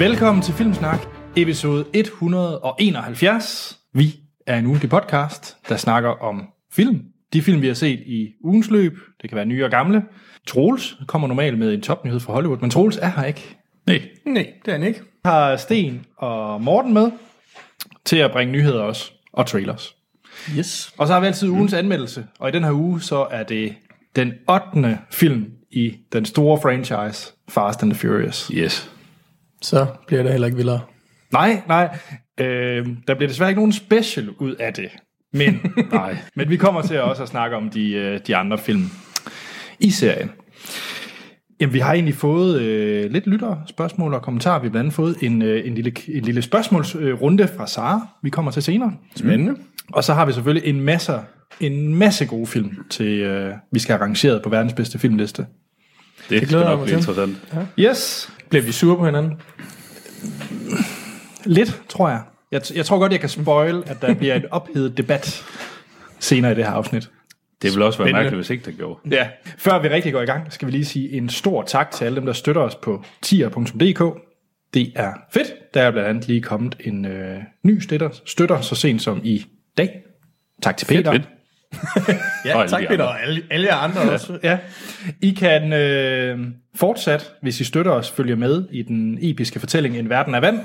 Velkommen til Filmsnak, episode 171. Vi er en ugentlig podcast, der snakker om film. De film, vi har set i ugens løb. Det kan være nye og gamle. Troels kommer normalt med en topnyhed fra Hollywood, men Troels er her ikke. Nej, det er han ikke. Jeg har Sten og Morten med til at bringe nyheder også, og trailers. Yes. Og så har vi altid ugens anmeldelse, og i den her uge, så er det den 8. film i den store franchise, Fast and the Furious. Yes. Så bliver det heller ikke vildere. Nej. Der bliver desværre ikke nogen special ud af det. Men vi kommer til også at snakke om de andre film i serien. Jamen, vi har egentlig fået lidt lytterspørgsmål og kommentarer. Vi har blandt andet fået en lille spørgsmålsrunde fra Sara, vi kommer til senere. Spændende. Og så har vi selvfølgelig en masse gode film, til vi skal have rangeret på verdens bedste filmliste. Det skal nok blive interessant. Ja. Yes. Bliver vi sure på hinanden? Lidt, tror jeg. Jeg tror godt, jeg kan spoil, at der bliver en ophedet debat senere i det her afsnit. Det vil også være mærkeligt, hvis ikke det gjorde. Ja. Før vi rigtig går i gang, skal vi lige sige en stor tak til alle dem, der støtter os på tier.dk. Det er fedt. Der er blandt andet lige kommet en ny støtter så sent som i dag. Tak til Peter. Fedt. Ja, tak Peter, og alle jer andre også. Ja. I kan fortsat, hvis I støtter os, følge med i den episke fortælling En verden af vand.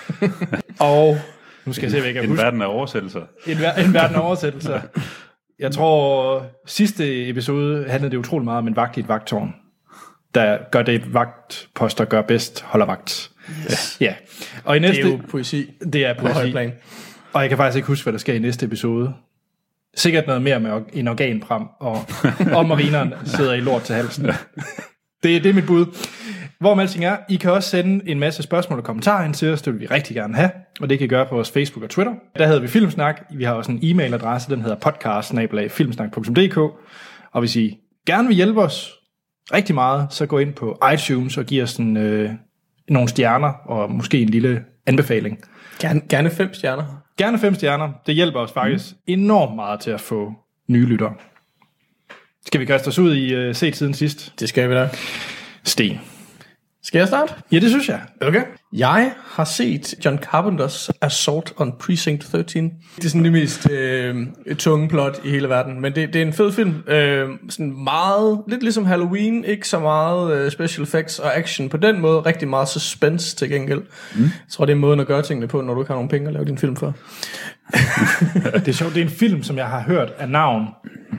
Og nu skal jeg se, hvad jeg kan huske. En verden af oversættelser. En verden af oversættelser. Jeg tror, sidste episode handlede det utrolig meget om en vagt i et vagttårn, der gør det, vagtposter gør bedst, holder vagt. Yes. Ja. Og i næste, det er jo poesi. Det er poesi. Og jeg kan faktisk ikke huske, hvad der sker i næste episode. Sikkert noget mere med en organpram, og marineren sidder i lort til halsen. Det er mit bud. Hvor med alting er, I kan også sende en masse spørgsmål og kommentarer ind til os, det vil vi rigtig gerne have, og det kan I gøre på vores Facebook og Twitter. Der hedder vi Filmsnak, vi har også en e-mailadresse, den hedder podcast@filmsnak.dk, og hvis I gerne vil hjælpe os rigtig meget, så gå ind på iTunes og giv os nogle stjerner, og måske en lille anbefaling. Gerne 5 stjerner. Gerne 5 stjerner. Det hjælper os faktisk enormt meget til at få nye lyttere. Skal vi kaste os ud i set siden sidst? Det skal vi da. Sten. Skal jeg starte? Ja, det synes jeg. Okay. Jeg har set John Carpenters Assault on Precinct 13. Det er sådan det mest tunge plot i hele verden, men det er en fed film. Sådan meget, lidt ligesom Halloween, ikke så meget special effects og action på den måde, rigtig meget suspense til gengæld. Jeg tror, det er måden at gøre tingene på, når du ikke har nogen penge at lave din film for. Det er sjovt, det er en film, som jeg har hørt af navn,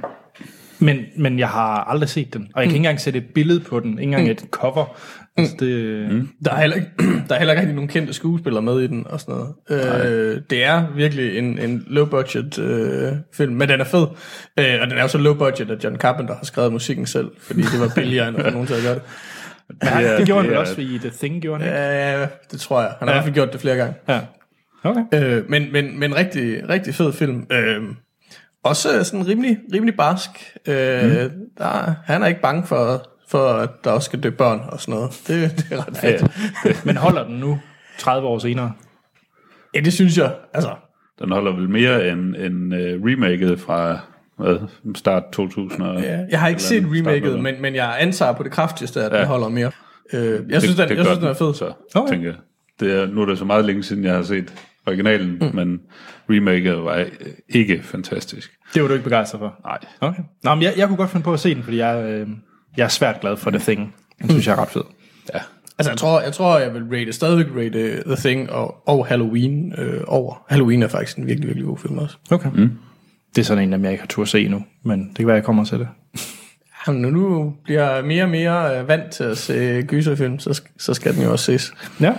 men jeg har aldrig set den, og jeg kan ikke engang sætte et billede på den, ikke engang et cover. Altså Der er heller ikke rigtig nogen kendte skuespillere med i den og sådan noget. Det er virkelig en low budget film, men den er fed. Og den er jo så low budget, at John Carpenter har skrevet musikken selv, fordi det var billigere end at få nogen til at gøre det. Det gjorde han vel også i The Thing, gjorde han ikke? Ja, det tror jeg. Han har i hvert fald gjort det flere gange. Ja. Okay. Men rigtig, rigtig fed film. Også sådan rimelig barsk. Han er ikke bange for at der også skal dø børn og sådan noget. Det er ret fedt. Ja. Men holder den nu 30 år senere? Ja, det synes jeg. Altså, den holder vel mere end remaket fra start 2000. Ja, jeg har ikke set remaket, men jeg antager på det kraftigste, at den holder mere. Jeg synes, den er fed. Så tænker jeg. Nu er det så meget længe siden, jeg har set originalen, men remaket var ikke fantastisk. Det var du ikke begejstret for? Nej. Okay. Nå, men jeg kunne godt finde på at se den, fordi jeg er svært glad for The Thing. Den synes jeg er ret fed. Ja. Altså, jeg tror, jeg vil stadigvæk rate The Thing og Halloween over. Halloween er faktisk en virkelig, virkelig god film også. Okay. Det er sådan en, jeg ikke har tur at se endnu, men det kan være, jeg kommer til det. Jamen, nu bliver jeg mere og mere vant til at se gyserfilm, så skal den jo også ses. Ja.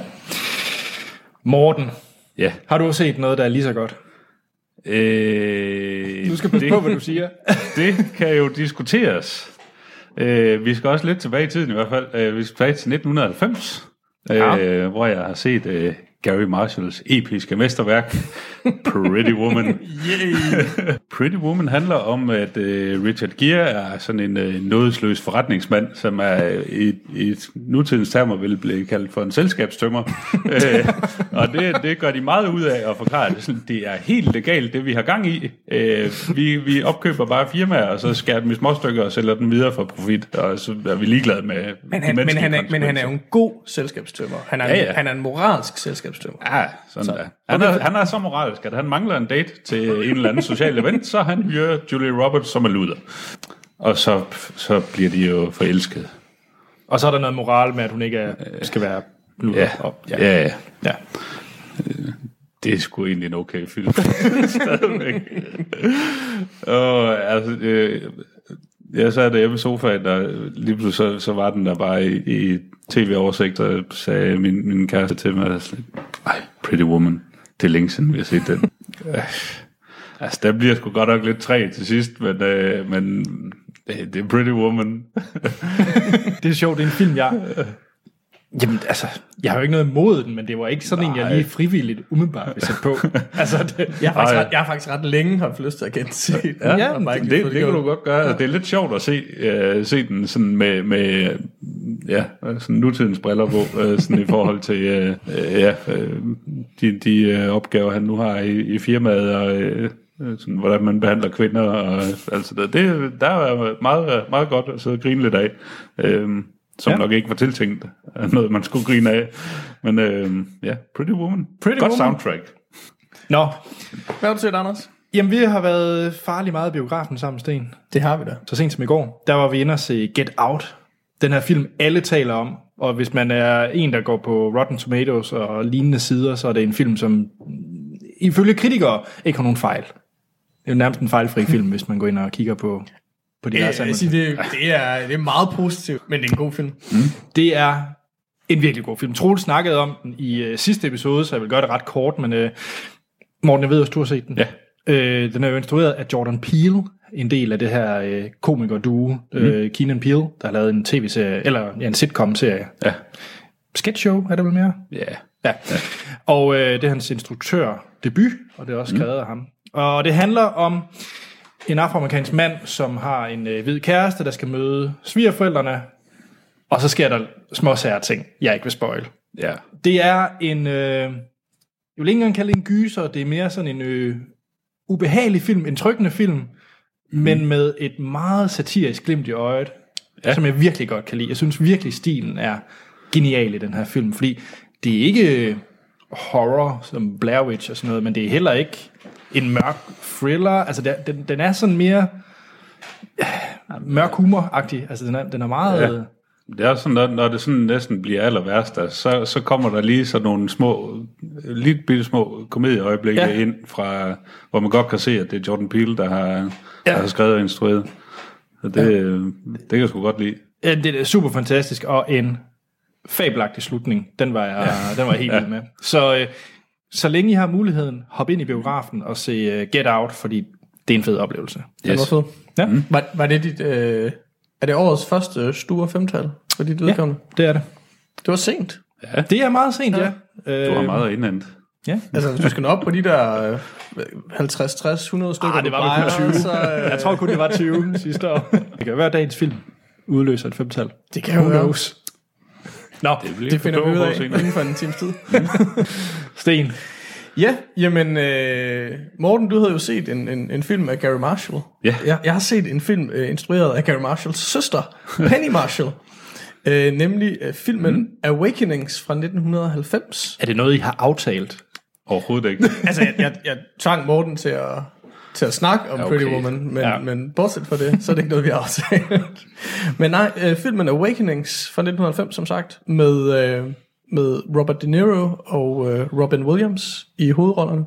Morten. Ja. Har du set noget, der er lige så godt? Du skal passe på, hvad du siger. Det kan jo diskuteres. Vi skal også lidt tilbage i tiden i hvert fald. Vi skal tilbage til 1990, hvor jeg har set Gary Marshalls episke mesterværk, Pretty Woman. Pretty Woman handler om, at Richard Gere er sådan en nådesløs forretningsmand, som er i nutidens termer vil blive kaldt for en selskabstømmer. Og det gør de meget ud af at forklare det. Sådan, det er helt legalt, det vi har gang i. Vi opkøber bare firmaer, og så skærer dem i småstykker og sælger dem videre for profit, og så er vi ligeglade med men han er jo en god selskabstømmer. Han er en moralsk selskabstømmer. Ja, sådan der. Han er så moralisk, at han mangler en date til en eller anden social event, så han hyrer Julia Roberts som er luder. Og så bliver de jo forelsket. Og så er der noget moral med, at hun ikke skal være luder. Ja. Det er sgu egentlig en okay film. Stadigvæk. Og altså... Jeg sad derhjemme i sofaen, og lige pludselig så var den der bare i tv-oversigt, og sagde min kæreste til mig, Pretty Woman, det er længe siden, vi har set den. Altså, der bliver sgu godt nok lidt træ til sidst, men det er Pretty Woman. Det er sjovt, det er en film, Jamen, altså, jeg har jo ikke noget imod den, men det var ikke sådan en, jeg lige frivilligt umiddelbart vil sætte på. Altså, jeg har faktisk ret længe haft lyst til at gense det. Det kan du godt gøre. Ja. Det er lidt sjovt at se den sådan med sådan nutidens briller på, sådan i forhold til de opgaver, han nu har i firmaet, og sådan, hvordan man behandler kvinder. Og, altså, der er meget, meget godt at sidde og grine lidt af. Som nok ikke var tiltænkt noget, man skulle grine af. Men Pretty Woman. Godt soundtrack. Nå. Hvad har du set, Anders? Jamen, vi har været farligt meget i biografen sammen, Sten. Det har vi da. Så sent som i går, der var vi inde og se Get Out. Den her film, alle taler om. Og hvis man er en, der går på Rotten Tomatoes og lignende sider, så er det en film, som ifølge kritikere ikke har nogen fejl. Det er jo nærmest en fejlfri film, hvis man går ind og kigger på diverse det er meget positivt, men det er en god film. Det er en virkelig god film. Troels snakkede om den i sidste episode, så jeg vil gøre det ret kort, men Morten, jeg ved, at du har set den. Ja. Den er jo instrueret af Jordan Peele, en del af det her komiker-duo, Keenan Peele, der har lavet en tv-serie, eller en sitcom-serie. Ja. Sketch-show, er det vel mere? Ja. Og det er hans instruktør-debut, og det er også skrevet af ham. Og det handler om en afroamerikansk mand, som har en hvid kæreste, der skal møde svigerforældrene, og så sker der småsager ting, jeg ikke vil spoil. Ja. Det er en, jeg vil ikke engang kalde det en gyser, det er mere sådan en ubehagelig film, en trykkende film, men med et meget satirisk glimt i øjet, som jeg virkelig godt kan lide. Jeg synes virkelig, stilen er genial i den her film, fordi det er ikke horror som Blair Witch og sådan noget, men det er heller ikke en mørk thriller. Altså, den er sådan mere mørk humor-agtig. Altså, den er meget... Ja. Det er sådan, når det sådan næsten bliver aller værst, så kommer der lige sådan nogle lidt bitte små komedieøjeblikke ind fra, hvor man godt kan se, at det er Jordan Peele, der har skrevet og instrueret. Så det kan jeg sgu godt lide. Ja, det er super fantastisk, og en fabelagtig slutning. Den var jeg helt vild med. Så længe I har muligheden, hop ind i biografen og se Get Out, fordi det er en fed oplevelse. Yes. Det var fed. Ja. Var det dit... Er det årets første store femtal for dit vedkommende? Ja, det er det. Det var sent. Ja. Det er meget sent, ja. Du har meget indhentet. Ja. Altså, hvis du skal nå op på de der 50, 60, 100 stykker... det var vel kun 20. Så, jeg tror kun, det var 20 sidste år. Det kan være, dagens film udløser et femtal. Det kan jo være. Nå, det finder vi ud af inden for en times tid. Sten. Ja, jamen Morten, du havde jo set en film af Gary Marshall. Ja. Jeg har set en film instrueret af Gary Marshalls søster, Penny Marshall. Nemlig filmen Awakenings fra 1990. Er det noget, I har aftalt? Overhovedet ikke. Altså, jeg tvang Morten til at snakke om Pretty Woman, men bortset fra det, så er det ikke noget, vi har aftalt. Men nej, filmen Awakenings fra 1990, som sagt, med Robert De Niro og Robin Williams i hovedrollerne.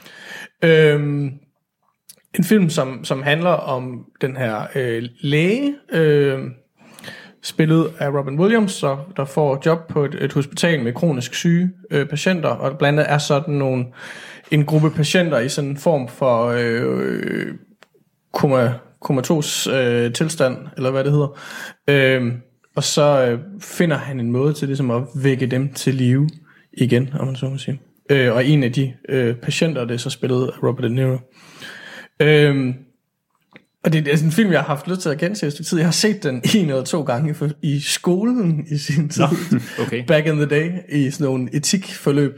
En film, som handler om den her læge, spillet af Robin Williams, der får job på et hospital med kronisk syge patienter, og blandt andet er sådan en gruppe patienter i sådan en form for komatos tilstand, eller hvad det hedder. Og så finder han en måde til ligesom at vække dem til live igen, om man så må sige. Og en af de patienter, det er så spillet af Robert De Niro. Og det er sådan en film, jeg har haft lyst til at gense i et tid. Jeg har set den 1 eller 2 gange i skolen i sin tid. Okay. Back in the day, i sådan nogle etikforløb.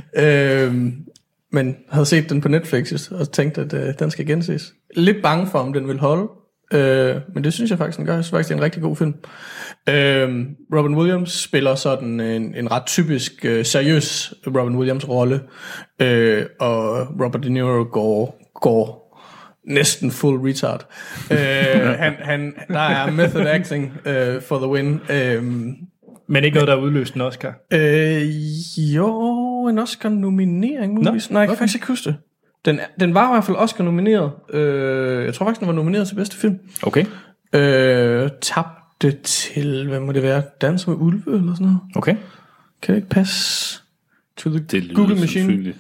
Men havde set den på Netflix, og tænkte, at den skal genses. Lidt bange for, om den vil holde. Men det synes jeg faktisk, den gør. Jeg synes faktisk, det er en rigtig god film. Robin Williams spiller sådan en ret typisk seriøs Robin Williams rolle. Og Robert De Niro går næsten full retard. Der er method acting for the win. Men ikke noget, der har udløst en Oscar? Jo, en Oscar-nominering. Nej, jeg kan faktisk ikke huske det. Den var i hvert fald Oscar-nomineret. Jeg tror faktisk, den var nomineret til bedste film. Okay. Tabte til, hvad må det være? Danser med ulve eller sådan noget? Okay. Kan det ikke passe? To the Det Google Machine.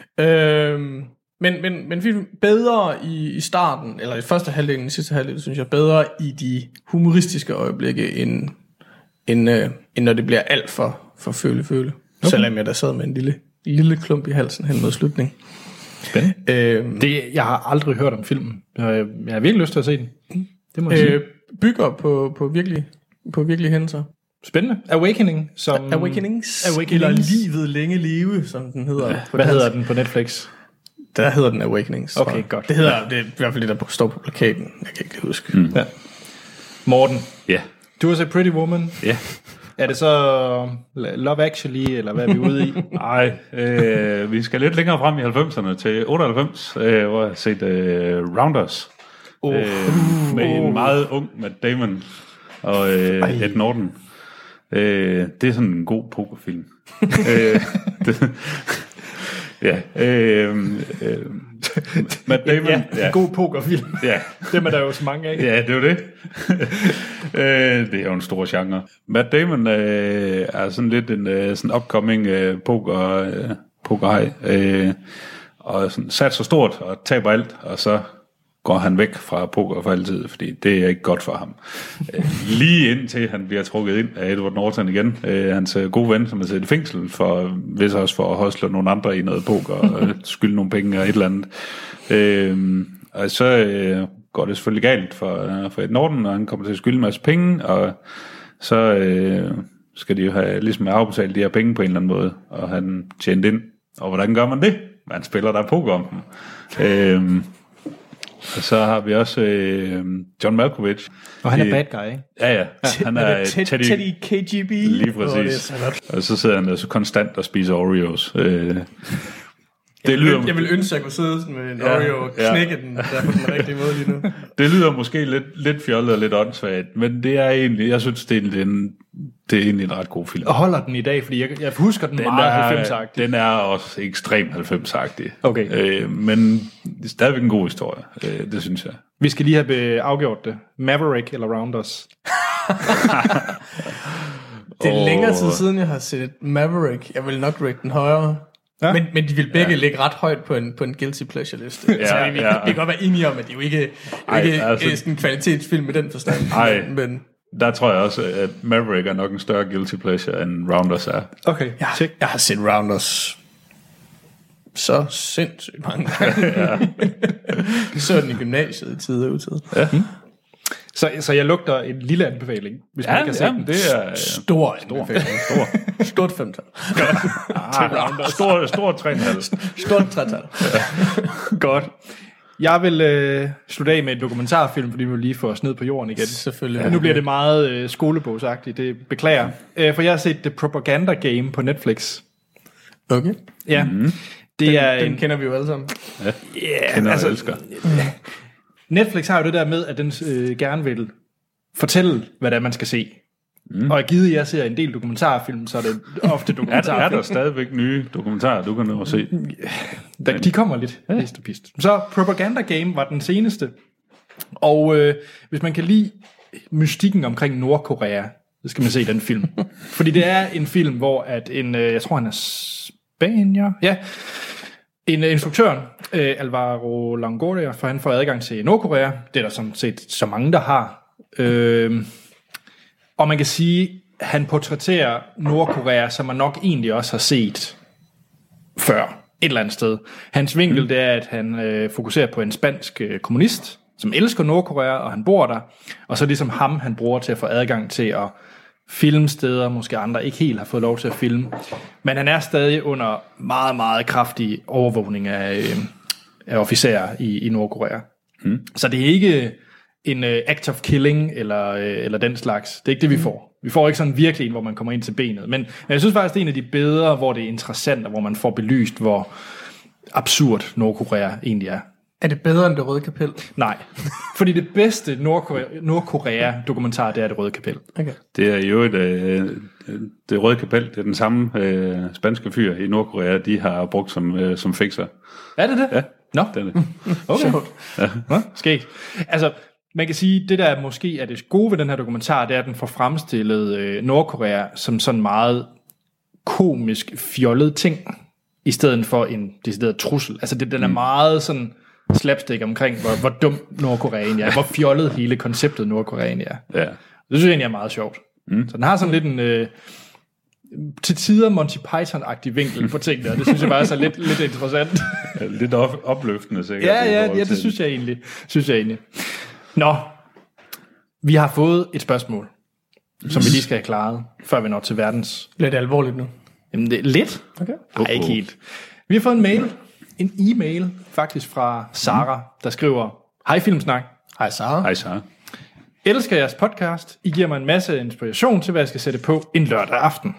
Men film bedre i starten, eller i første halvdel, i sidste halvdel, synes jeg, bedre i de humoristiske øjeblikke, end når det bliver alt for føle. Okay. Selvom jeg der sad med en lille klump i halsen hen mod slutningen. Spændende. Jeg har aldrig hørt om filmen. Jeg har virkelig lyst til at se den. Det må jeg sige. Bygger på virkelige hændelser. Spændende. Awakening. Awakenings. Eller Livet længe leve, som den hedder. Hvad hedder den på Netflix? Der hedder den Awakenings. Okay, godt. Det er i hvert fald det, der står på plakaten. Jeg kan ikke huske. Ja. Morten. Ja. Du har set Pretty Woman. Ja. Er det så Love Actually, eller hvad er vi ude i? Nej, vi skal lidt længere frem i 90'erne til 98, hvor jeg har set Rounders. Med en meget ung Matt Damon og Ed Norton. Det er sådan en god pokerfilm. Matt Damon. En god pokerfilm. Ja. Dem er der jo så mange af. Ja, det er jo det. Det er jo en stor genre. Matt Damon er sådan lidt en sådan upcoming pokerhaj. Og sådan sat så stort og taber alt, og så går han væk fra poker for altid, fordi det er ikke godt for ham. Lige indtil han bliver trukket ind af Edward Norton igen, hans gode ven, som er siddet i fængsel, hvis også for at hostle nogle andre i noget poker, og skylde nogle penge og et eller andet. Og så går det selvfølgelig galt for Ed Norton, og han kommer til at skylde en masse penge, og så skal de jo have ligesom afbetalt de her penge på en eller anden måde, og han tjente ind. Og hvordan gør man det? Man spiller der poker om dem. Og så har vi også John Malkovich. Og han er bad guy, ikke? Ja. Han er Teddy KGB. Lige præcis. Og så sidder han så konstant og spiser Oreos. Jeg vil ønske, at jeg kunne sidde sådan med en Oreo og knække den der på den rigtige måde lige nu. Det lyder måske lidt fjollet og lidt åndssvagt, men det er egentlig, jeg synes, det er egentlig en ret god film. Og holder den i dag, fordi jeg husker den meget 90'agtig. Den er også ekstremt 90'agtig. Okay. Men det er stadigvæk en god historie, det synes jeg. Vi skal lige have afgjort det. Maverick eller Rounders? Det er længere tid siden, jeg har set Maverick. Jeg vil nok rate den højere. Ja. Men de vil begge ligge ret højt på en guilty pleasure liste. Vi kan godt være enige om, at det jo ikke er sådan en kvalitetsfilm med den forstand. Men der tror jeg også, at Maverick er nok en større guilty pleasure, end Rounders er. Okay, jeg har set Rounders så sindssygt mange gange. Så den i gymnasiet i tid og utid. Ja. Så jeg lugter en lille anbefaling, hvis man ikke har set den. Det er stor anbefaling. Stort 5-tal. Stort 3,5. Stort 3-tal. Godt. Jeg vil slutte af med en dokumentarfilm, fordi vi vil lige få os ned på jorden igen. Selvfølgelig. Ja, nu bliver det meget skolebogsagtigt, det beklager. For jeg har set The Propaganda Game på Netflix. Okay. Ja. Mm-hmm. Den kender vi jo alle sammen. Ja, kender og elsker. Netflix har jo det der med, at den gerne vil fortælle, hvad det er, man skal se. Og givet jeg ser en del dokumentarfilm, så er det ofte dokumentarfilm. Er der stadigvæk nye dokumentarer, du kan nå at se? De kommer lidt hist og pist. Så Propaganda Game var den seneste. Og hvis man kan lide mystikken omkring Nordkorea, så skal man se den film. Fordi det er en film, hvor at jeg tror han er spanier. Ja. En instruktøren, Alvaro Longoria, for han får adgang til Nordkorea. Det er der sådan set så mange, der har. Og man kan sige, han portrætterer Nordkorea, som man nok egentlig også har set før et eller andet sted. Hans vinkel, det er, at han fokuserer på en spansk kommunist, som elsker Nordkorea, og han bor der, og så ligesom ham, han bruger til at få adgang til at filme steder, måske andre ikke helt har fået lov til at filme. Men han er stadig under meget, meget kraftig overvågning af officerer i Nordkorea. Så det er ikke en act of killing eller den slags. Det er ikke det, vi får. Vi får ikke sådan virkelig en, hvor man kommer ind til benet. Men jeg synes faktisk, det er en af de bedre, hvor det er interessant, og hvor man får belyst, hvor absurd Nordkorea egentlig er. Er det bedre end Det Røde Kapel? Nej, fordi det bedste Nordkorea-dokumentar, det er Det Røde Kapel. Okay. Det er jo Det Røde Kapel, det er den samme spanske fyr i Nordkorea, de har brugt som fixer. Er det det? Ja, Nå. det er det. Okay. Ja. Nå, skægt. Altså, man kan sige, det der måske er det gode ved den her dokumentar, det er, at den får fremstillet Nordkorea som sådan meget komisk, fjollet ting, i stedet for en decideret trussel. Altså, den er meget sådan slapstick omkring, hvor dum Nordkorea egentlig er, hvor fjollet hele konceptet Nordkorea egentlig er. Ja. Det synes jeg egentlig er meget sjovt. Så den har sådan lidt en til tider Monty Python-agtig vinkel på tingene, og det synes jeg bare er så lidt interessant. Lidt opløftende, sikkert. Ja, det synes jeg egentlig. Nå, vi har fået et spørgsmål, som vi lige skal have klaret, før vi når til verdens... Lidt alvorligt nu. Jamen, det er lidt. Okay. Nej, ikke helt. Vi har fået en e-mail, faktisk fra Sara, der skriver: Hej Filmsnak. Hej Sara. Hej Sara. Elsker jeres podcast. I giver mig en masse inspiration til, hvad jeg skal sætte på en lørdag aften.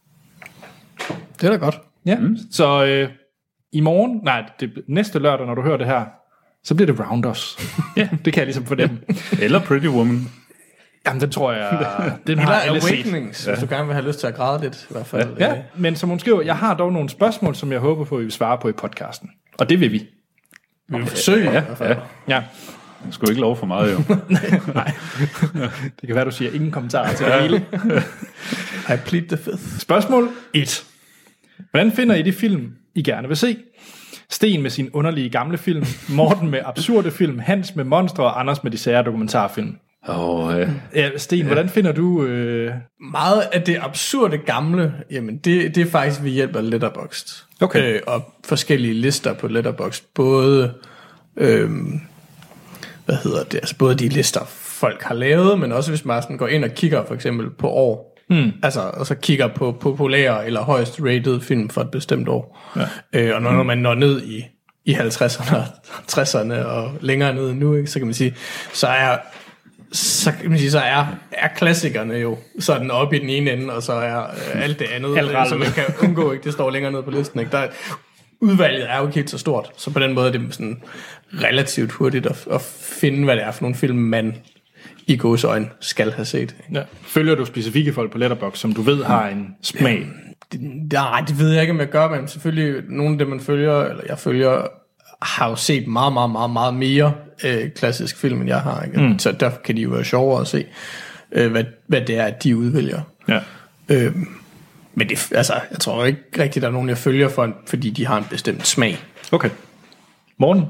Det er da godt. Ja, så i morgen, næste lørdag, når du hører det her, så bliver det Rounders. Ja, det kan jeg ligesom fornemme. Eller Pretty Woman. Jamen, den tror jeg, den har alle Awakenings, set. Hvis du gerne vil have lyst til at græde lidt, i hvert fald. Ja, men som hun skriver, jeg har dog nogle spørgsmål, som jeg håber på, at I vil svare på i podcasten. Og det vil vi. Vi vil forsøge, i hvert fald. Ja. Jeg skulle ikke love for meget, jo. Nej. Det kan være, du siger ingen kommentarer til det hele. I plead the fifth. Spørgsmål 1. Hvordan finder I de film, I gerne vil se? Sten med sin underlige gamle film, Morten med absurde film, Hans med monstre og Anders med de sære dokumentarfilm. Ja, Sten, hvordan finder du... Meget af det absurde gamle, jamen det er faktisk ved hjælp af Letterboxd. Okay. Og forskellige lister på Letterboxd. Både, både de lister, folk har lavet, men også hvis man sådan går ind og kigger for eksempel på år. Altså, og så kigger på populære eller højst rated film for et bestemt år. Ja. Og når man når ned i 50'erne og 60'erne og længere ned nu, ikke, så kan man sige, så er klassikerne jo sådan oppe i den ene ende, og så er alt det andet, som man kan undgå, ikke, det står længere ned på listen. Ikke? Udvalget er jo ikke helt så stort, så på den måde er det sådan relativt hurtigt at finde, hvad det er for nogle film, man i gåseøjne skal have set. Ja. Følger du specifikke folk på Letterboxd, som du ved har en smag? Nej, det ved jeg ikke, om jeg gør, men selvfølgelig nogle af dem, man følger, eller jeg følger, har jo set meget, meget, meget, meget mere klassisk film, end jeg har. Ikke? Så derfor kan de jo være sjovere at se, hvad det er, at de udvælger. Ja. Men det, altså, jeg tror ikke rigtigt, der er nogen, jeg følger, fordi de har en bestemt smag. Okay. Morten?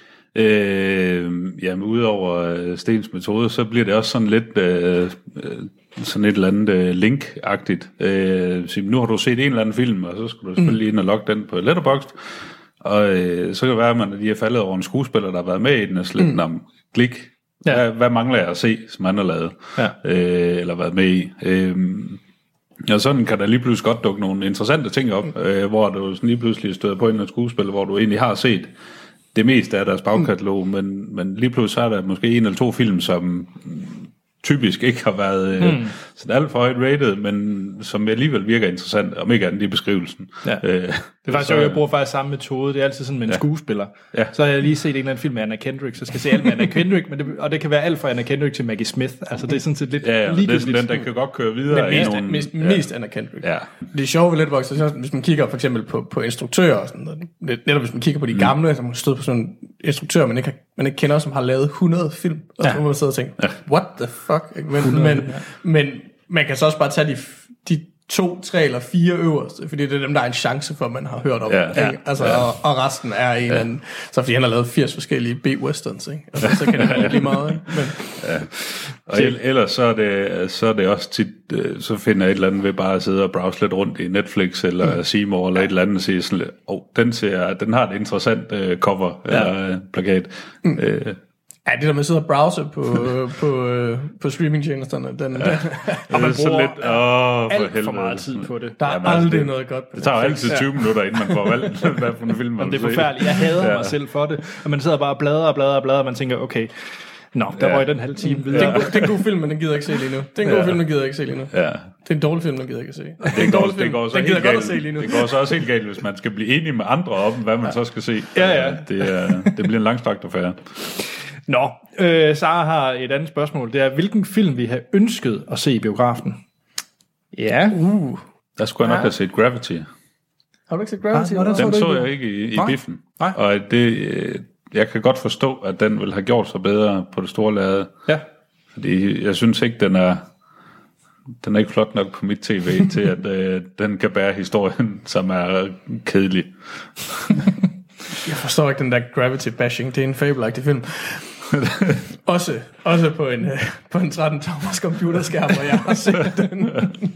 Jamen, udover Stens metode, så bliver det også sådan lidt sådan et eller andet link-agtigt. Så nu har du set en eller anden film, og så skal du selvfølgelig ind og logge den på Letterboxd. Og så kan det være, at man lige er faldet over en skuespiller, der har været med i den, og slet om klik. Ja. Hvad mangler jeg at se, som han har lavet? Ja. Eller været med i? Og sådan kan der lige pludselig godt dukke nogle interessante ting op, hvor du lige pludselig støder på en skuespiller, hvor du egentlig har set det meste af deres bagkatalog, men lige pludselig så er der måske en eller to film, som typisk ikke har været sådan alt for højt rated, men som alligevel virker interessant, om ikke andet i beskrivelsen. Ja. Det er faktisk sjovt, jeg bruger faktisk samme metode. Det er altid sådan med en skuespiller. Ja. Så har jeg lige set en eller anden film med Anna Kendrick, så skal jeg se alt med Anna Kendrick, og det kan være alt fra Anna Kendrick til Maggie Smith. Altså det er sådan set lidt ligegyldigt. Det er sådan den, der kan godt køre videre. Mest Anna Kendrick. Ja. Det er sjovt ved Letterboxd, hvis man kigger for eksempel på instruktører, og sådan noget, netop hvis man kigger på de gamle, som har stået på sådan en instruktør, man ikke kender, som har lavet 100 film, og så må man sidde og tænke, what the fuck? Men man kan så også bare tage 2, 3 eller 4 øverste, fordi det er dem, der er en chance for, at man har hørt om. Ikke? Altså, og resten er en anden, så fordi han har lavet 80 forskellige B-westerns, ikke? Altså, så kan det være lige meget. Ikke? Men, og ellers så er det også tit, så finder jeg et eller andet ved bare at sidde og browse lidt rundt i Netflix eller Seymour eller et eller andet og sige sådan lidt, den har et interessant cover eller plakat. Ja, det der med at sidde og browse på streamingtjenesterne, og man bruger alt for meget tid på det. Der er aldrig noget godt på det. tager jo altid 20 minutter, inden man får valgt, hvad for en film man vil se. Det er forfærdeligt. Jeg hader mig selv for det. Og man sidder bare og bladrer, og man tænker, okay, der røg den halve time videre. Det er en god film, men den gider jeg ikke se lige nu. Det er en god film, den gider jeg ikke se lige nu. Det er en dårlig film, den gider jeg ikke se. Det går godt at se lige nu. Det går så også helt galt, hvis man skal blive enig med andre om, hvad man så skal se. Det bliver en langstrakt affære. Nå, Sara har et andet spørgsmål. Det er, hvilken film vi har ønsket at se i biografen? Ja. Der skulle jeg nok have set Gravity. Har du ikke set Gravity? Den så jeg ikke i biffen. Og jeg kan godt forstå, at den ville have gjort sig bedre på det store lærred. Ja. Fordi jeg synes ikke, den er ikke flot nok på mit tv til, at den kan bære historien, som er kedelig. Jeg forstår ikke den der Gravity-bashing. Det er en fabelagtig film. også på en 13-tommers computerskærm, hvor jeg har set den.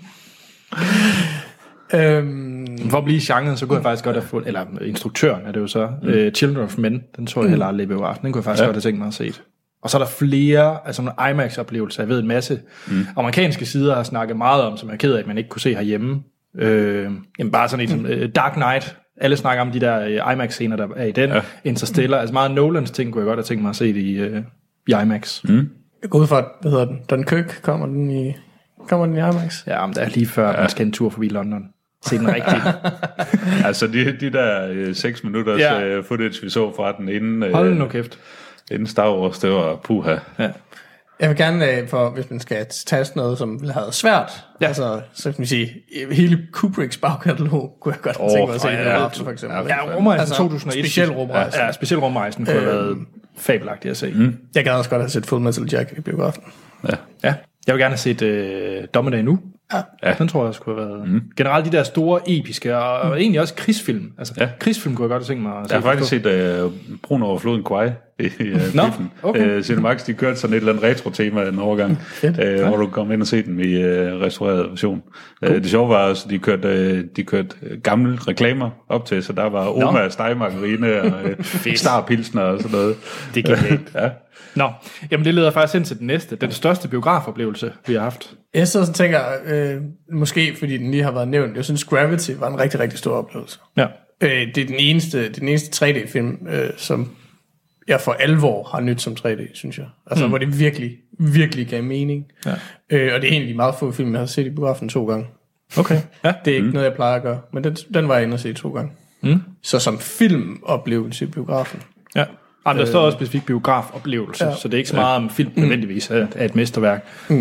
For at blive i genren, så kunne jeg faktisk godt have fået, eller instruktøren er det jo så, Children of Men, den tror jeg heller aldrig i biografen. Den kunne jeg faktisk godt have tænkt mig at se. Og så er der flere, altså nogle IMAX-oplevelser. Jeg ved en masse amerikanske sider har snakket meget om, som jeg er ked af, at man ikke kunne se herhjemme. Jamen bare sådan et som Dark Knight. Alle snakker om de der IMAX-scener, der er i den. Interstellar, altså meget Nolans ting, kunne jeg godt have tænkt mig at se det i IMAX. Jeg går ud fra, hvad hedder den? Dunkirk, kommer den i IMAX? Ja, men det er lige før, man skal en tur forbi London. Se den rigtigt. Altså de der 6 minutters footage, vi så fra den inden... Hold nu kæft. Inden Star Wars, det var puha. Ja. Jeg vil gerne, for hvis man skal taste noget, som ville have været svært, altså, så kan man sige, hele Kubricks bagkatalog, kunne jeg godt tænke mig at se det, for eksempel. Ja, Rumrejsen 2001. Speciel Rumrejsen. Ja, speciel Rumrejsen kunne have været fabelagtigt at se. Jeg gad også godt have set Full Metal Jacket i biografen. Ja. Jeg vil gerne have set Dommedag Nu. Ja. Den tror jeg også kunne have været... Generelt de der store, episke, og egentlig også krigsfilm. Altså, krigsfilm kunne jeg godt have tænkt mig at se. Jeg har faktisk set Brun over floden Kwai i biffen. Okay. Cinemax, de kørte sådan et eller andet retro-tema en overgang, hvor du kom ind og se den i restaureret version. Det sjove var også, de kørte gamle reklamer op til, så der var Oma, Steimargarine og Star Pilsner og sådan noget. Det gik ikke. Nå, jamen det leder faktisk ind til den næste. Den største biografoplevelse, vi har haft. Jeg så tænker, måske fordi den lige har været nævnt, jeg synes Gravity var en rigtig, rigtig stor oplevelse. Ja. Det er den eneste 3D-film, som jeg for alvor har nyt som 3D, synes jeg. Altså, hvor det virkelig, virkelig gav mening. Ja. Og det er egentlig meget få film, jeg har set i biografen 2 gange. Okay. Ja. Det er ikke noget, jeg plejer at gøre, men den var jeg inde at se 2 gange. Så som filmoplevelse i biografen. Ja. Der står også specifikt biografoplevelse, så det er ikke så meget om film nødvendigvis af et mesterværk.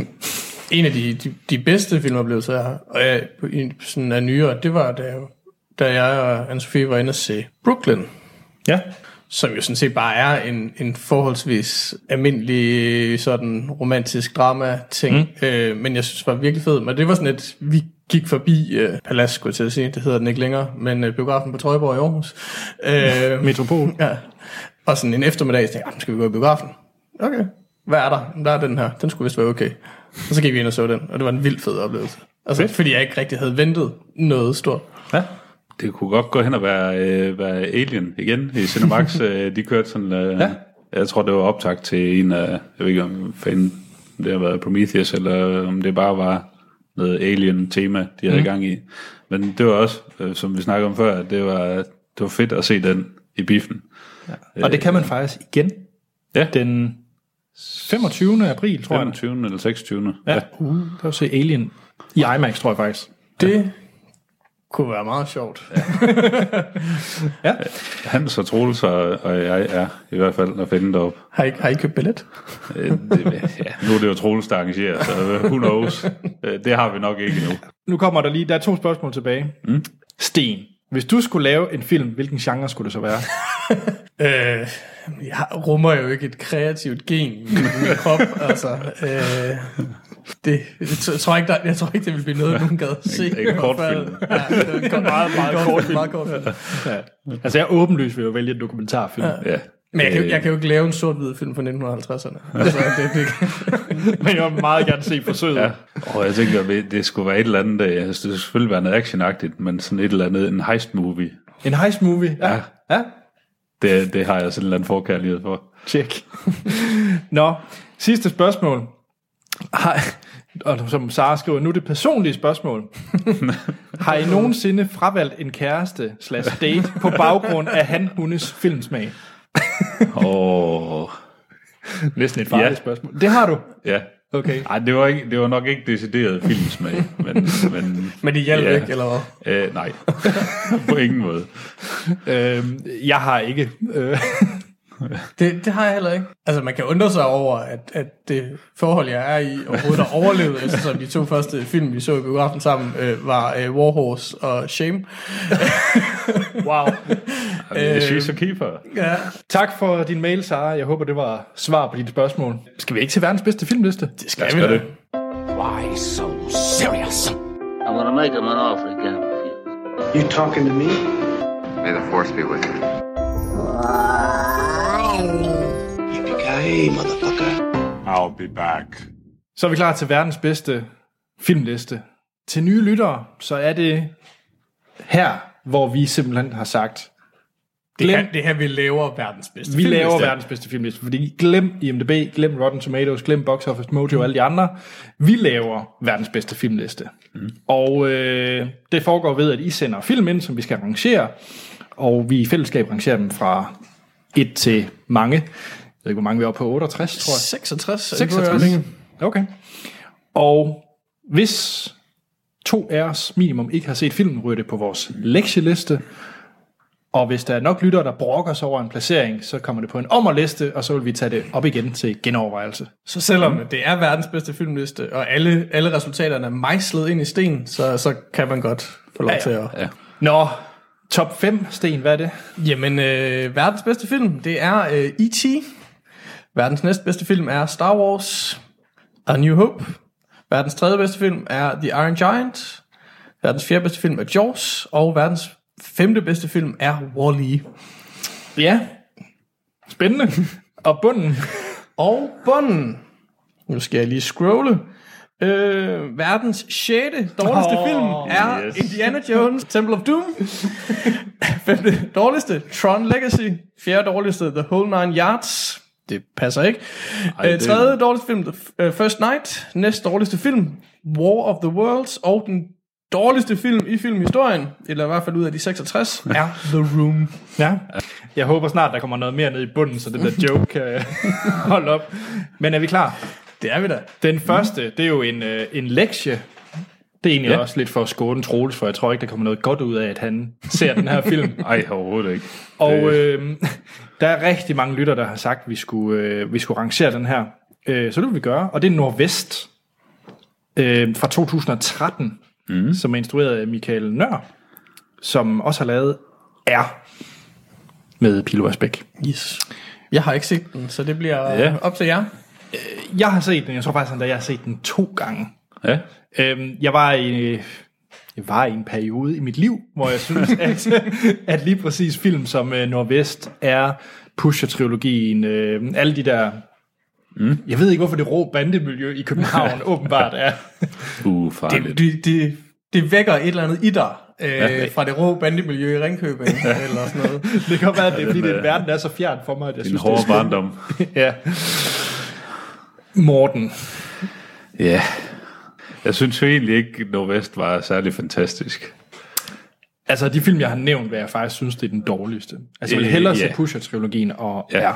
En af de bedste filmoplevelser, jeg har, og sådan af nyere, det var, da jeg og Anne-Sophie var inde at se Brooklyn. Ja. Som jo sådan set bare er en forholdsvis almindelig sådan romantisk drama-ting, men jeg synes det var virkelig fedt. Men det var sådan et, vi gik forbi Palace, skulle jeg til at sige, det hedder den ikke længere, men biografen på Trøjborg i Aarhus. Metropol. Ja. Og sådan en eftermiddag, så tænkte jeg, skal vi gå i biografen? Okay, hvad er der? Der er den her, den skulle vist være okay. Og så gik vi ind og så den, og det var en vild fed oplevelse. Altså, fordi jeg ikke rigtig havde ventet noget stort. Ja. Det kunne godt gå hen og være Alien igen i Cinemax. De kørte sådan, jeg tror det var optakt til en af, jeg ved ikke om det har været Prometheus, eller om det bare var noget Alien-tema, de havde gang i. Men det var også, som vi snakkede om før, at det var fedt at se den i biffen. Ja. Og det kan man faktisk igen. Ja. Den 25. april, tror 25. jeg. 25. eller 26. Ja. Der var se Alien i IMAX, tror jeg faktisk. Det kunne være meget sjovt. Ja. Hans og Troels og jeg er i hvert fald at finde derop. Har I købt billet? Nu er det jo Troels, der arrangerer, så who knows. Det har vi nok ikke endnu. Nu kommer der er 2 spørgsmål tilbage. Sten, hvis du skulle lave en film, hvilken genre skulle det så være? Jeg rummer jo ikke et kreativt gen i min krop. Altså, Jeg tror ikke, det vil blive noget, nogen gad se. Ikke en kortfilm. Ja, det er meget kort film. Ja. Altså jeg åbenlyst vil jo vælge en dokumentarfilm. Ja. Men jeg kan jo ikke lave en sort-hvid film fra 1950'erne. Altså, Men jeg vil meget gerne se forsøget. Ja. Jeg tænker, at det skulle være et eller andet, det skulle selvfølgelig være noget actionagtigt, men sådan et eller andet, en heist-movie. En heist-movie? Ja. Det har jeg sådan en eller anden forkærlighed for. Check. Nå, sidste spørgsmål. Og som Sara skriver, nu er det personlige spørgsmål. Har I nogensinde fravalgt en kæreste / date på baggrund af han-hundes filmsmag? Næsten et farligt spørgsmål. Det har du? Ja. Okay. Ej, det var nok ikke decideret filmsmag, men det hjalp ikke, eller hvad? Nej, på ingen måde. Jeg har ikke. Det har jeg heller ikke. Altså, man kan undre sig over, at det forhold, jeg er i, overhovedet har overlevet, eftersom de 2 første film, vi så i biografen sammen, var Warhorse og Shame. Wow. She's a keeper. Ja. Tak for din mail, Sara. Jeg håber, det var svar på dit spørgsmål. Skal vi ikke til verdens bedste filmliste? Det skal vi da. Why so serious? I'm gonna make him an offer again. You talking to me? May the force be with you. Yippee-ki-yay, motherfucker. I'll be back. Så er vi klar til verdens bedste filmliste. Til nye lyttere, så er det her, hvor vi simpelthen har sagt, Det her, vi laver verdens bedste vi filmliste. laver verdens bedste filmliste, fordi glem IMDb, glem Rotten Tomatoes, glem Box Office Mojo og alle de andre. Vi laver verdens bedste filmliste. Og det foregår ved, at I sender film ind, som vi skal rangere, og vi i fællesskab rangerer dem fra 1 til mange. Jeg ved ikke, hvor mange vi er oppe på, 68, tror jeg. 66. Okay. Og hvis 2 af os minimum ikke har set filmen, ryger det på vores lektieliste. Og hvis der er nok lyttere, der brokker sig over en placering, så kommer det på en ommerliste, og så vil vi tage det op igen til genovervejelse. Så selvom det er verdens bedste filmliste, og alle resultaterne er mejslet ind i sten, så kan man godt få lov til at... Ja. Nå, top 5, Sten, hvad er det? Jamen, verdens bedste film, det er E.T. Verdens næstbedste film er Star Wars, A New Hope. Verdens tredje bedste film er The Iron Giant. Verdens fjerde bedste film er Jaws. Og verdens 5. bedste film er Wall-E. Ja, spændende. Og bunden. Og bunden. Nu skal jeg lige scrolle. Verdens 6. dårligste film er Indiana Jones Temple of Doom. 5. dårligste Tron Legacy. 4. dårligste The Whole 9 Yards. Det passer ikke. 3. dårligste film The First Night. Næst dårligste film War of the Worlds. Og den dårligste film i filmhistorien, eller i hvert fald ud af de 66, er The Room. Ja. Jeg håber snart, der kommer noget mere ned i bunden, så den der joke kan holde op. Men er vi klar? Det er vi da. Den første, det er jo en lektie. Det er egentlig også lidt for at skåne Troels, for jeg tror ikke, der kommer noget godt ud af, at han ser den her film. Ej, overhovedet ikke. Og der er rigtig mange lytter, der har sagt, at vi skulle rangere den her. Så det vil vi gøre, og det er Nordvest fra 2013, som er instrueret af Michael Nør, som også har lavet R med Pilo Asbæk. Yes. Jeg har ikke set den, så det bliver op til jer. Jeg har set den, jeg tror faktisk, at jeg har set den 2 gange. Ja. Jeg var i en periode i mit liv, hvor jeg synes, at lige præcis film som Nordvest er Pusher-trilogien, alle de der... Jeg ved ikke, hvorfor det rå bandemiljø i København åbenbart er. Farligt. Det vækker et eller andet i dig fra det rå bandemiljø i Ringkøbing eller sådan noget. Det kan være, at det er, fordi den verden er så fjern for mig, at jeg synes, det er en hård barndom. Ja. Morten. Ja. Jeg synes jo egentlig ikke, at Nordvest var særlig fantastisk. Altså, de film, jeg har nævnt, hvad jeg faktisk synes, det er den dårligste. Altså, jeg vil hellere se Pusher-trilogien og Ja.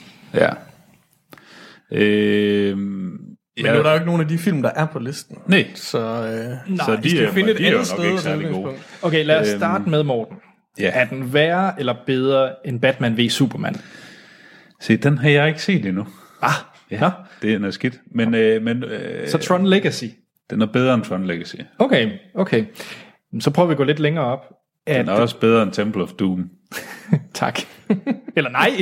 Men nu er der jo ikke nogen af de film, der er på listen. Nej. Så Så vi skal finde et andet sted. Ikke særlig gode. Okay, lad os starte med Morten. Ja. Er den værre eller bedre end Batman v Superman? Se, den har jeg ikke set endnu. Ja. Det er noget skidt. Men Så Tron Legacy. den er bedre end Tron Legacy. Okay. Så prøver vi at gå lidt længere op. Den er også bedre end Temple of Doom. Tak. Eller nej.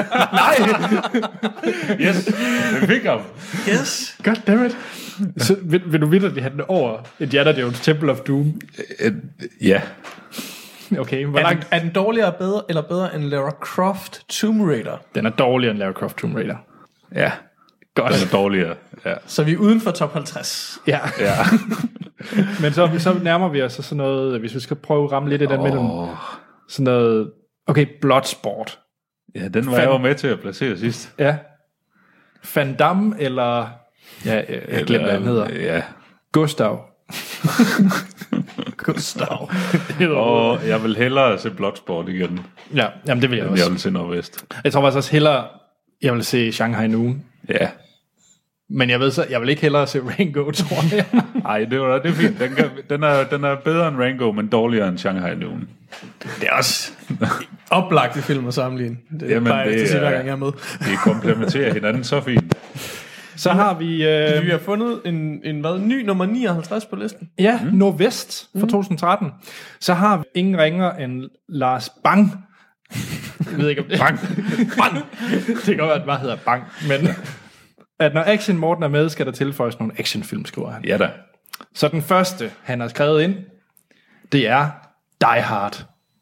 Yes, den fik ham. Yes. Goddammit. Så vil du virkelig have den over Indiana Jones Temple of Doom? Ja. Okay, hvor langt? Er den dårligere eller bedre end Lara Croft Tomb Raider? Den er dårligere end Lara Croft Tomb Raider. Ja. Godt. Den er dårligere. Ja. Så vi er uden for top 50. Ja. Ja. Men så nærmer vi os sådan noget, hvis vi skal prøve at ramme lidt i den mellem. Sådan noget, okay, Bloodsport. Ja, den var jeg jo med til at placere sidst. Ja. Van Damme, eller... Ja, jeg glemte, hvad han hedder. Ja. Gustav. Gustav. Og jeg vil hellere se Bloodsport igen, Ja, jamen det vil jeg end jeg også. vil se Nordvest. Jeg tror faktisk også hellere, jeg vil se Shanghai Noon. Ja. Men jeg ved så, jeg vil ikke hellere se Rango, tror jeg. Ej, det er fint. Den er bedre end Rango, men dårligere end Shanghai Noon. Det er også oplagte film at sammenligne. Det Jamen, bare det at sige, er- hver gang jeg er med. De komplementerer hinanden så fint. Så har vi... Vi har fundet en ny nummer 59 på listen. Ja, Nordvest fra 2013. Så har vi ingen ringer end Lars Bang. Jeg ved ikke om det. Bang. Bang. Det kan godt være, at det bare hedder Bang. Men at når Action Morten er med, skal der tilføjes nogle actionfilm, skriver han. Ja da. Så den første, han har skrevet ind, det er Die Hard.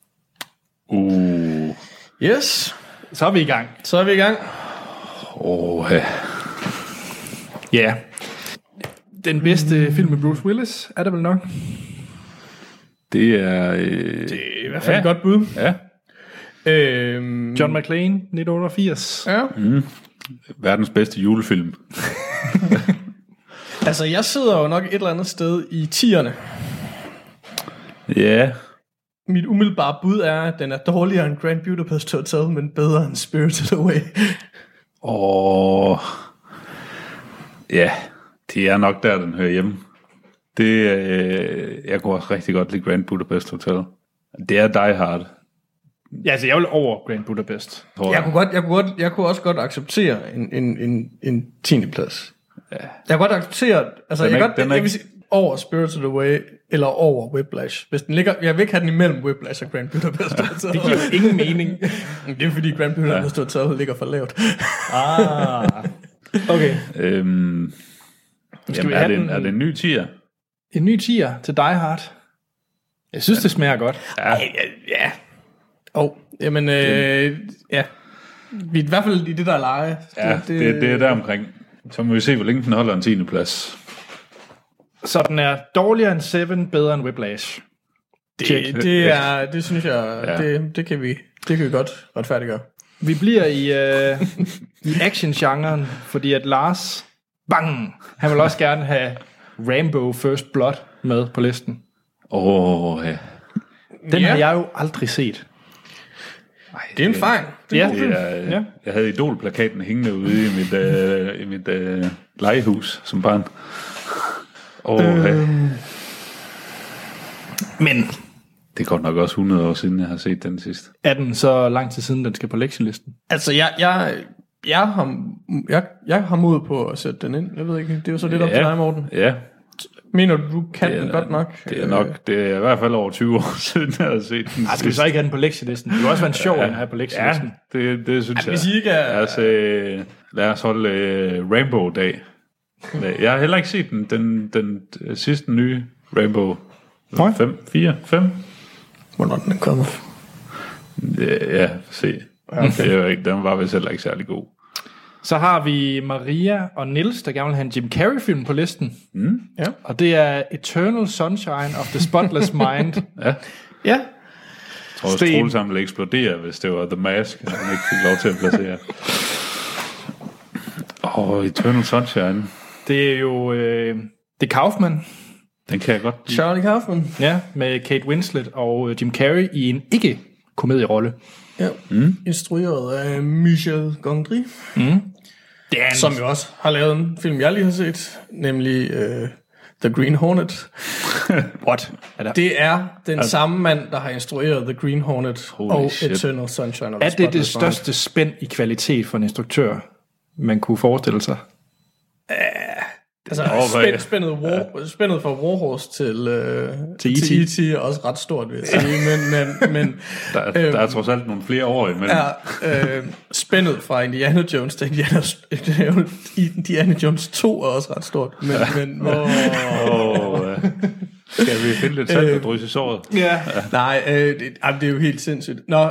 Yes. Så er vi i gang. Så er vi i gang. Ja. Ja. Den bedste film med Bruce Willis, er det vel nok? Det er... Det er i hvert fald et godt bud. Ja. John McClane, 1988. Ja. Verdens bedste julefilm. Altså, jeg sidder jo nok et eller andet sted i 10'erne. Ja. Mit umiddelbare bud er, at den er dårligere end Grand Budapest Hotel, men bedre end Spirited Away. Ja, det er nok der, den hører hjemme. Det, jeg kunne også rigtig godt lide Grand Budapest Hotel. Det er Die Hard. Ja, altså jeg vil over Grand Budapest. Tror Jeg kunne også godt acceptere en 10. plads. Ja. Jeg kan godt acceptere, altså jeg vil sige over Spirited Away eller over Whiplash. Hvis den ligger, jeg vil ikke have den imellem Whiplash og Grand Budapest Hotel. Det giver jo ingen mening. Det er fordi Grand Budapest Hotel ligger for lavt. Okay. Jamen, er det en ny tier? En ny 10'er til Die Hard. Jeg synes, det smager godt. Ja. Jamen, ja. Vi er i hvert fald i det der leje. Ja, det er der omkring. Så må vi se, hvor længe den holder en 10. plads. Så den er dårligere end Seven, bedre end Whiplash. Det synes jeg, Ja. det kan vi godt retfærdiggøre. Vi bliver i action-genren, fordi at Lars Bang, han vil også gerne have Rambo First Blood med på listen. Ja. Den har jeg jo aldrig set. Det er en fejl. Ja. Ja. Jeg havde Idol-plakaten hængende ude i mit legehus som barn. Men det er godt nok også 100 år siden, jeg har set den sidst. er den så lang tid siden, den skal på lektielisten? Altså, jeg har mod på at sætte den ind. Jeg ved ikke, det er jo så lidt op til dig, Morten. Ja. Mener du kan den godt nok? Det er i hvert fald over 20 år siden, jeg har set den. Skal vi så ikke have den på lektielisten? Det kunne også være en sjov en her på lektielisten. Ja, det synes jeg. Hvis I ikke er... Lad os holde Rainbow-dag. Jeg har heller ikke set den sidste nye Rainbow. 5. Hvornår den er kommet? Ja, se. Okay. Den var vist heller ikke særlig god. Så har vi Maria og Nils, der gerne vil have en Jim Carrey-film på listen. Ja. Og det er Eternal Sunshine of the Spotless Mind. Ja. Ja. Jeg tror også, Troels ville eksplodere, hvis det var The Mask, han ikke fik lov til at placere. Eternal Sunshine. Det er jo det er Kaufman. Den kan jeg godt lide. Charlie Kaufman. Ja, med Kate Winslet og Jim Carrey i en ikke-komedierolle. Ja. Instrueret af Michel Gondry. Som jo også har lavet en film, jeg lige har set, nemlig The Green Hornet. What? Det er den samme mand, der har instrueret The Green Hornet og shit. Eternal Sunshine of Er the Spotless det største spænd i kvalitet for en instruktør, man kunne forestille sig? Altså, spændet fra Warhorse til E.T. er også ret stort, vil jeg sige. Men der er trods alt nogle flere år imellem. Spændet fra Indiana Jones til Indiana Jones 2 er også ret stort. Skal vi finde lidt salt og drysse i såret? Ja. Nej, det er jo helt sindssygt. Nå,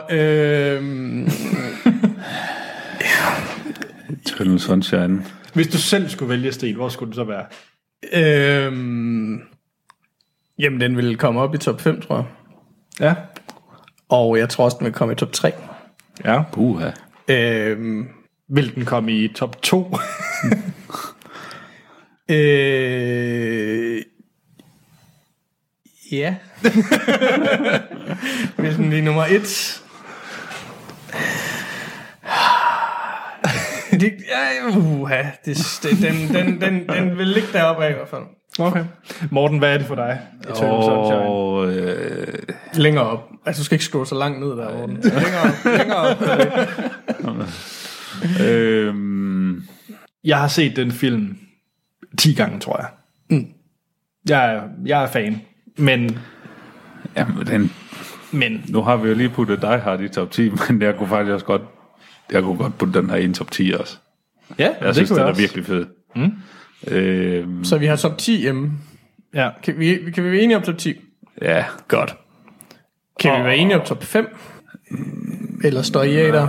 Eternal Sunshine. Hvis du selv skulle vælge, Sten, hvor skulle det så være? Jamen, den ville komme op i top 5, tror jeg. Ja. Og jeg tror også, den vil komme i top 3. Ja. Puha. Vil den komme i top 2? Ja. Hvis den lige nummer 1. Den vil ligge deroppe af i hvert fald. Okay. Morten, hvad er det for dig? Eternal Sunshine. Længere op. Altså, du skal ikke scrolle så langt ned der, Morten. Længere op. Jeg har set den film 10 gange, tror jeg. Jeg er fan. Men nu har vi jo lige puttet Die Hard i top 10, men jeg kunne faktisk også godt putte den her i en top 10 også. Ja, jeg synes, den er virkelig fed. Så vi har top 10 hjemme. Ja. Kan vi være enige om top 10? Ja. Godt. Kan vi være enige om top 5? Eller står I af der?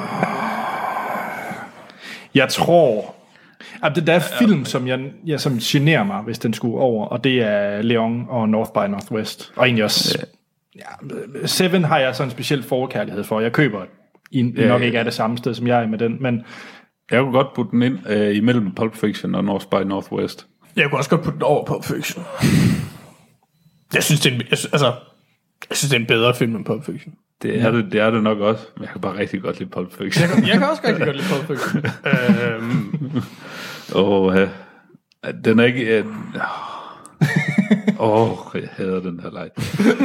Jeg tror... Der er film, som generer mig, hvis den skulle over, og det er Leon og North by Northwest. Og egentlig også... Seven har jeg sådan en speciel forkærlighed for. Jeg køber nok ikke er det samme sted, som jeg er med den, men... Jeg kunne godt putte den ind imellem Pulp Fiction og North by Northwest. Jeg kunne også godt putte den over Pulp Fiction. Jeg synes, det er en bedre film end Pulp Fiction. Det er det nok også. Men jeg kan bare rigtig godt lide Pulp Fiction. Jeg kan også rigtig godt lide Pulp Fiction. Den er ikke... jeg hader den her leg.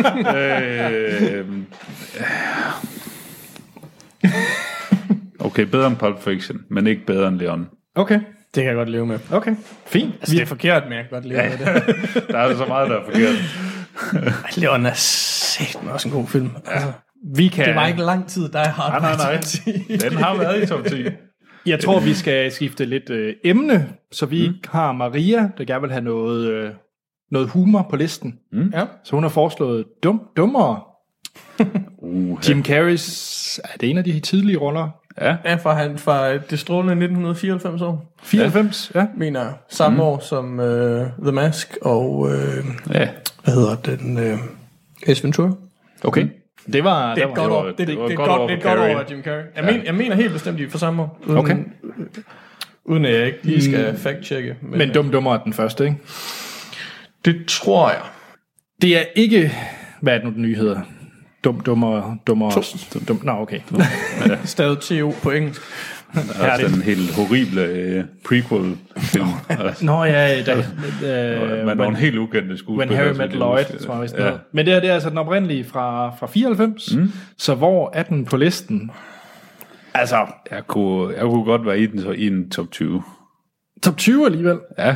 Okay, bedre end Pulp Fiction, men ikke bedre end Leon. Okay. Det kan jeg godt leve med. Okay, fint. Altså, det er forkert, men jeg kan godt leve med det. Der er så meget, der er forkert. Leon er satme også en god film. Altså, Det var ikke lang tid, der er hard. Nej. Den har været i top 10. Jeg tror, vi skal skifte lidt emne, så vi har Maria, der gerne vil have noget humor på listen. Ja. Så hun har foreslået dummere. Jim Carreys, er det en af de tidlige roller? Ja, fra det strålende 1994 år. 94, ja. Mener jeg. Samme år som The Mask og, hvad hedder den, Ace Ventura. Okay. Det var et godt år. Det er et godt år af Jim Carrey. Jeg mener helt bestemt, de fra samme år. Uden at jeg ikke lige skal fact-checke. Men Dummer er den første, ikke? Det tror jeg. Det er ikke, hvad er det nu, den nye hedder? Dummer. Nå, okay. Stadig TO på engelsk. Der er den helt horrible prequel-film. Nå ja, man er en helt ukendte skuespiller. When Harry Met Lloyd, tror jeg vist noget. Men det er altså den oprindelige fra 94, så hvor er den på listen? Altså... Jeg kunne godt være i en top 20. Top 20 alligevel? Ja.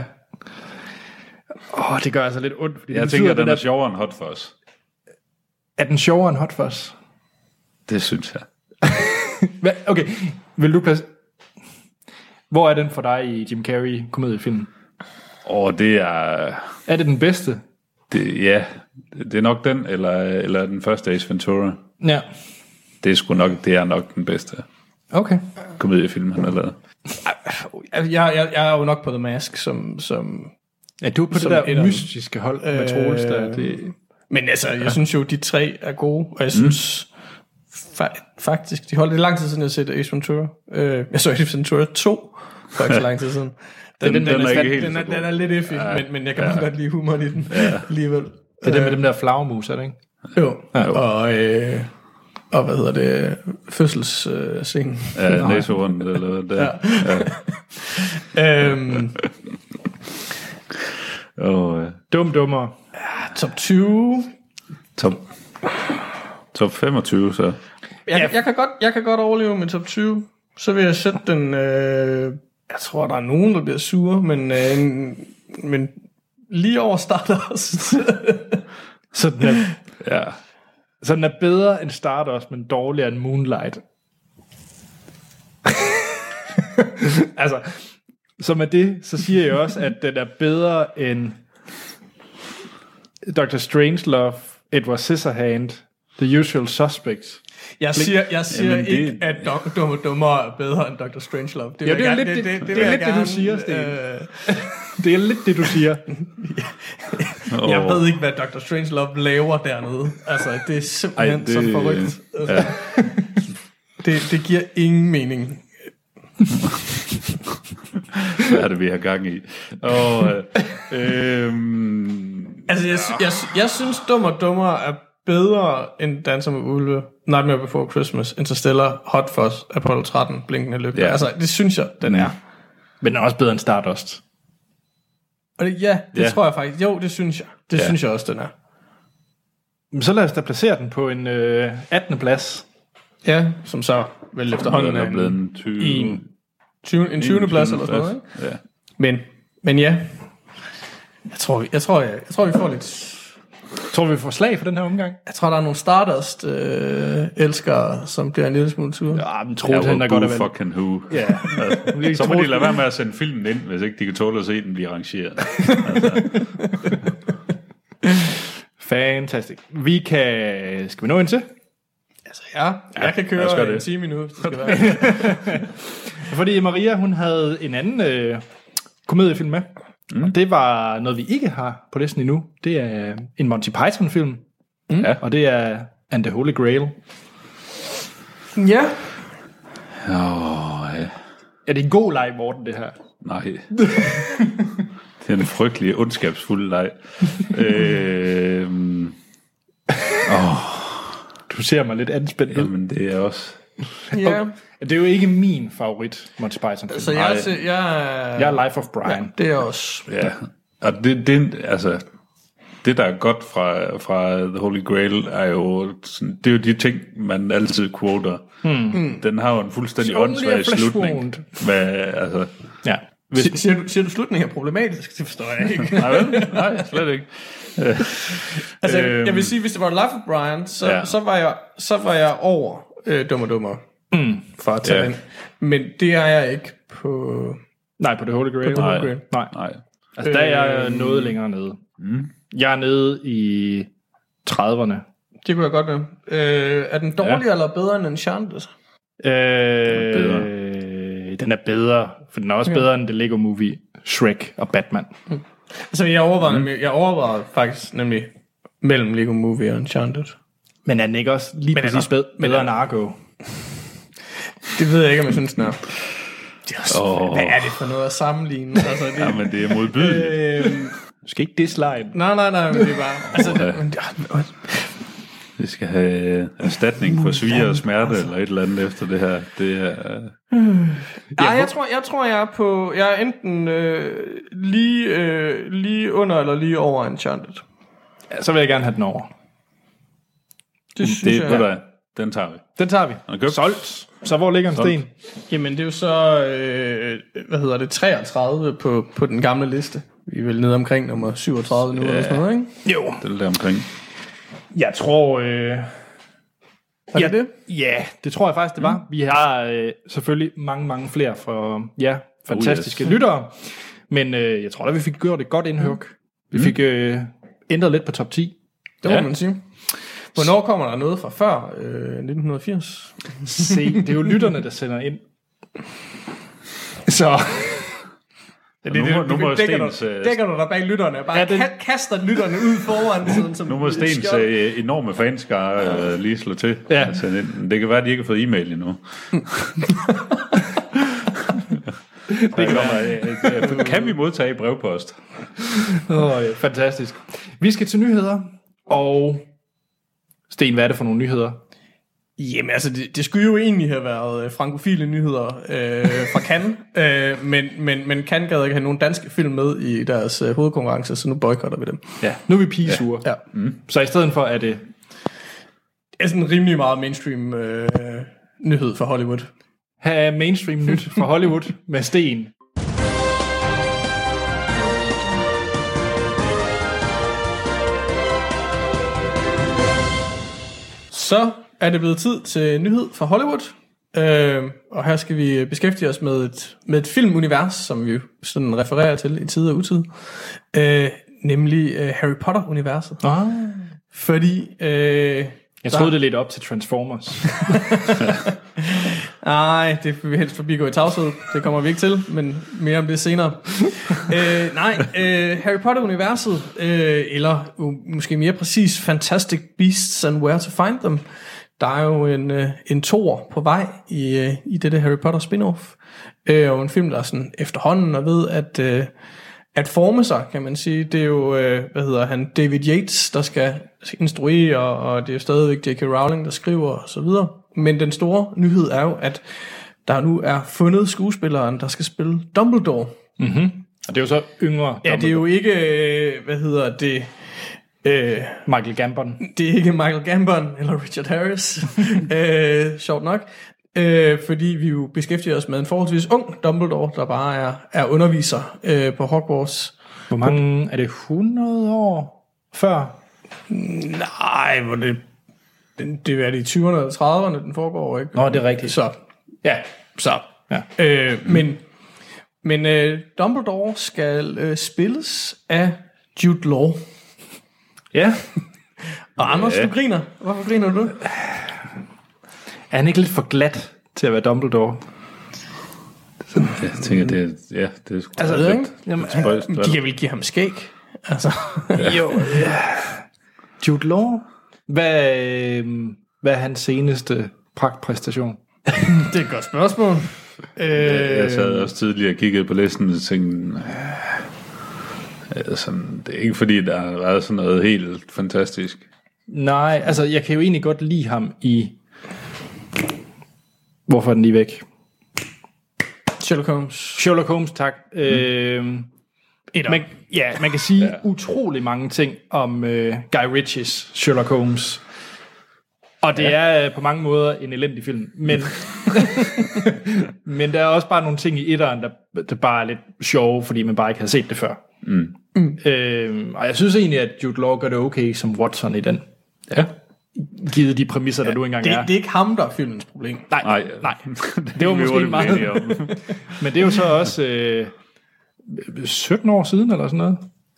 Det gør altså lidt ondt. Fordi jeg tænker, at den er sjovere end Hot Fuzz. Er den sjovere end Hot Fuzz? Det synes jeg. Okay, vil du passe... Hvor er den for dig i Jim Carrey komediefilm? Det er... Er det den bedste? Det er nok den, eller den første Ace Ventura. Ja. Det er nok den bedste. Okay. Komediefilm, han har lavet. Jeg er jo nok på The Mask, som ja, du er på det der mystiske hold med Troels der. Men altså, jeg synes jo, de tre er gode, og jeg synes faktisk, de holder det lang tid siden, jeg har set Ace Ventura. Jeg så Ace Ventura 2 for ikke så lang tid siden. Den er lidt iffy, men jeg kan også godt lide humoren i den alligevel. Det er det med dem der flagermus, er det ikke? Jo. Og hvad hedder det? Fødselsscenen. Ja, næsehorn eller det. Dummer. Top 20. Top 25, så. Jeg kan godt overleve med top 20. Så vil jeg sætte den... Jeg tror, der er nogen, der bliver sure, men lige over Stardust. Så den er bedre end Stardust, men dårligere end Moonlight. Altså, så med det, så siger jeg også, at den er bedre end Dr. Strangelove, Edward Scissorhand, The Usual Suspects. Jeg siger ikke, at Dummer og Dummere er bedre end Dr. Strangelove. Det er lidt det, du siger, Sten. Det er lidt det, du siger. Jeg ved ikke, hvad Dr. Strangelove laver dernede. Altså, det er simpelthen så forrygt. Altså, det giver ingen mening. Hvad er det, vi har gang i? Altså, jeg synes, Dummer og Dummere er bedre end Danser med Ulve, Nightmare Before Christmas, Interstellar, Hot Fuzz, Apollo 13, Blinkende Lygter. Ja. Altså, det synes jeg, den er. Men den er også bedre end Stardust. Og det tror jeg faktisk. Jo, det synes jeg. Det synes jeg også, den er. Men så lad os da placere den på en 18. plads. Ja, som så vel efterhånden er blevet en 20. plads eller sådan noget, ikke? Ja. Men ja. Jeg tror vi får lidt... Tror vi får slag for den her omgang? Jeg tror, der er nogle Stardust elskere, som bliver en lille smule tur. Ja, men Troels han er godt at vende. Fucking who. Ja. Så må de lade være med at sende filmen ind, hvis ikke de kan tåle at se den blive rangeret. Altså. Fantastisk. Skal vi nå ind til? Altså jeg kan køre en time nu, hvis det skal være. Fordi Maria, hun havde en anden komediefilm med. Og det var noget, vi ikke har på listen endnu. Det er en Monty Python-film. Ja. Og det er And the Holy Grail. Ja. Ja. Er det en god leg, Morten, det her? Nej. Det er en frygtelig, ondskabsfuld leg. Du ser mig lidt anspændt ud. Jamen, det er også... Ja. Det er jo ikke min favorit Monty Python-film. Så jeg er Life of Brian. Ja, det er også... Ja, og det der er godt fra The Holy Grail, er jo sådan, det er jo de ting, man altid quoter. Den har jo en fuldstændig åndssvag slutning. Ja. Siger du slutningen er problematisk? Det forstår jeg ikke. Nej, slet ikke. Altså, jeg vil sige, hvis det var Life of Brian, så var jeg over Dummer Dummer. For at tage den. Men det er jeg ikke på... Nej, på The Holy Grail. Nej. Altså, der er jeg noget længere nede. Jeg er nede i 30'erne. Det kunne jeg godt være. Er den dårligere eller bedre end Enchanted? Den er bedre, for den er også bedre end The Lego Movie, Shrek og Batman. Altså, jeg overvejede faktisk nemlig mellem Lego Movie og Enchanted. Men er den ikke også lige præcis bedre end Argo? Det ved jeg ikke, om jeg synes, den er. Hvad er det for noget at sammenligne? Altså, det... Ja, men det er modbydeligt. Du skal ikke dislike. Nej, men det er bare... Altså, Vi skal have erstatning for svie og smerte eller et eller andet efter det her. Det er... Jeg tror, jeg er på... Jeg er enten lige under eller lige over Enchanted. Ja, så vil jeg gerne have den over. Det synes jeg. Den tager vi. Den tager vi. Solgt. Så hvor ligger en sten? Jamen, det er jo så... 33 på den gamle liste. Vi er vel nede omkring nummer 37 nu, eller sådan noget, ikke? Jo. Det er der omkring. Jeg tror... det? Ja, det tror jeg faktisk, det var. Vi har selvfølgelig mange flere for fantastiske lyttere. Men jeg tror da, vi fik gjort det godt indhug. Vi fik ændret lidt på top 10. Det må man sige. Hvornår kommer der noget fra før 1980? Se, det er jo lytterne, der sender ind. Så... Dækker du der bag lytterne og bare kaster lytterne ud foran sådan, som nu må Stens enorme fanskare lige slå til. Ja. Det kan være, at de ikke har fået e-mail endnu. Kan vi modtage brevpost? Fantastisk. Vi skal til nyheder. Og Sten, hvad er det for nogle nyheder? Jamen altså, det skulle jo egentlig have været frankofile nyheder fra Cannes, men Cannes gad ikke have nogen danske film med i deres hovedkonkurrence, så nu boykotter vi dem. Ja, nu er vi pigesure. Ja. Så i stedet for er det... Det er sådan en rimelig meget mainstream nyhed fra Hollywood. Have mainstream nyt fra Hollywood med Sten. Så er det blevet tid til nyhed fra Hollywood. Og her skal vi beskæftige os med et filmunivers, som vi sådan refererer til i tid og utid. Nemlig Harry Potter-universet. Fordi... Jeg troede, det lidt op til Transformers. Nej, det vil vi helst forbigå i tavshed. Det kommer vi ikke til, men mere om det senere. Harry Potter-universet, eller måske mere præcis Fantastic Beasts and Where to Find Them. Der er jo en toer på vej i dette Harry Potter spin-off. Og en film, der er sådan efterhånden og ved at forme sig, kan man sige. Det er jo, David Yates, der skal instruere, og det er stadigvæk J.K. Rowling, der skriver, og så videre. Men den store nyhed er jo, at der nu er fundet skuespilleren, der skal spille Dumbledore. Mm-hmm. Og det er jo så yngre Dumbledore. Ja, det er jo ikke, Michael Gambon. Det er ikke Michael Gambon eller Richard Harris. Sjovt nok. Fordi vi jo beskæftiger os med en forholdsvis ung Dumbledore, der bare er underviser på Hogwarts. Hvor mange er det 100 år før? Nej, hvor det er de 20'erne eller 30'erne, den foregår, ikke? Nå, det er rigtigt. Så. Ja. Men Dumbledore skal spilles af Jude Law. Ja. Og Anders, du griner. Hvorfor griner du? Er han ikke lidt for glat til at være Dumbledore? Jeg tænker, det er sgu altså, lidt. Jamen, de kan vel give ham skæg? Altså. Jo. Jude Law? Hvad er hans seneste pragtpræstation? Det er et godt spørgsmål. Jeg sad også tidligere og kiggede på listen og tænkte, sådan, det er ikke fordi, der har været sådan noget helt fantastisk. Nej, altså jeg kan jo egentlig godt lide ham i... Hvorfor er den lige væk? Sherlock Holmes, tak. Man kan sige utrolig mange ting om Guy Ritchies Sherlock Holmes. Og det er på mange måder en elendig film. Men, men der er også bare nogle ting i etteren, der bare er lidt sjove, fordi man bare ikke har set det før. Og jeg synes egentlig, at Jude Law gør det okay som Watson i den. Ja. Givet de præmisser, der nu engang er. Det er ikke ham, der er filmens problem. Nej. Det var måske meget. Men det er jo så også 17 år siden, eller sådan noget.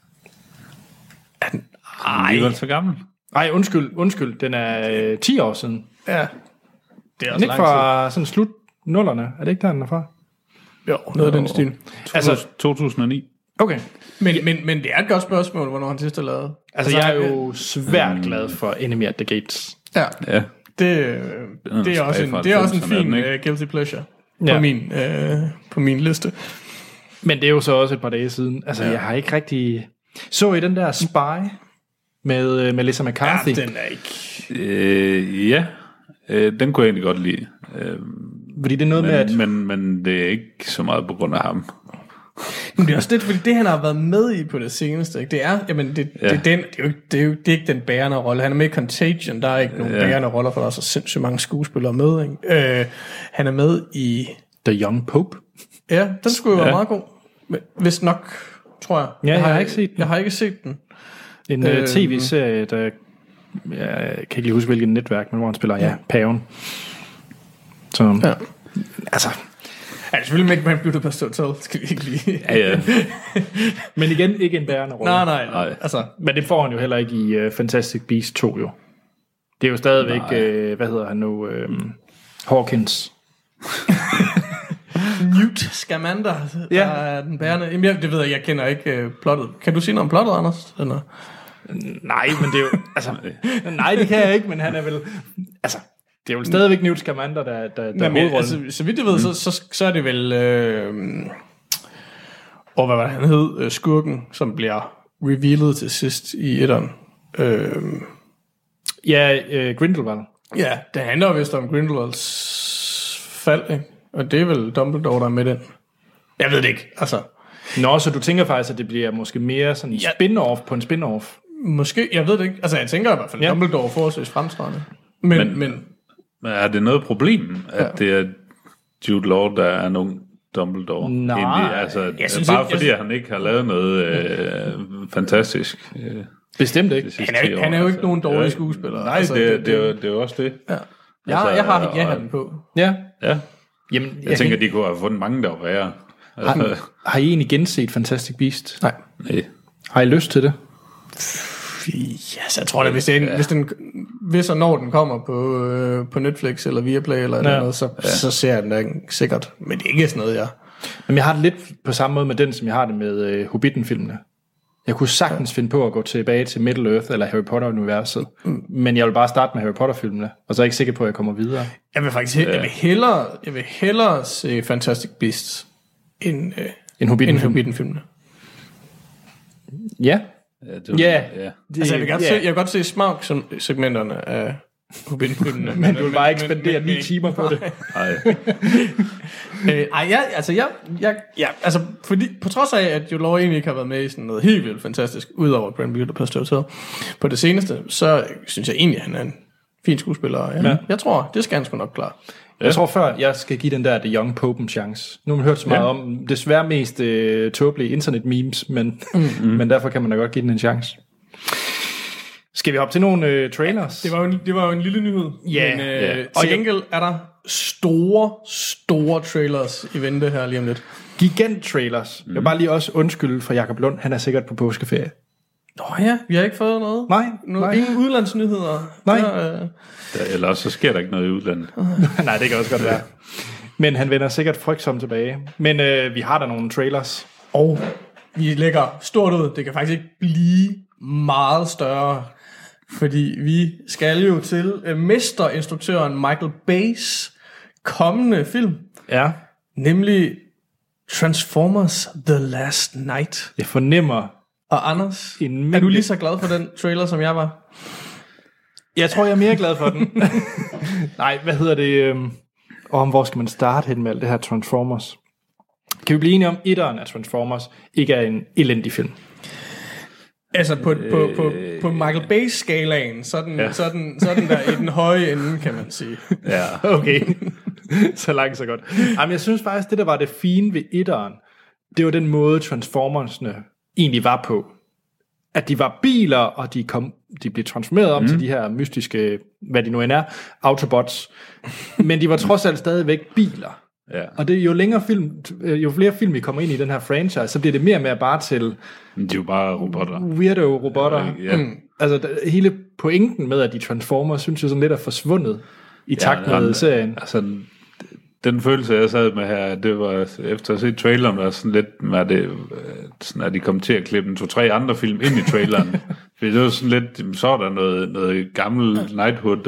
Nej. Det er så gammel. Nej, undskyld. Den er 10 år siden. Ja. Det er også ikke fra sådan slut nullerne. Er det ikke der, den er fra? Jo, noget af den stil. Altså 2009. Okay. Men det er et godt spørgsmål, hvornår han sidst har lavet. Altså, jeg er jo svært glad for Enemy at the Gates. Ja. Det er også en fin guilty pleasure på min liste. Men det er jo så også et par dage siden. Altså, jeg har ikke rigtig... Så I den der Spy med Melissa McCarthy? Ja, den er ikke... den kunne jeg egentlig godt lide. Fordi det er noget med, at... Men det er ikke så meget på grund af ham. Men det er også lidt, fordi det han har været med i på det seneste, ikke? Det er ikke den bærende rolle. Han er med i Contagion, der er ikke nogen bærende roller, for der er så sindssygt mange skuespillere med, ikke? Han er med i The Young Pope. Ja, den skulle jo være meget god. Vist nok, tror jeg. Ja, jeg har ikke set den. Jeg har ikke set den. En tv-serie, der... Jeg kan ikke lige huske, hvilket netværk, men hvor han spiller, paven. Så, altså... Ja, det er selvfølgelig ikke, man bliver på Stotel, skal vi ikke lige... Ja. Men igen, ikke en bærende rolle. Nej. Altså, men det får han jo heller ikke i Fantastic Beasts 2, jo. Det er jo stadigvæk, hvad hedder han nu? Hawkins. Newt Scamander, der er den bærende... Jamen, det ved jeg kender ikke plottet. Kan du sige noget om plottet, Anders? Eller? Nej, men det er jo... Altså, nej, det kan jeg ikke, men han er vel... Altså... Det er jo stadigvæk Newt Scamander, der er hovedrollen. Altså, så vidt jeg ved, så er det vel... hvad var det, han hed? Skurken, som bliver revealet til sidst i etteren. Grindelwald. Ja, det handler vist om Grindelwalds fald, ikke? Og det er vel Dumbledore, der er med den. Jeg ved det ikke, altså... Nå, så du tænker faktisk, at det bliver måske mere sådan en spin-off på en spin-off? Måske, jeg ved det ikke. Altså, jeg tænker i hvert fald, Dumbledore forholdsvis fremstående. Men er det noget problem, at det er Jude Law, der er nogen Dumbledore? Nej. Egentlig, altså, fordi han ikke har lavet noget fantastisk. Bestemt ikke. Han er jo ikke nogen dårlig skuespiller. Nej, altså, det er jo også det. Ja. Jeg har ja-hatten på. Ja. Jamen, jeg tænker, de kunne have fundet mange, der var værre. Har I egentlig genset Fantastic Beast? Nej. Har I lyst til det? Yes, jeg tror da, hvis og når den kommer på Netflix eller Viaplay eller noget, så ser jeg den da sikkert. Men det er ikke sådan noget, jeg... Men jeg har det lidt på samme måde med den, som jeg har det med Hobbiten-filmene. Jeg kunne sagtens finde på at gå tilbage til Middle Earth eller Harry Potter-universet. Men jeg vil bare starte med Harry Potter-filmene, og så er jeg ikke sikker på, at jeg kommer videre. Jeg vil hellere se Fantastic Beasts end Hobbiten-filmene. Ja. Altså, jeg vil godt se smag-segmenterne af Hobbiten-filmene. Men du vil bare ikke spendere 9 timer på det. Altså, fordi på trods af, at Jude Law egentlig ikke har været med i sådan noget helt vildt fantastisk, udover Grand Budapest Hotel, på det seneste, så synes jeg egentlig, at han er en fin skuespiller. Ja. Jeg tror, det skal han sgu nok klare. Jeg tror før, jeg skal give den der The Young Pope en chance. Nu har man hørt så meget om, desværre mest tåbelige internet-memes, men derfor kan man da godt give den en chance. Skal vi hoppe til nogle trailers? Det var jo en lille nyhed. Men til gengæld er der store trailers i vente her lige om lidt. Gigant-trailers. Jeg vil bare lige også undskylde for Jakob Lund. Han er sikkert på påskeferie. Nå ja, vi har ikke fået noget. Nej. Ingen udlandsnyheder. Nej. Eller så sker der ikke noget i udlandet. Nej, det kan også godt være. Men han vender sikkert frygtsomt tilbage. Men vi har der nogle trailers. Og vi lægger stort ud. Det kan faktisk ikke blive meget større. Fordi vi skal jo til mesterinstruktøren Michael Bay's kommende film. Ja. Nemlig Transformers The Last Night. Jeg fornemmer... Og Anders, er du lige så glad for den trailer, som jeg var? Jeg tror, jeg er mere glad for den. Nej, hvad hedder det? Hvor skal man starte hen med alt det her Transformers? Kan vi blive enige om, etteren af Transformers ikke er en elendig film? Altså på Michael Bay-skalaen, så er den der i den høje ende, kan man sige. Ja, okay. Så langt, så godt. Jamen, jeg synes faktisk, det der var det fine ved etteren, det var den måde Transformersne egentlig var på. At de var biler, og de blev transformeret om til de her mystiske, hvad de nu end er, Autobots. Men de var trods alt stadigvæk biler. Ja. Og det jo flere film vi kommer ind i den her franchise, så bliver det mere og mere bare til... De er jo bare robotter. Weirdo robotter. Ja. Altså hele pointen med, at de Transformers, synes jeg sådan lidt er forsvundet i takt med serien. Altså, den følelse, jeg sad med her, det var, efter at se traileren, var sådan lidt, sådan at de kom til at klippe 2-3 andre film ind i traileren. For det var sådan lidt, så er der noget gammel Knighthood,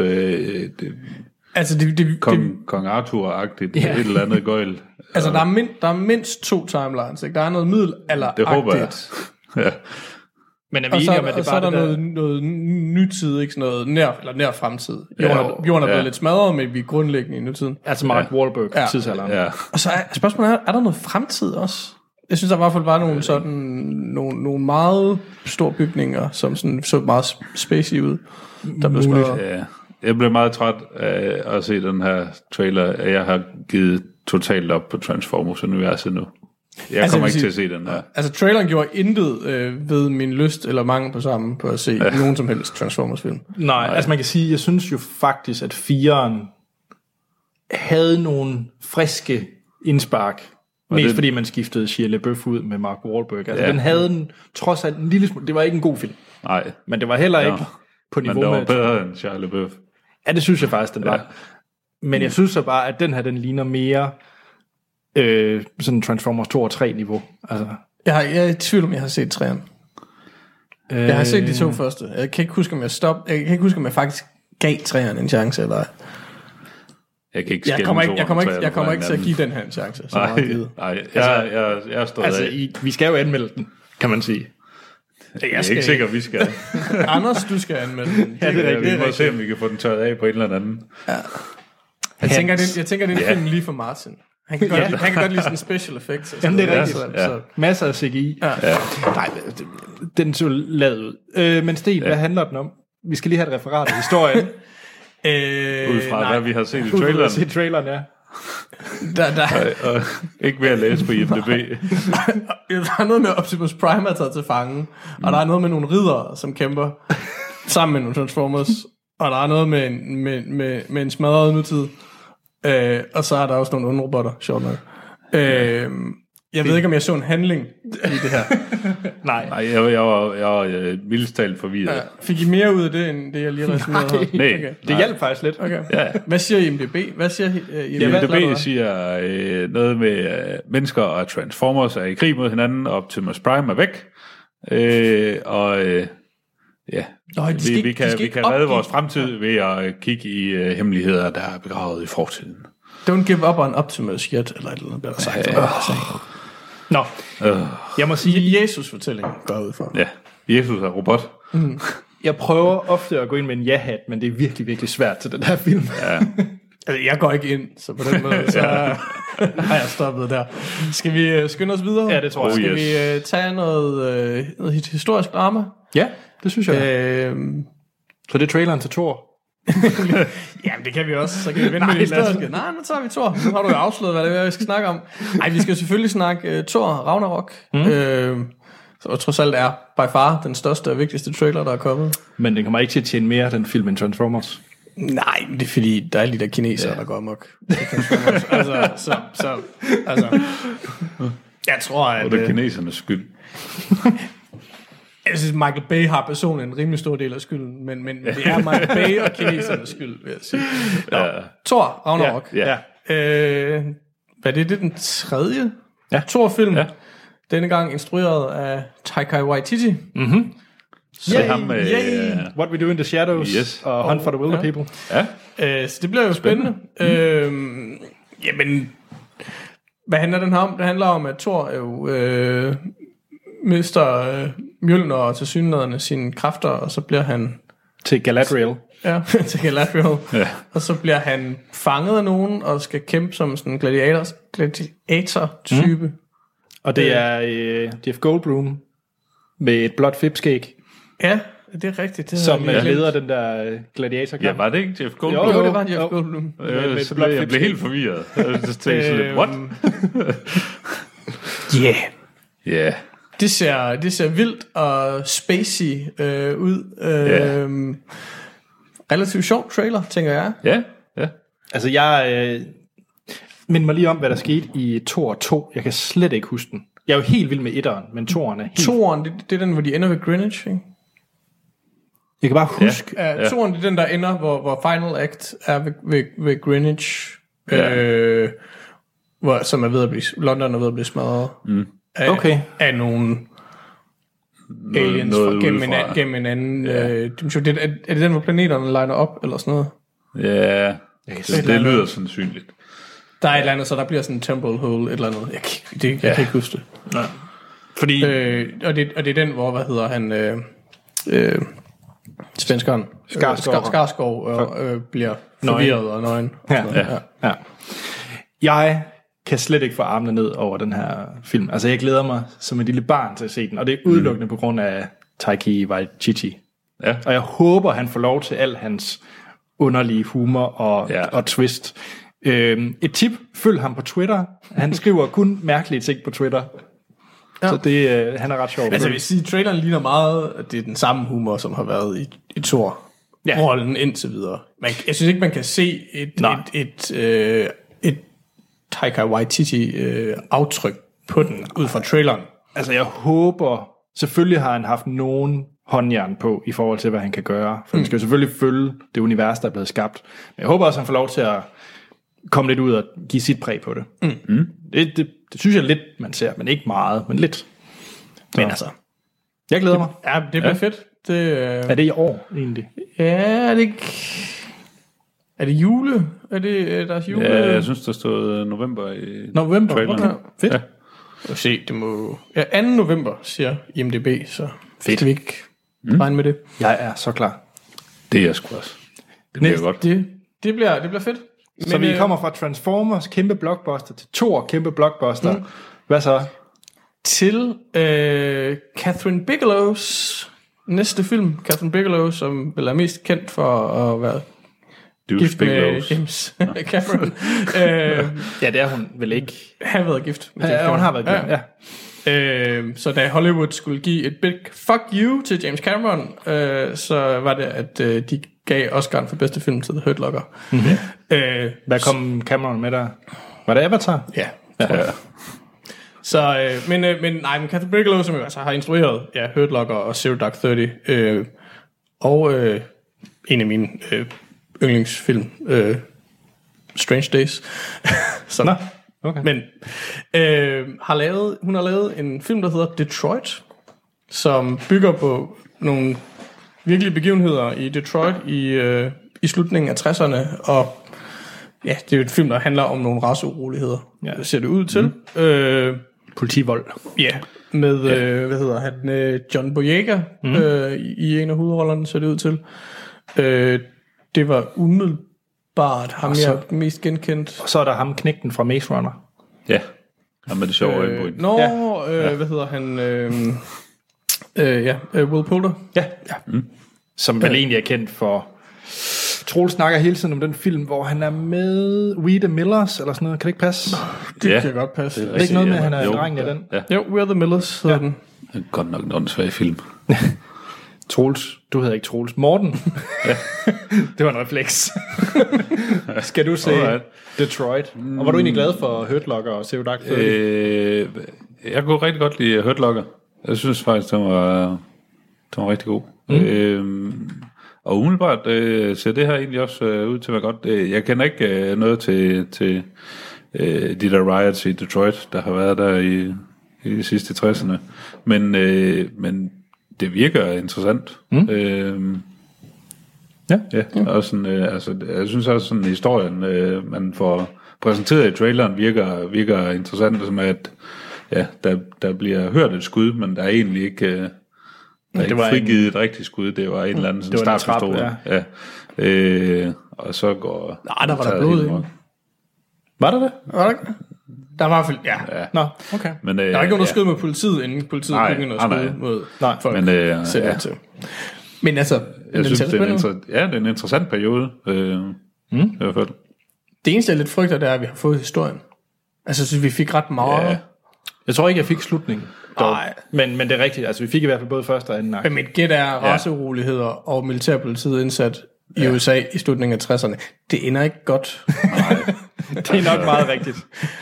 altså Kong Arthur-agtigt, et eller andet gøjl. Altså, der er mindst 2 timelines, ikke? Der er noget middelalderagtigt. Det håber jeg. Ja. Men er vi enige om, at det bare er der noget nytid, ikke? Sådan noget nær fremtid. Jorden er blevet lidt smadret, men vi er grundlæggende i nutiden. Altså Mark Wahlberg, tidsalderen. Ja. Og så er spørgsmålet, er der noget fremtid også? Jeg synes, der i hvert fald var nogle meget store bygninger, som sådan så meget spacey ud, der blev smadret. Ja. Jeg blev meget træt af at se den her trailer. Jeg har givet totalt op på Transformers-universet nu. Jeg kommer ikke til at se den her. Altså, traileren gjorde intet ved min lyst eller mangel på sammen på at se nogen som helst Transformers-film. Nej, altså man kan sige, jeg synes jo faktisk, at 4'eren havde nogle friske indspark. Mest fordi man skiftede Shia LaBeouf ud med Mark Wahlberg. Altså den havde trods alt en lille smule. Det var ikke en god film. Nej. Men det var heller ikke på niveau med... Men det var bedre end Shia LaBeouf. Ja, det synes jeg faktisk, den var. Men jeg synes så bare, at den her, den ligner mere sådan Transformers 2 og 3 niveau. Altså. Jeg er i tvivl om, jeg har set 3'eren. Jeg har set de 2 første. Jeg kan ikke huske, om jeg faktisk gav 3'eren en chance, eller... Jeg kommer ikke til at give den her en chance. Nej, jeg står altså, vi skal jo anmelde den, kan man sige. Jeg er ikke sikker, vi skal. Anders, du skal anmelde den. Ja, det er rigtigt. Vi må se, om vi kan få den tørret af på en eller anden. Ja. Jeg tænker, det er en film lige for Martin. Han kan godt lide sådan special effects. Jamen, det er rigtigt. Så masser af CGI. Ja. Nej, den så lavet ud. Men Sten, hvad handler den om? Vi skal lige have et referat af historien. Ud fra, hvad vi har set i traileren. Ja. Og ikke ved at læse på IMDb. Der er noget med Optimus Prime er taget til fange, og der er noget med nogle riddere, som kæmper sammen med nogle Transformers, og der er noget med en smadret nutid, og så er der også nogle underrobotter, sjovt nok. Jeg ved ikke, om jeg så en handling i det her. Nej. Nej, jeg var vildest talt forvirret. Ja. Fik I mere ud af det, end det, jeg lige resumerede her? Nej. Okay. Det hjalp faktisk lidt. Okay. Ja. Hvad siger IMDb? Hvad siger IMDb siger noget med mennesker og Transformers er i krig mod hinanden, og Optimus Prime er væk. Vi kan redde vores fremtid ved at kigge i hemmeligheder, der er begravet i fortiden. Don't give up on Optimus yet, eller et eller andet, der sagt. Nå, jeg må sige, Jesus-fortælling går ud for. Ja, Jesus er robot. jeg prøver ofte at gå ind med en ja-hat, men det er virkelig, virkelig svært til den her film. Ja. Altså, jeg går ikke ind, så på den måde, så har jeg stoppet der. Skal vi skynde os videre? Ja, det tror jeg. Skal vi tage noget historisk drama? Ja, det synes jeg. Så det er traileren til Thor. Jamen, det kan vi også. Så kan vi vente med det historiske. Nej, nu tager vi Thor. Nu har du jo afsløret, hvad det er, vi skal snakke om. Nej, vi skal selvfølgelig snakke Thor Ragnarok. Så trods alt er by far den største og vigtigste trailer, der er kommet. Men den kommer ikke til at tjene mere, den film, end Transformers. Nej, det er fordi, der er lige der kinesere, der går amok. altså, jeg tror, at... Og det er kinesernes skyld. Jeg synes, Michael Bay har personligt en rimelig stor del af skylden, men det er Michael Bay og kinesernes skyld, vil jeg sige. Thor Ragnarok. Ja. Hvad er det? Det er den tredje Thor-film. Ja. Denne gang instrueret af Taika Waititi. Så ham med... What We Do in the Shadows Yes. og Hunt for the Wilder People. Ja. Så det bliver jo spændende. Jamen, hvad handler den her om? Det handler om, at Thor er jo mister Mjølner og tilsyneladende sine kræfter, og så bliver han... Til Galadriel. Ja, til Galadriel. Ja. Og så bliver han fanget af nogen, og skal kæmpe som sådan en gladiator-type. Og det er Jeff Goldblum med et blåt fipskæg, Ja, det er rigtigt. Det som leder den der gladiatorkamp. Ja, var det ikke Jeff Goldblum? Jo, det var Jeff Goldblum. Jeg blev helt forvirret. Jeg tænkte sådan lidt, what? Yeah. Ja. Det ser vildt og spacey ud. Relativt sjov trailer, tænker jeg. Ja. Altså, jeg mind mig lige om, hvad der skete i Thor 2. Jeg kan slet ikke huske den. Jeg er jo helt vild med etteren, men toeren er helt... Toeren, det er den, hvor de ender ved Greenwich, ikke? Jeg kan bare huske... Toeren, det er den, der ender, hvor Final Act er ved Greenwich. Som er ved at blive... London er ved at blive smadret. Af nogle aliens gennem en anden dimension. Er det den, hvor planeterne liner op, eller sådan noget? Ja, det lyder sandsynligt. Der er et eller andet, så der bliver sådan en temporal hole, et eller andet. Jeg kan ikke huske det. Nej. Fordi... og det er den, hvor, hvad hedder han... svenskeren Skarsgård bliver forvirret og nøgen. Ja. Jeg kan slet ikke få armene ned over den her film. Altså, jeg glæder mig som et lille barn til at se den, og det er udelukkende på grund af Taika Waititi. Ja. Og jeg håber, han får lov til al hans underlige humor og twist. Et tip, følg ham på Twitter. Han skriver kun mærkelige ting på Twitter. Ja. Så det, han er ret sjov. Altså, jeg vil sige, traileren ligner meget, at det er den samme humor, som har været i Thor-rollen indtil videre. Jeg synes ikke, man kan se et Taika Waititi aftryk på den, ud fra traileren. Altså, jeg håber... Selvfølgelig har han haft nogen håndjern på, i forhold til, hvad han kan gøre. For han skal jo selvfølgelig følge det univers, der er blevet skabt. Men jeg håber også, han får lov til at komme lidt ud og give sit præg på det. Det synes jeg lidt, man ser, men ikke meget, men lidt. Men altså, jeg glæder mig. Ja, det bliver fedt. Er det i år, egentlig? Ja, er det ikke... Er det jule? Er det deres jule? Ja, jeg synes, der stod november i traileren. Okay. Fedt. Ja. Se, det må... Ja, 2. november, siger IMDb, så fedt. Skal vi ikke regne med det. Jeg er så klar. Det er jeg sgu også. Det bliver godt. Det bliver fedt. Så vi kommer fra Transformers, kæmpe blockbuster, til Thor, kæmpe blockbuster. Hvad så? Til Catherine Bigelows næste film. Catherine Bigelow, som vel er mest kendt for at være gift med James Cameron. Ja, det er hun vel ikke. Har været gift med James Ja, hun har været gift, ja. Så da Hollywood skulle give et big fuck you til James Cameron, så var det, at de gav Oscar'en for bedste film til The Hurt Locker. Mm-hmm. Hvad kom Cameron med der? Var det Avatar? Ja. Så, men Catherine Bigelow, som jo altså har instrueret Hurt Locker og Zero Dark 30, og en af mine yndlingsfilm, Strange Days. Nå, okay. Men hun har lavet en film, der hedder Detroit, som bygger på nogle virkelige begivenheder i Detroit i slutningen af 60'erne, og ja, det er jo et film, der handler om nogle raceuroligheder, ser det ud til. Politivold. Ja, med, hvad hedder han, John Boyega i en af hovedrollerne, ser det ud til. Det var umiddelbart ham, jeg mest genkendt. Og så er der ham knægten fra Maze Runner. Ja, ham med det sjove øjenbryn. Hvad hedder han? Will Poulter. Ja. Som vel egentlig er kendt for... Troels snakker hele tiden om den film, hvor han er med We the Millers, eller sådan noget. Kan det ikke passe? Det kan godt passe. Det er ikke noget med, at han er drengen i den? Ja. Jo, We are the Millers hedder den. Det er godt nok en åndssvag film. Troels, du hedder ikke Troels. Morten. Det var en refleks. Skal du se Detroit? Og var du egentlig glad for Hurt Locker og Zero Dark 30? Jeg kunne rigtig godt lide Hurt Locker. Jeg synes faktisk, den var rigtig god. Og umiddelbart ser det her egentlig også ud til at være godt. Jeg kender ikke noget til de der riots i Detroit, der har været der i de sidste 60'erne. Men det virker interessant. Og sådan, jeg synes også sådan historien, man får præsenteret i traileren, virker interessant, som at der bliver hørt et skud, men der er egentlig ikke... det var frigivet et rigtigt skud. Det var en eller anden sådan startpistol. Og så går... Nej, der var der blod i. Var der det? Var der ikke? Der var i hvert fald, Nå, okay. Men, der var ikke nogen, der skød med politiet, inden politiet begyndte at skyde mod folk. Men, men altså... Jeg synes, det er en interessant periode. I hvert fald. Det eneste, jeg lidt frygter, det er, at vi har fået historien. Altså, jeg synes, vi fik ret meget... Ja. Jeg tror ikke, jeg fik slutningen. Nej. Men det er rigtigt. Altså, vi fik i hvert fald både første og anden akt. Men mit gæt er raceuroligheder og militærpolitiet indsat i USA i slutningen af 60'erne. Det ender ikke godt. Nej. Det er nok meget rigtigt.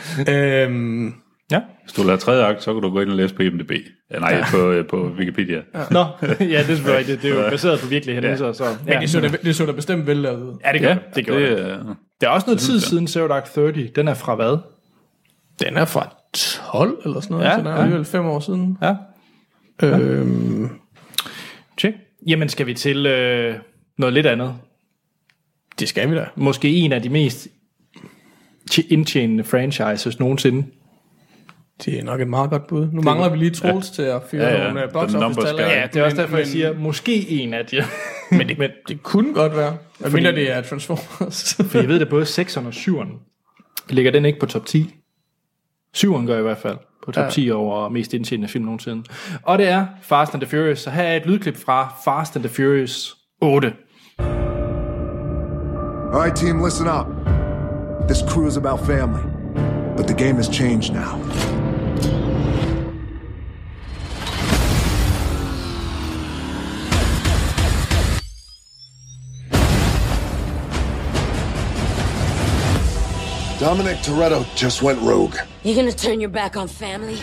Hvis du lader tredje akt, så kan du gå ind og læse på IMDb. På Wikipedia. Nå, ja, det er selvfølgelig rigtigt. Det er jo baseret på virkelige hændelser. Så, men det så da bestemt vel lavet. Ja, det gør det. Det er også noget tid siden Zero Dark 30. Den er fra hvad? Den er fra 12 eller sådan noget, så den er alligevel 5 år siden. Ja. Check. Jamen, skal vi til noget lidt andet? Det skal vi da. Måske en af de mest indtjenende franchises nogensinde. Det er nok et meget godt bud. Nu mangler vi lige Troels til at fyre nogle box office-taller. Ja, det er også derfor, jeg siger, måske en af de. men det kunne godt være. Jeg mener, det er Transformers. For jeg ved det, både 6'eren og 7'eren ligger den ikke på top 10. 7'eren gør i hvert fald på top 10 over mest indtjenende film nogensinde. Og det er Fast and the Furious. Så her er et lydklip fra Fast and the Furious 8. Alright team, listen up. This crew is about family. But the game has changed now. Dominic Toretto just went rogue. You gonna turn your back on family?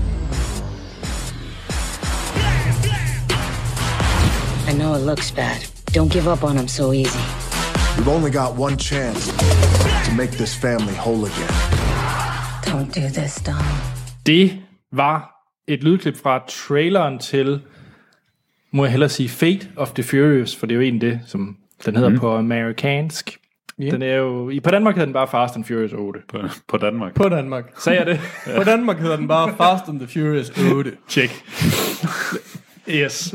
I know it looks bad. Don't give up on him so easy. We've only got one chance to make this family whole again. Don't do this, Dom. Det var et lydklip fra traileren til, må jeg hellere sige, Fate of the Furious, for det er jo egentlig det, som den hedder på amerikansk. Yeah. Den er jo, på Danmark hedder den bare Fast and Furious 8. På Danmark. På Danmark. Sagde jeg det? På Danmark hedder den bare Fast and the Furious 8. Check. Yes.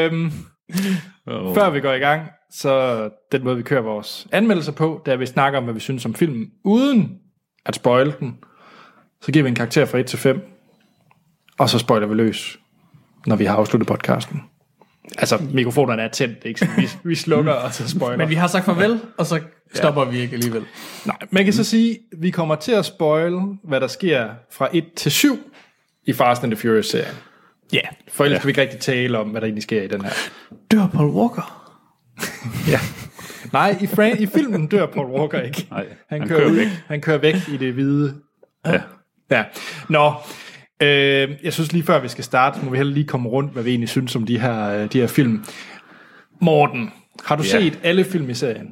Før vi går i gang, så den måde vi kører vores anmeldelser på, der vi snakker om, hvad vi synes om filmen, uden at spoile den, så giver vi en karakter fra 1 til 5, og så spoiler vi løs, når vi har afsluttet podcasten. Altså, mikrofonerne er tændt, ikke? Så vi slukker, og så spoiler. Men vi har sagt farvel, og så stopper vi ikke alligevel. Nej, man kan så sige, at vi kommer til at spoile, hvad der sker fra 1 til 7 i Fast and the Furious-serien. Ja, for ellers kan vi ikke rigtig tale om, hvad der egentlig sker i den her. Dør Paul Walker? Ja. Nej, i filmen dør Paul Walker ikke. Nej, han kører væk. Han kører væk i det hvide. Ja. Nå, jeg synes lige før vi skal starte, må vi heller lige komme rundt, hvad vi egentlig synes om de her film. Morten, har du set alle film i serien?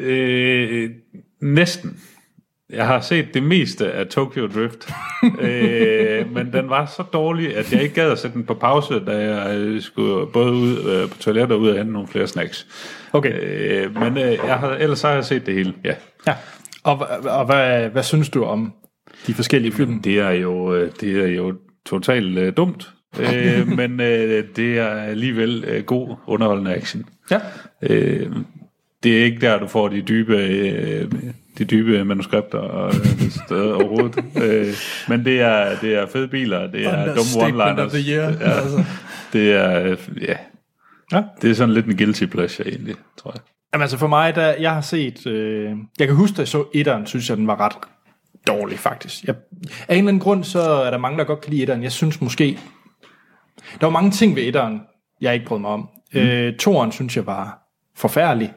Næsten. Jeg har set det meste af Tokyo Drift, men den var så dårlig, at jeg ikke gad at sætte den på pause, da jeg skulle både ud på toilettet og ud og hente nogle flere snacks. Okay. Men ellers har jeg set det hele, ja. Og hvad synes du om de forskellige film? Det er jo totalt dumt, men det er alligevel god underholdende action. Ja. Det er ikke der, du får de dybe manuskripter og overhovedet. Men det er fede biler, det er dumme one-liners. Det er det er sådan lidt en guilty pleasure egentlig, tror jeg. Jamen altså for mig, jeg har set, jeg kan huske, da jeg så etteren, synes jeg, den var ret dårlig faktisk. Af en eller anden grund, så er der mange, der godt kan lide etteren. Jeg synes måske, der var mange ting ved etteren, jeg ikke brød mig om. Toeren synes jeg var forfærdelig.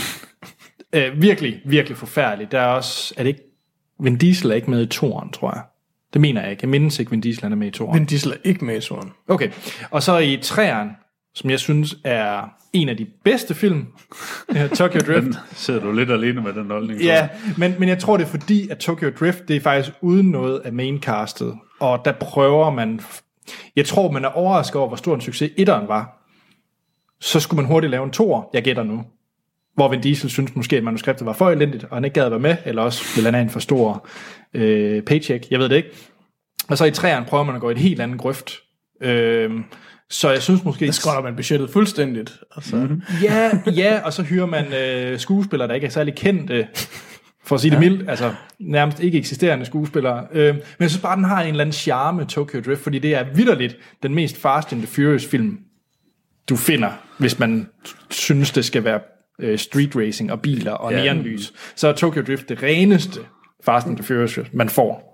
Virkelig, virkelig forfærdelig. Der er også, er det ikke, Vin Diesel er ikke med i toeren, tror jeg. Det mener jeg ikke. Jeg mindes ikke, Vin Diesel er med i toeren. Vin Diesel er ikke med i toeren. Okay, og så i treeren, som jeg synes er en af de bedste film, Tokyo Drift. Sidder du lidt alene med den holdning? Ja, men jeg tror det er fordi, at Tokyo Drift, det er faktisk uden noget af maincastet, og der prøver man, jeg tror man er overrasket over, hvor stor en succes etteren var. Så skulle man hurtigt lave en toer, jeg gætter nu. Hvor Vin Diesel synes måske, at manuskriptet var for elendigt, og han ikke gad at være med, eller også ville han have en for stor paycheck, jeg ved det ikke. Og så i treeren prøver man at gå i et helt andet grøft. Så jeg synes måske... Der skrotter man budgettet fuldstændigt. Altså. Ja, og så hyrer man skuespillere, der ikke er særlig kendte, for at sige det mildt, altså nærmest ikke eksisterende skuespillere. Men jeg synes bare, den har en eller anden charme, Tokyo Drift, fordi det er vitterligt den mest Fast and the Furious film, du finder, hvis man synes, det skal være street racing og biler og neonlys. Så er Tokyo Drift det reneste Fast and the Furious, man får.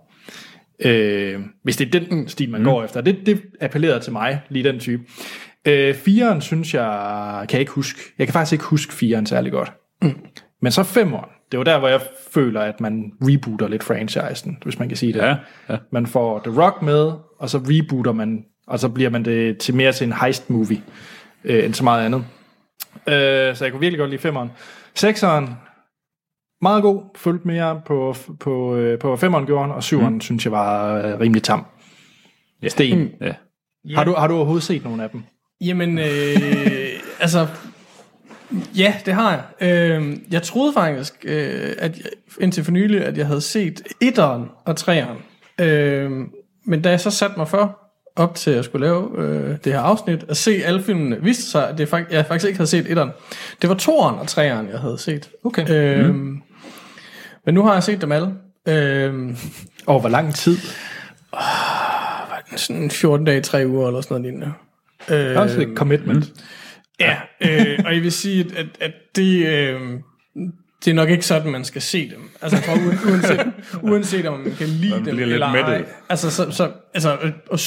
Hvis det er den stil, man går efter. Det appellerede til mig, lige den type. 4'eren synes jeg, kan jeg ikke huske. Jeg kan faktisk ikke huske 4'eren særlig godt. Men så 5'eren, det var der, hvor jeg føler, at man rebooter lidt franchisen, hvis man kan sige det. Ja. Man får The Rock med, og så rebooter man, og så bliver man det til mere til en heist movie, end så meget andet. Så jeg kunne virkelig godt lide 5'eren. 6'eren, meget god, fulgt mere på 5'eren gjorde, og 7'eren synes jeg var rimelig tam. Sten. Ja. Har du overhovedet set nogen af dem? Jamen, altså, ja, det har jeg. Jeg troede faktisk, indtil for nylig, at jeg havde set 1'eren og 3'eren. Men da jeg så satte mig for, op til at skulle lave det her afsnit, at se alle filmene, viste sig, at jeg faktisk ikke havde set 1'eren. Det var 2'eren og 3'eren, jeg havde set. Okay. Men nu har jeg set dem alle. Og hvor lang tid? Sådan 14 dage, 3 uger eller sådan noget lignende. Også et commitment. Ja, og jeg vil sige, at det er nok ikke sådan, man skal se dem. Altså, jeg tror, uanset om man kan lide dem eller ej. Altså, og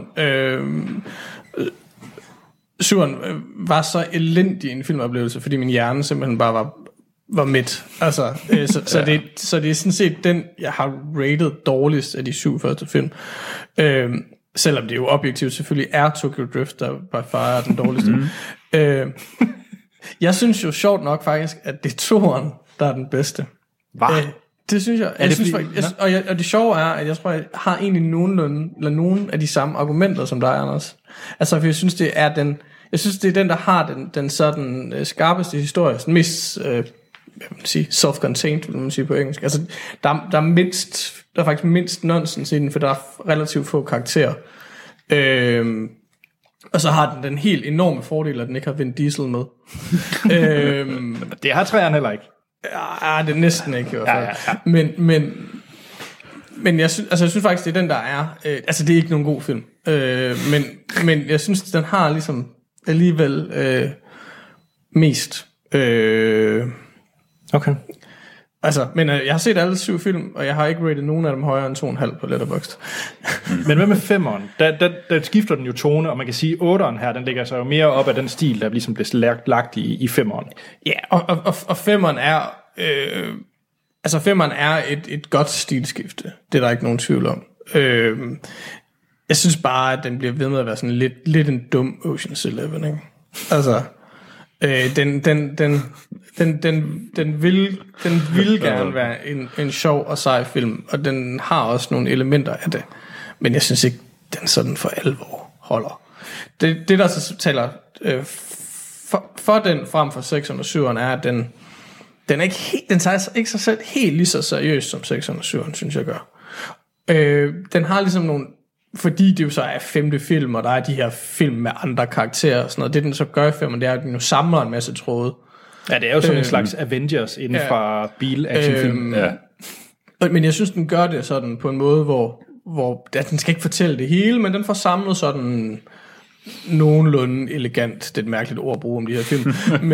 7'eren var så elendig en filmoplevelse, fordi min hjerne simpelthen bare var midt. Altså, så det er sådan set den, jeg har rated dårligst af de 7 første film. Selvom det jo objektivt selvfølgelig er Tokyo Drift, der by far er den dårligste. Jeg synes jo sjovt nok faktisk, at det er 2'eren, der er den bedste. Hvad? Det synes jeg. Og det sjove er, at jeg tror, jeg har egentlig nogle af de samme argumenter som dig, Anders. Altså, for jeg synes, det er den, der har den sådan skarpeste historie, sådan mest self-contained, vil man sige på engelsk. Altså, der er faktisk mindst nonsens i den, for der er relativt få karakterer. Og så har den helt enorme fordel, at den ikke har Vin Diesel med. Det har 3'eren heller ikke. Ja, det er næsten ikke i hvert fald. Ja. Men jeg synes faktisk, det er den, der er... det er ikke nogen god film. Men jeg synes, den har ligesom... alligevel mest. Okay. Altså, men jeg har set alle 7 film, og jeg har ikke rated nogen af dem højere end 2,5 på Letterboxd. Men hvad med 5'eren? Der skifter den jo tone, og man kan sige, 8'eren her, den ligger sig jo mere op af den stil, der ligesom blev lagt i 5'eren. Ja, og 5'eren er... altså 5'eren er et godt stilskifte. Det er der ikke nogen tvivl om. Jeg synes bare, at den bliver ved med at være sådan lidt en dum Ocean's 11, ikke? Altså... Den vil gerne være en sjov og sej film, og den har også nogle elementer af det, men jeg synes ikke den sådan for alvor holder. Det der så taler for den frem for 6'eren og 7'eren er, at den er ikke helt, den tager ikke sig selv helt lige så seriøst som 6'eren og 7'eren, synes jeg gør. Den har ligesom nogle, fordi det jo så er 5. film, og der er de her film med andre karakterer og sådan noget. Det den så gør i filmen, det er, at den jo samler en masse tråde. Ja, det er jo sådan en slags Avengers inden fra bil-actionfilm. Men jeg synes, den gør det sådan på en måde, hvor den skal ikke fortælle det hele, men den får samlet sådan nogenlunde elegant. Det er et mærkeligt ord at bruge om de her film.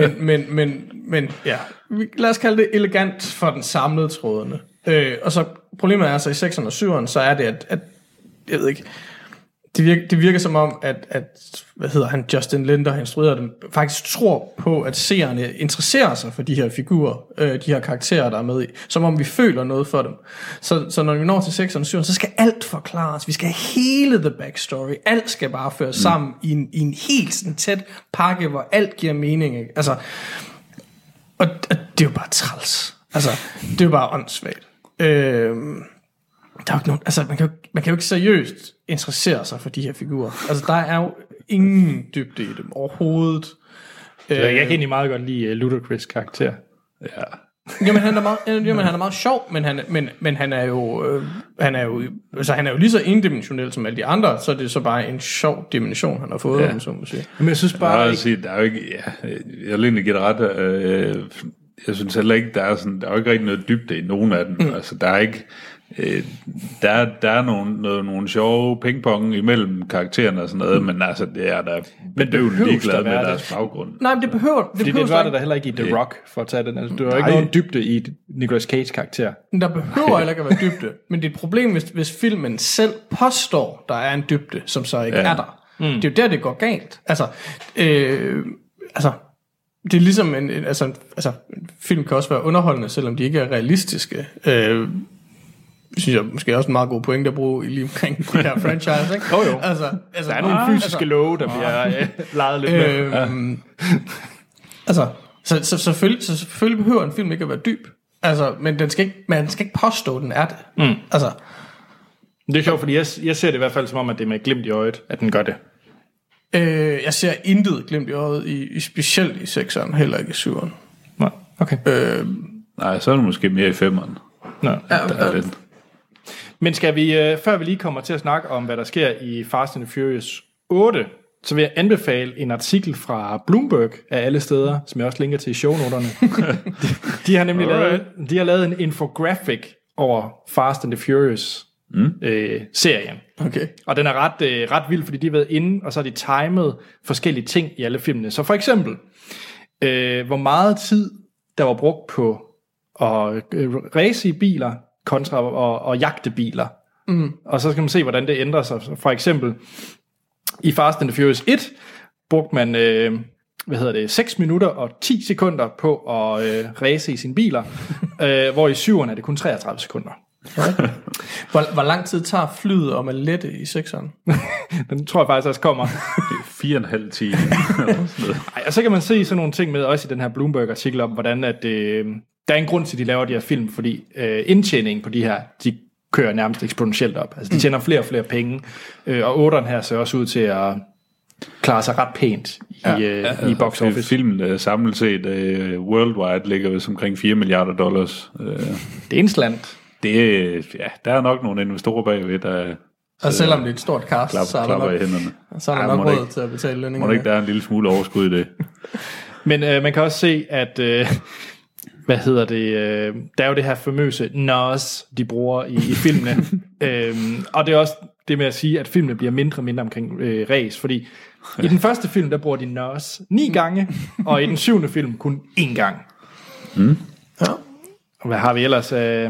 men ja, lad os kalde det elegant for den samlede trådene. Og så problemet er så i 6'eren og 7'eren, så er det, at jeg ved ikke, det virker som om, at hvad hedder han, Justin Lin, der instruerer dem, faktisk tror på, at seerne interesserer sig for de her figurer, de her karakterer, der er med i, som om vi føler noget for dem. Så når vi når til 6'eren og 7'eren, så skal alt forklares. Vi skal have hele the backstory. Alt skal bare føres sammen i en helt sådan tæt pakke, hvor alt giver mening. Ikke? Altså, og det er jo bare træls. Altså, det er jo bare åndssvagt. Der er jo ikke nogen, altså man kan jo ikke seriøst interessere sig for de her figurer. Altså der er jo ingen dybde i dem overhovedet. Jeg kan egentlig meget godt lide Ludacris karakter. Ja. Jamen han er meget sjov, men han er jo lige så endimensionel som alle de andre, så er det så bare en sjov dimension han har fået, om så må sige. Men jeg synes bare der er jo ikke, jeg vil egentlig give det ret. Jeg synes heller ikke der er jo ikke rigtig noget dybde i nogen af dem. Altså der er ikke der er nogle sjove pingpong imellem karaktererne og sådan noget, men altså det er der bedøvende ligeglade med deres baggrund. Nej, men det behøver det var der heller ikke i The Rock, for at tage den. Altså, der er ikke nogen dybde i Nicolas Cage karakter. Der behøver heller ikke at være dybde, men det er et problem, hvis filmen selv påstår, der er en dybde, som så ikke er der. Det er jo der, det går galt. Altså, det er ligesom en film kan også være underholdende, selvom de ikke er realistiske. Synes jeg måske også en meget god pointe at bruge lige omkring den her franchise, ikke? Jo. Altså, der er nogle fysiske love, der bliver leget lidt med. Så selvfølgelig behøver en film ikke at være dyb. Altså, men man skal ikke påstå, den er det. Altså. Det er sjovt, fordi jeg ser det i hvert fald som om, at det er med glimt i øjet, at den gør det. Jeg ser intet glimt i øjet, specielt i 6'eren, heller ikke i 7'eren. Nej, okay. Nej, så er det måske mere i 5'eren. Nå. Men skal vi, før vi lige kommer til at snakke om, hvad der sker i Fast and Furious 8, så vil jeg anbefale en artikel fra Bloomberg af alle steder, som jeg også linker til i shownoterne. de har nemlig lavet en infographic over Fast and Furious serien. Okay. Og den er ret vild, fordi de har været inde, og så har de timet forskellige ting i alle filmene. Så for eksempel, hvor meget tid der var brugt på at race i biler, kontra og jagte biler. Og så skal man se, hvordan det ændrer sig. For eksempel, i Fast and Furious 1, brugte man 6 minutter og 10 sekunder på at race i sine biler, hvor i 7'erne er det kun 33 sekunder. Okay. Hvor lang tid tager flyet om at lette i 6'eren? Den tror jeg faktisk også kommer. 4,5 timer. Og så kan man se sådan nogle ting med, også i den her Bloomberg-artikel om, hvordan at der er en grund til, at de laver de her film, fordi indtjeningen på de her, de kører nærmest eksponentielt op. Altså de tjener flere og flere penge, og 8'eren her ser også ud til at klare sig ret pænt i box office. Filmen samlet set worldwide ligger vist omkring $4 milliarder. Det er en slant. Der er nok nogle investorer bagved, der... Og selvom det er et stort cast, så er der nok råd til at betale lønninger. Må ikke der er en lille smule overskud i det. Men man kan også se, at... der er jo det her famøse NOS, de bruger i filmene. Og det er også det med at sige, at filmene bliver mindre og mindre omkring race, fordi i den første film, der bruger de nurse 9 gange, og i den 7. film kun 1 gang. Ja. Og hvad har vi ellers?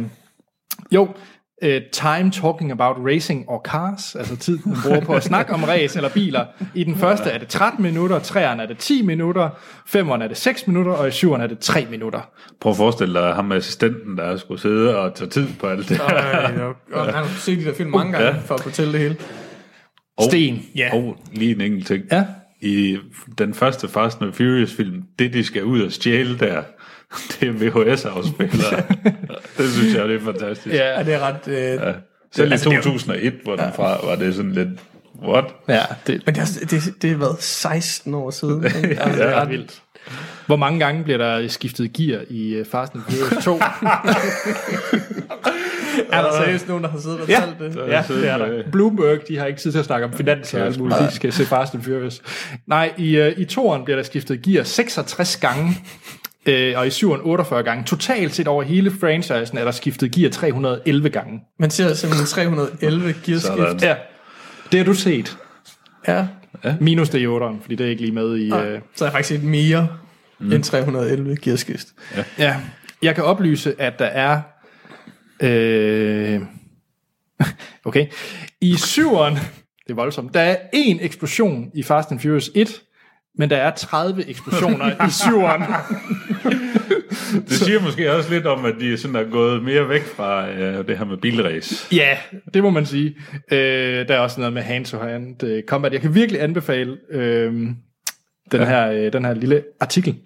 Time talking about racing or cars, altså tid, man bruger på at snakke om race eller biler. I den første er det 13 minutter, 3'eren er det 10 minutter, 5'eren er det 6 minutter, og i 7'eren er det 3 minutter. Prøv at forestille dig ham med assistenten, der skulle sidde og tage tid på alt det. Og han har set de der film mange gange, for at fortælle det hele. Sten. Og lige en enkelt ting. Ja. I den første Fast and Furious film, det de skal ud og stjæle der, det er VHS-afspillere. Det synes jeg, det er fantastisk. Ja, det er ret... Selv i 2001, hvor den fra, var det sådan lidt... What? Ja, Men det har været 16 år siden. Altså, det er ret vildt. Hvor mange gange bliver der skiftet gear i Fast and Furious 2? Er der seriøst nogen, der har siddet og talt det? Ja, det er der. Bloomberg, de har ikke tid til at snakke om finanser og alt muligt. De skal se Fast and Furious. Nej, i 2'eren bliver der skiftet gear 66 gange, og i 7'eren 48 gange. Totalt set over hele franchisen er der skiftet gear 311 gange. Man ser simpelthen 311 gearskift. Ja, det har du set. Ja. Minus det i 8'eren, fordi det er ikke lige med i... Så har jeg faktisk set mere end 311 gearskift. Ja, jeg kan oplyse, at der er... Okay. I 7'eren, det er voldsomt, der er 1 eksplosion i Fast and Furious 1, men der er 30 eksplosioner i 7'eren. Det siger måske også lidt om, at de sådan er gået mere væk fra det her med bilrace. Ja, det må man sige. Der er også noget med hand-to-hand combat. Jeg kan virkelig anbefale den her lille artikel.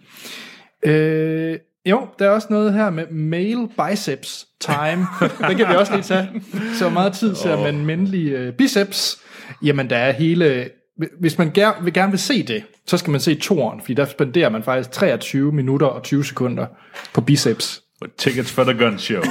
Jo, der er også noget her med male biceps time. Den kan vi også lige tage. Så meget tid til at man mandlige biceps. Jamen, der er hele... Hvis man gerne vil se det, så skal man se 2'eren, fordi der spenderer man faktisk 23 minutter og 20 sekunder på biceps. Tickets for the gun show.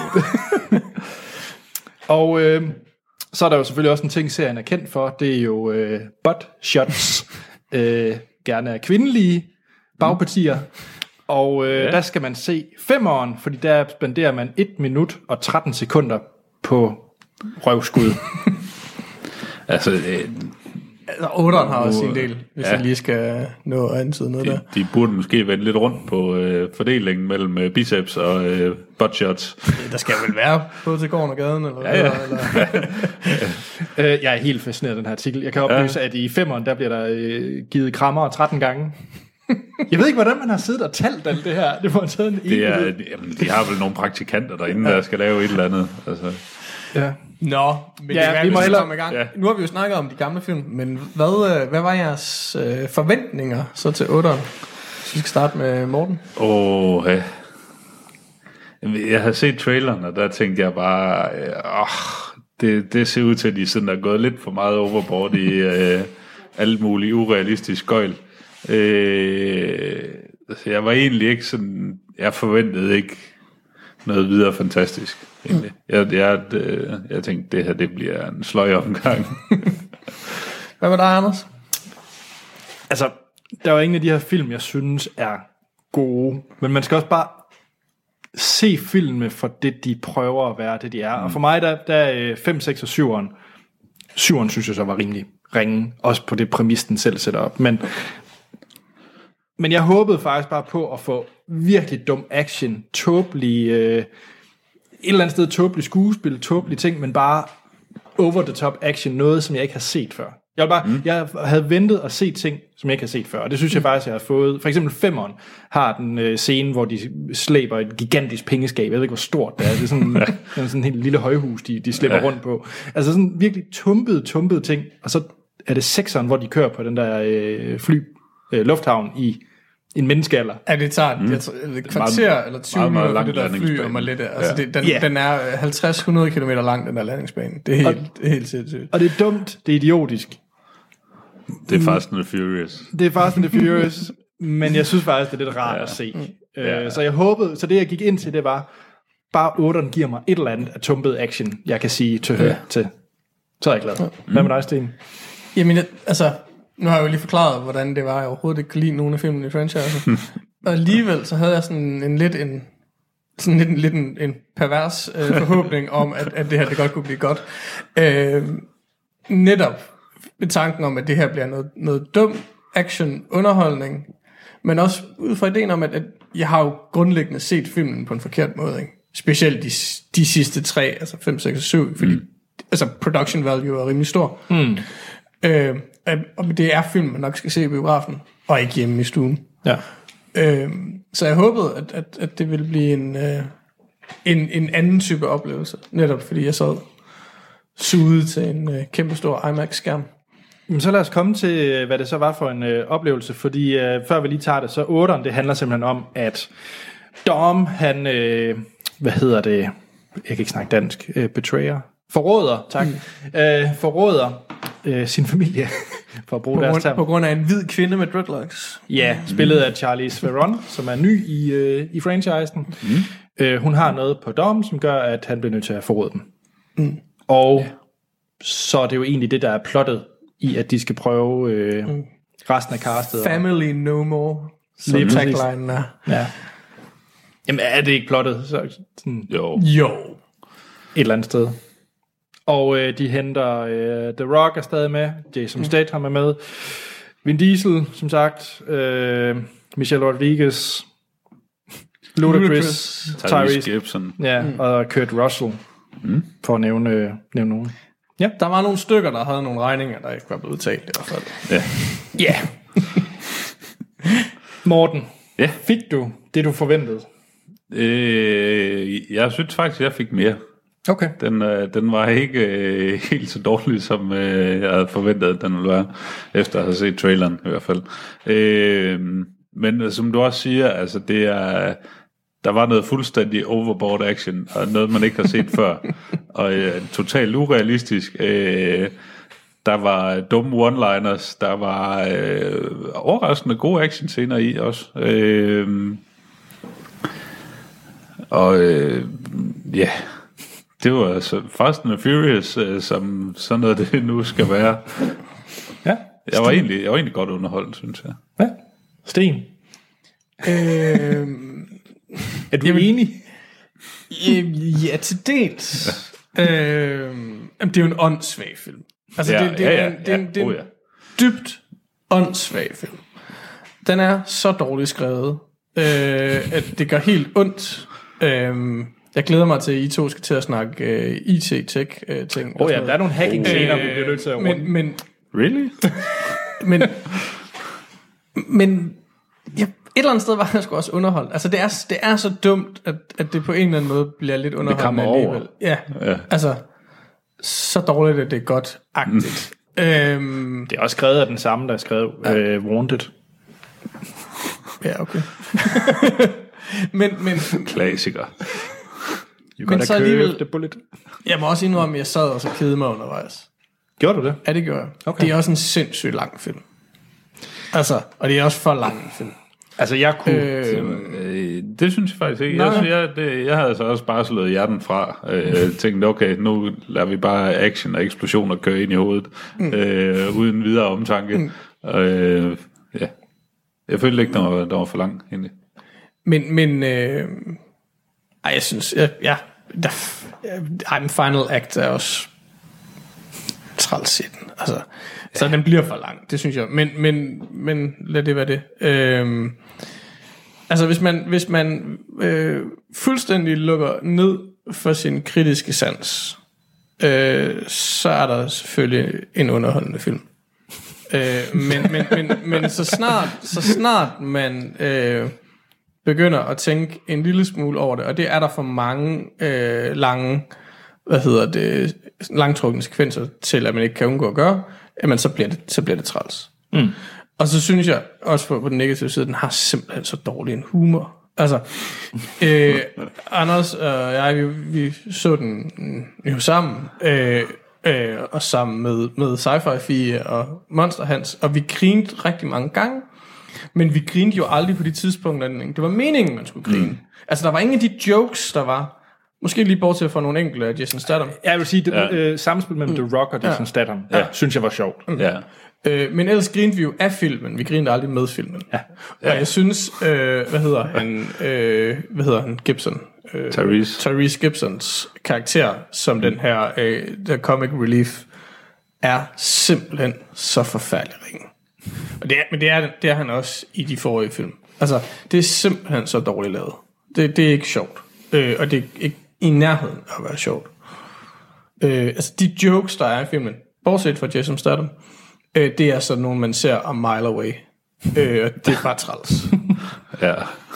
Og så er der jo selvfølgelig også en ting, serien er kendt for. Det er jo butt shots. Gerne af kvindelige bagpartier. Og der skal man se 5'eren, fordi der spenderer man 1 minut og 13 sekunder på røvskud. Altså, 8'eren har også sin del, hvis jeg lige skal nå at antyde noget der. De burde måske vende lidt rundt på fordelingen mellem biceps og butt shots. Der skal vel være både til gården og gaden, eller hvad? Eller? Jeg er helt fascineret af den her artikel. Jeg kan oplyse, at i 5'eren, der bliver der givet krammer 13 gange. Jeg ved ikke, hvordan man har siddet og talt alt det her. Det må have taget en evighed. De har vel nogle praktikanter derinde, der skal lave et eller andet. Altså. Ja. Nå, men vi må hellere komme i gang. Ja. Nu har vi jo snakket om de gamle film, men hvad var jeres forventninger så til 8'eren? Så vi skal starte med Morten. Ja. Jeg har set traileren, og der tænkte jeg bare, det ser ud til, at de sådan er gået lidt for meget overboard i alt muligt urealistisk gøjl. Jeg var egentlig ikke sådan, jeg forventede ikke noget videre fantastisk. Jeg tænkte, det her det bliver en sløj omgang. Hvad med dig, Anders? Altså, der er jo ingen af de her film, jeg synes er gode, men man skal også bare se filmene for det, de prøver at være, det de er. Og for mig, der er 5, 6 og 7'eren. 7'eren synes jeg så var rimelig ringe, også på det præmis, den selv sætter op. Men jeg håbede faktisk bare på at få virkelig dum action, tåbelig, et eller andet sted tåbelig skuespil, tåbelige ting, men bare over the top action, noget som jeg ikke har set før. Jeg havde ventet at se ting, som jeg ikke har set før, og det synes jeg faktisk, jeg har fået. For eksempel 5'eren har den scene, hvor de slæber et gigantisk pengeskab. Jeg ved ikke, hvor stort det er. Det er sådan en helt lille højhus, de slæber rundt på. Altså sådan virkelig tumpede ting, og så er det 6'eren, hvor de kører på den der lufthavn i en menneskealder. Ja, det tager et kvarter eller 20 minutter for det der fly om at lette. Altså den er 50-100 km lang, den der landingsbane. Det er helt sindssygt. Og det er dumt, det er idiotisk. Det er Fast and Furious. Det er Fast and Furious, men jeg synes faktisk, det er lidt rart at se. Så jeg håbede, så det jeg gik ind til, det var, bare 8'eren giver mig et eller andet af tumpet action, jeg kan sige til. Så er jeg glad. Hvad med dig, Sten? Jamen, altså, nu har jeg jo lige forklaret, hvordan det var, jeg overhovedet ikke kunne lide nogle af filmene i franchisen. Og alligevel, så havde jeg sådan en pervers forhåbning om, at det her det godt kunne blive godt. netop med tanken om, at det her bliver noget dum action-underholdning, men også ud fra ideen om, at jeg har jo grundlæggende set filmen på en forkert måde, ikke? Specielt de sidste 3, altså 5, 6 og 7, fordi altså production value er rimelig stor. Og det er film, man nok skal se i biografen, og ikke hjemme i stuen. Ja. Så jeg håbede, at det ville blive en anden type oplevelse, netop fordi jeg sad suget til en kæmpestor IMAX-skærm. Men så lad os komme til, hvad det så var for en oplevelse, fordi før vi lige tager det, så 8'eren, det handler simpelthen om, at Dom, han, jeg kan ikke snakke dansk, betrayer, forråder, tak, forråder sin familie, for at bruge deres term. På grund af en hvid kvinde med dreadlocks. Ja, spillet af Charlize Theron, som er ny i franchisen. Hun har noget på Dom, som gør, at han bliver nødt til at forråde dem. Og så er det jo egentlig det, der er plottet i, at de skal prøve resten af castet. Family no more, som taglinen er. Ja. Jamen er det ikke plottet? Så, sådan, Jo. Et eller andet sted. Og de henter The Rock er stadig med, Jason Statham er med, Vin Diesel, som sagt, Michelle Rodriguez, Ludacris, Tyrese Gibson, og Kurt Russell, for at nævne nogen. Ja. Der var nogle stykker, der havde nogle regninger, der ikke var blevet udtalt i hvert fald. Ja. Morten, fik du det, du forventede? Jeg synes faktisk, jeg fik mere. Okay. Den var ikke helt så dårlig, som jeg havde forventet, at den ville være, efter at have set traileren i hvert fald. Men som du også siger, altså der var noget fuldstændig overboard action, og noget, man ikke har set før, og totalt urealistisk. Der var dumme one-liners, der var overraskende gode actionscener i også. Det var altså Fast and Furious, som sådan noget det nu skal være. Ja. Jeg var egentlig godt underholdt, synes jeg. Ja. Sten. Er du enig? Ja, til dels. Det er jo en åndssvag film. Altså, det er en dybt åndssvag film. Den er så dårligt skrevet, at det gør helt ondt. Jeg glæder mig til, at I to skal til at snakke IT-tech-ting. Ja, der er nogle hacking-scener, vi bliver nødt til at runde. Men really? men ja, et eller andet sted var jeg sgu også underholdt. Altså, det er så dumt, at det på en eller anden måde bliver lidt underholdende alligevel. Ja, altså, så dårligt, at det er godt-agtigt. Det er også skrevet af den samme, der skrev Wanted. Ja, okay. men klassiker. Men så alligevel, jeg må også indrømme, at jeg sad og så kedede mig undervejs. Gjorde du det? Ja, det gjorde jeg. Okay. Det er også en sindssygt lang film. Altså, og det er også for lang en film. Altså, jeg kunne... det synes jeg faktisk ikke. Jeg havde så også bare slået hjerten fra. Tænkte, okay, nu lader vi bare action og explosioner køre ind i hovedet. Uden videre omtanke. Jeg følte ikke, der var for lang, egentlig. Men jeg synes, Final Act er også træls i den. Altså, så den bliver for lang, det synes jeg. Men lad det være det. Altså, hvis man fuldstændig lukker ned for sin kritiske sans, så er der selvfølgelig en underholdende film. Men så snart man begynder at tænke en lille smule over det, og det er der for mange lange, langtrukne sekvenser til, at man ikke kan undgå at gøre, jamen så bliver det træls. Og så synes jeg også på den negative side, den har simpelthen så dårlig en humor. Altså, Anders og jeg, vi så den jo sammen, og sammen med Sci-Fi Fie og Monster Hans, og vi grinede rigtig mange gange, men vi grinede jo aldrig på de tidspunkter. Det var meningen, man skulle grine. Altså, der var ingen af de jokes, der var, måske lige bortset fra nogle enkelte af Jason Statham. Jeg vil sige, samspil mellem The Rock og Jason Statham, synes jeg var sjovt. Men ellers grinede vi jo af filmen. Vi grinede aldrig med filmen. Og jeg synes, hvad hedder han? Gibson. Tyrese Gibsons karakter som den her der comic relief er simpelthen så forfærdelig ringe. Og det er han også i de forrige film. Altså, det er simpelthen så dårligt lavet. Det er ikke sjovt. Og det er ikke i nærheden af at være sjovt. Altså, de jokes, der er i filmen, bortset fra Jason Statham, det er sådan nogle, man ser a mile away. Og det er bare træls. Ja.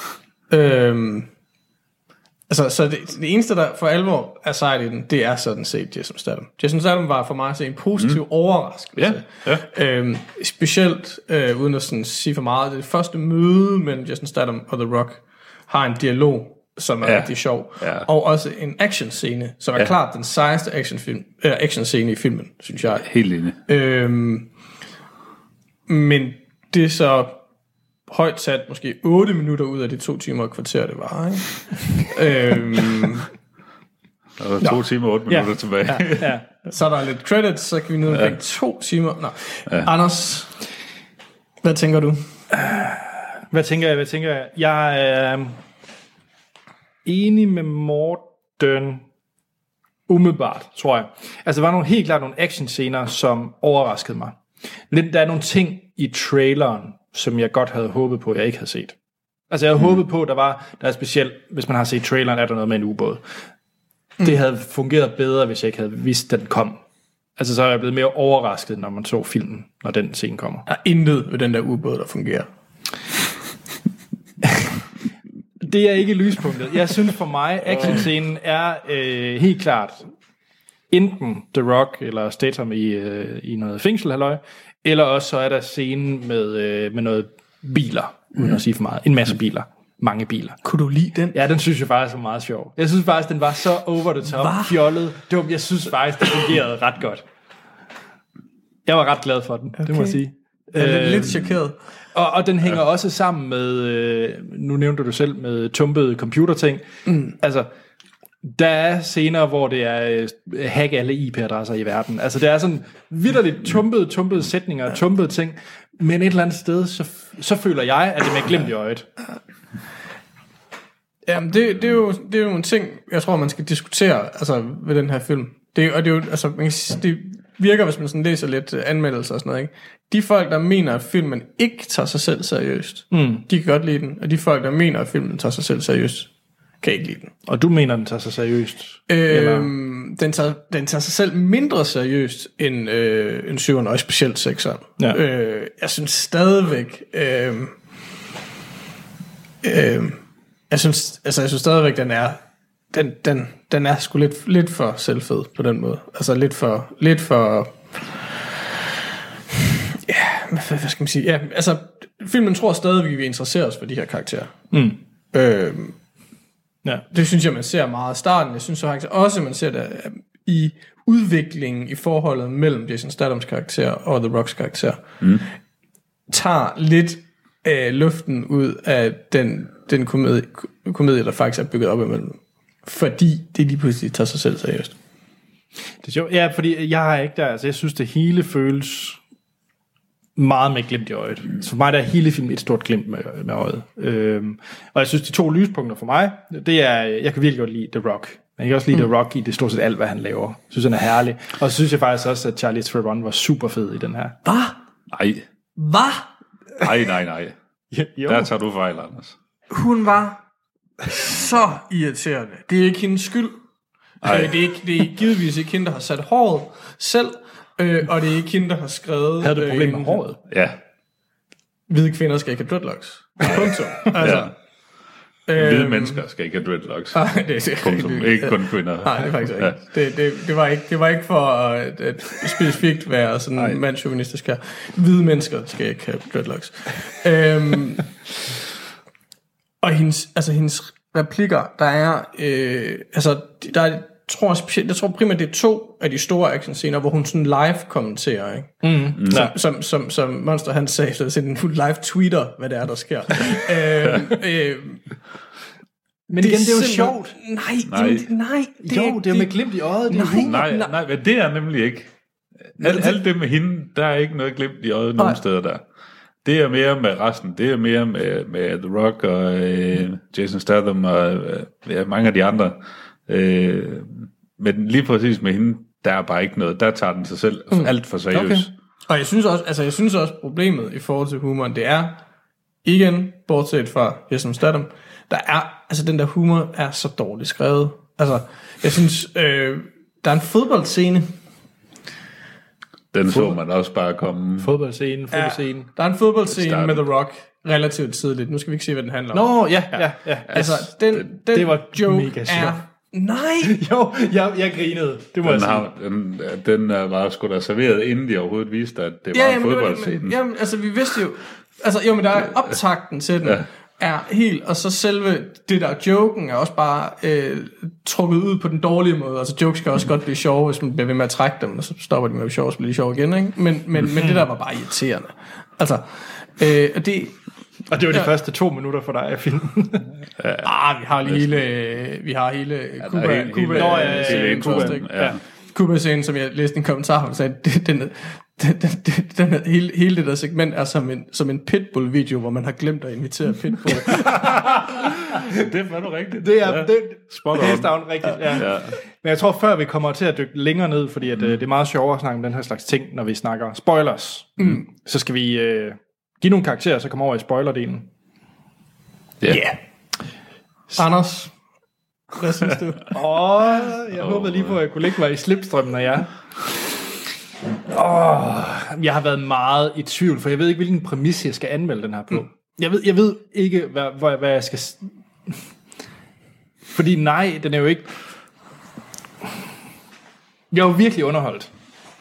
Altså, så det eneste, der for alvor er sejt i den, det er sådan set Jason Statham. Jason Statham var for mig at se en positiv overraskelse. Ja. Specielt, uden at sådan sige for meget, det første møde mellem Jason Statham og The Rock har en dialog, som er rigtig sjov. Ja. Og også en actionscene, som er klart den sejeste actionscene i filmen, synes jeg. Helt enig. Men det er så højt sat måske 8 minutter ud af de 2 timer og kvarter, det var, ikke? Der var 2 timer og 8 minutter tilbage. Ja. Så er der lidt credits, så kan vi ned omkring 2 timer. Anders, hvad tænker du? Hvad tænker jeg? Jeg er enig med Morten umiddelbart, tror jeg. Altså, der var helt klart nogle actionscener, som overraskede mig. Der er nogle ting i traileren, som jeg godt havde håbet på, jeg ikke havde set. Altså, jeg havde håbet på, der er specielt, hvis man har set traileren, er der noget med en ubåd. Det havde fungeret bedre, hvis jeg ikke havde vidst, at den kom. Altså, så er jeg blevet mere overrasket, når man så filmen, når den scene kommer. Der er intet ved den der ubåd, der fungerer. Det er ikke lyspunktet. Jeg synes for mig, actionscenen er helt klart enten The Rock eller Statham i noget fængselhalløj, eller også så er der scenen med noget biler, uden at sige for meget. En masse biler. Mange biler. Kunne du lide den? Ja, den synes jeg faktisk var meget sjov. Jeg synes faktisk, den var så over the top, fjollet, dum. Jeg synes faktisk, det fungerede ret godt. Jeg var ret glad for den, det må jeg sige. Jeg er lidt chokeret. Og den hænger også sammen med, nu nævnte du selv, med tumpede computerting. Altså, der er scener, hvor det er hack alle IP-adresser i verden. Altså, det er sådan vitterligt tumpede sætninger, tumpede ting. Men et eller andet sted, så føler jeg, at det er med glimt i øjet. Jamen, det er jo en ting, jeg tror, man skal diskutere altså, ved den her film. Det virker, hvis man sådan læser lidt anmeldelser og sådan noget, ikke? De folk, der mener, at filmen ikke tager sig selv seriøst, de kan godt lide den. Og de folk, der mener, at filmen tager sig selv seriøst, kan ikke lide den. Og du mener, den tager sig seriøst? Den tager sig selv mindre seriøst end 7'eren, og specielt 6'eren. Ja. Jeg synes stadigvæk... Jeg synes stadigvæk, den er sgu lidt for selvfed på den måde. Altså lidt for ja, hvad skal man sige? Ja, altså filmen tror stadig, vi vil interessere os for de her karakterer. Ja. Det synes jeg, man ser meget i starten. Jeg synes så faktisk også, man ser det i udviklingen i forholdet mellem Jason Stathams karakter og The Rocks karakter. Tager lidt luften ud af den komedie, der faktisk er bygget op imellem. Fordi det lige pludselig tager sig selv seriøst. Det er sjovt. Ja, fordi jeg har ikke der, altså jeg synes, det hele føles meget med glimt i øjet. Så for mig der er hele filmen et stort glimt med øjet. Og jeg synes, de 2 lyspunkter for mig, det er, jeg kan virkelig godt lide The Rock. Men jeg kan også lide The Rock i det stort set alt, hvad han laver. Jeg synes, han er herlig. Og så synes jeg faktisk også, at Charlize Theron var super fed i den her. Hvad? Nej. Hvad? Nej. Der tager du fejl, Anders. Hun var så irriterende. Det er ikke hendes skyld. Det er givetvis ikke hende, der har sat håret selv. Og det er ikke hende, der har skrevet... Havde du problemer med håret? Ja. Hvide kvinder skal ikke have dreadlocks. Punktum. Altså, hvide mennesker skal ikke have dreadlocks. Punktum. Ikke kun kvinder. Nej, det er faktisk ikke. Det var ikke for at specifikt være sådan mandsjuvenistisk her. Hvide mennesker skal ikke have dreadlocks. Og hendes replikker, der er... Jeg tror primært, det er 2 af de store actionscener, hvor hun sådan live kommenterer, ikke? Som Monster han sagde, så sådan en live tweeter, hvad det er, der sker. Men igen, det er jo sjovt. Nej. Det er jo med glimt i øjet. Nej, men det er nemlig ikke. Alt det med hende, der er ikke noget glimt i øjet nogen steder der. Det er mere med resten. Det er mere med The Rock og Jason Statham og mange af de andre. Men lige præcis med hende, der er bare ikke noget. Der tager den sig selv alt for seriøst. Okay. Og jeg synes også, problemet i forhold til humoren, det er, igen, bortset fra Jason Statham, den der humor er så dårligt skrevet. Altså, jeg synes, der er en fodboldscene. Den så man også bare komme. Fodboldscene. Ja, der er en fodboldscene med The Rock relativt tidligt. Nu skal vi ikke se, hvad den handler om. Nå, ja. Altså, den det var joke mega sjovt. Nej! Jo, jeg grinede. Det må jeg sige. Den var sgu da serveret, inden de overhovedet viste, at det var en fodboldscene. Jamen, altså, vi vidste jo... Altså, jo, men der er optakten til den. Er helt, og så selve det der joken er også bare trukket ud på den dårlige måde. Altså jokes kan også godt blive sjove, hvis man bliver ved med at trække dem, og så stopper de med at blive sjove, og så bliver de sjove igen, ikke? Men det der var bare irriterende. Altså, og det var de første 2 minutter for dig af filmen. vi har hele Cuba-scenen, som jeg læste en kommentar, hvor sagde, hele det der segment er som en Pitbull-video, hvor man har glemt at invitere Pitbull. Det var nu rigtigt. Det er down rigtigt, ja. Men jeg tror, før vi kommer til at dykke længere ned, fordi at, det er meget sjovere at snakke om den her slags ting, når vi snakker spoilers, så skal vi give nogle karakterer, så kommer over i spoilerdelen. Ja. Anders, hvad synes du? Jeg håbede lige på, at jeg kunne lægge mig i slipstrømmen af jer. Jeg har været meget i tvivl, for jeg ved ikke, hvilken præmis jeg skal anmelde den her på. Jeg ved ikke, hvad jeg skal... Fordi nej, den er jo ikke... Jeg er jo virkelig underholdt.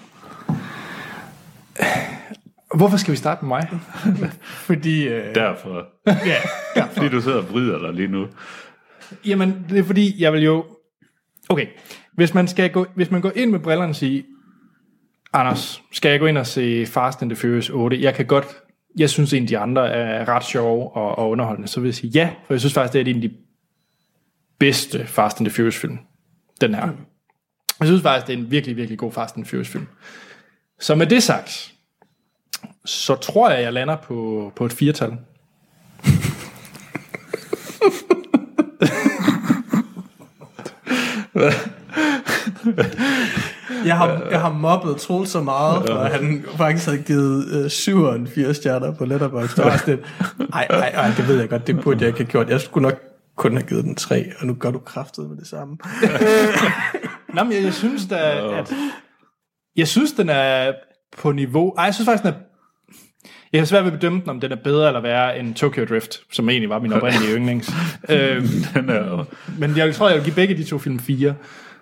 Hvorfor skal vi starte med mig? Fordi... Derfor. Fordi du sidder og vrider dig lige nu. Jamen, det er fordi, jeg vil jo... Okay, hvis man går ind med brillerne og siger, Anders, skal jeg gå ind og se Fast and the Furious 8? Jeg synes en af de andre er ret sjove og underholdende, så vil jeg sige ja, for jeg synes faktisk, det er en af de bedste Fast and the Furious film, den her. Jeg synes faktisk, det er en virkelig, virkelig god Fast and the Furious film. Så med det sagt, så tror jeg lander på et 4-tal. Jeg har mobbet Troels så meget, for han faktisk havde givet 87 stjerner på Letterboxd. Nej, det ved jeg godt, det burde jeg ikke have gjort. Jeg skulle nok kun have givet den 3, og nu gør du kraftet med det samme. Nå, men jeg synes da, at... Jeg synes, den er på niveau... jeg synes faktisk, den er... Jeg har svært ved at bedømme den, om den er bedre eller værre end Tokyo Drift, som egentlig var min oprindelige yndlings. Men jeg tror, jeg vil give begge de 2 film 4.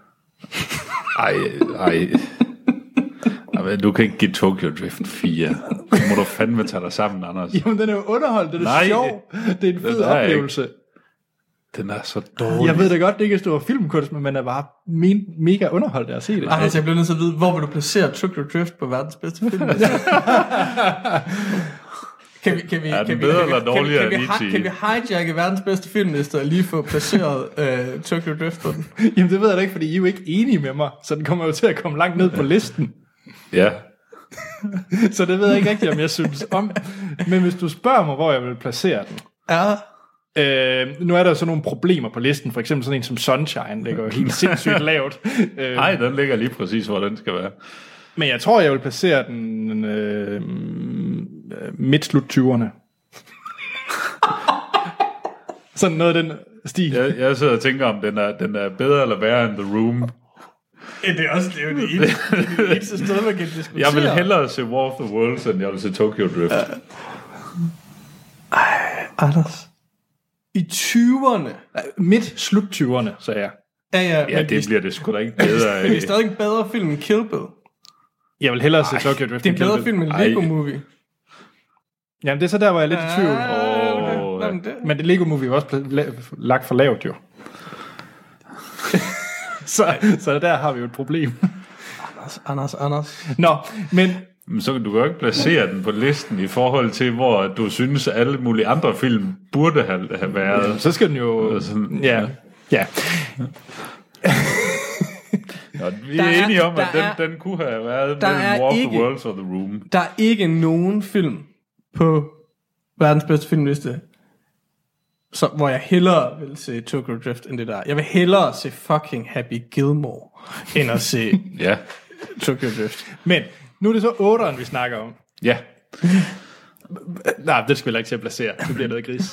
Ej. Du kan ikke give Tokyo Drift 4. Så må du fandme tage dig sammen, Anders. Jamen, den er jo underholdt. Den er sjov. Det er en fed oplevelse. Den er så dårlig. Jeg ved da godt, det ikke er stor filmkunst, men man er bare mega underholdt af at se det. Altså, jeg bliver nødt til at vide, hvor vil du placere Tokyo Drift på verdens bedste film? Kan vi hijacke verdens bedste filmliste og lige få placeret Tokyo Drift på den? Jamen det ved jeg da ikke, fordi I er jo ikke enige med mig, så den kommer jo til at komme langt ned på listen. Ja. Så det ved jeg ikke rigtigt, om jeg synes om. Men hvis du spørger mig, hvor jeg vil placere den. Ja. Nu er der så nogle problemer på listen. For eksempel sådan en som Sunshine ligger jo helt sindssygt lavt. Nej, den ligger lige præcis, hvor den skal være. Men jeg tror, jeg vil placere den midt-slut 20'erne. Sådan noget af den stil. Jeg sidder og tænker, om den er bedre eller værre end The Room. Det er jo det eneste sted, man kan diskutere. Jeg vil hellere se War of the Worlds, end jeg vil se Tokyo Drift. Anders. I 20'erne. Midt-slut 20'erne, sagde jeg. Ja, det bliver det sgu da ikke bedre. Men det er stadig en bedre film end Kill Bill. Jeg vil hellere se Tokyo Drift. Det er en bedre film end Lego Movie. Jamen det er så der, hvor jeg er lidt i tvivl. Men det Lego Movie er også lagt for lavt jo. så der har vi jo et problem. Anders. Nå, men så kan du jo ikke placere den på listen i forhold til, hvor du synes, at alle mulige andre film burde have været. Ja, så skal den jo... Ja. Nå, vi er enige om, at den kunne have været mellem War of the Worlds og The Room. Der er ikke nogen film på verdens bedste filmliste, hvor jeg hellere vil se Tokyo Drift end det der. Jeg vil hellere se fucking Happy Gilmore. end at se Ja. Tokyo Drift. Men nu er det så 8'eren, vi snakker om. Ja. Nej, det skal vi ikke til at placere. Det bliver noget gris.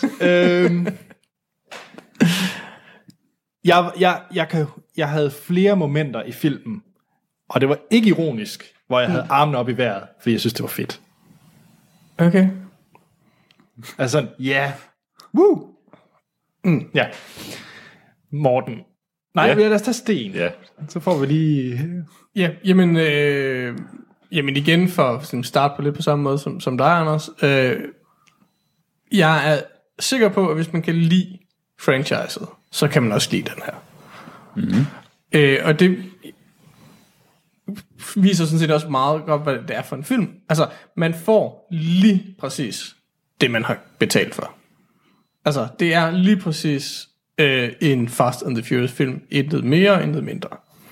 Jeg havde flere momenter i filmen, og det var ikke ironisk, hvor jeg havde armene op i vejret, fordi jeg synes, det var fedt. Okay. Altså sådan, ja. Woo! Ja. Morten. Nej, lad os tage Sten. Ja. Så får vi lige... Ja, jamen igen for at starte på lidt på samme måde som dig, Anders. Jeg er sikker på, at hvis man kan lide franchiset, så kan man også lide den her. Mm-hmm. Og det viser sådan set også meget godt, hvad det er for en film. Altså, man får lige præcis det, man har betalt for. Altså, det er lige præcis en Fast and the Furious film. Intet mere, intet mindre.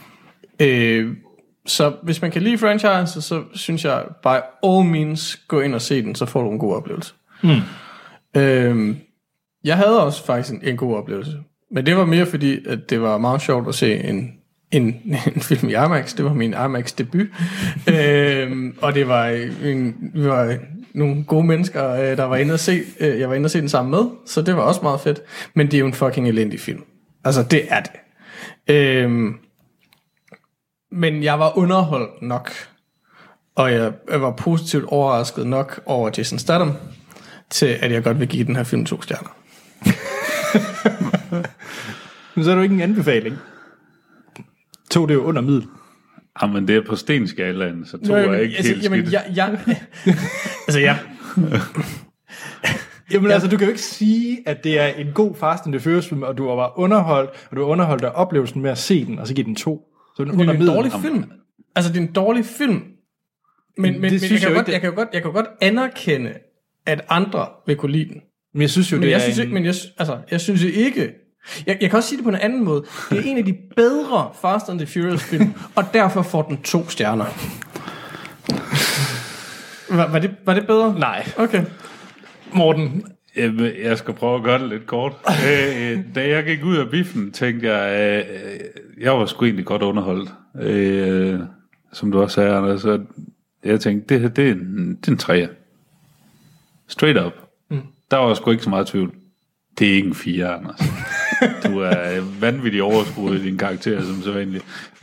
Så hvis man kan lide franchise, så synes jeg, by all means, gå ind og se den, så får du en god oplevelse. Jeg havde også faktisk en god oplevelse. Men det var mere fordi, at det var meget sjovt at se en film i IMAX. Det var min IMAX debut. Og det var vi var nogle gode mennesker, der var inde at se. Jeg var inde at se den sammen med, så det var også meget fedt. Men det er jo en fucking elendig film. Altså, det er det. Men jeg var underholdt nok, og jeg var positivt overrasket nok over Jason Statham, til at jeg godt vil give den her film 2 stjerner. Men så er du ikke en anbefaling. 2, det er jo under middel. Jamen, det er på stenskalaen, så 2 er ikke helt skidt. Jamen altså, du kan jo ikke sige, at det er en god Fast and the Furious film, og du var underholdt, og du har underholdt af oplevelsen med at se den, og så give den 2. Så det er en dårlig film. Altså, det er en dårlig film. Men jeg kan jo godt anerkende, at andre vil kunne lide den. Men jeg synes jo, jeg synes jo ikke... Jeg kan også sige det på en anden måde. Det er en af de bedre Fast and the Furious film, og derfor får den 2 stjerner. Var det bedre? Nej. Okay. Morten. Jeg skal prøve at gøre det lidt kort. Da jeg gik ud af biffen, tænkte jeg, jeg var sgu egentlig godt underholdt. Som du også sagde, Anders. Så jeg tænkte, det er en 3'er. Straight up. Der var sgu ikke så meget tvivl. Det er ikke en 4, Anders. Du er vanvittigt overskruet i din karakter, som så vanligt.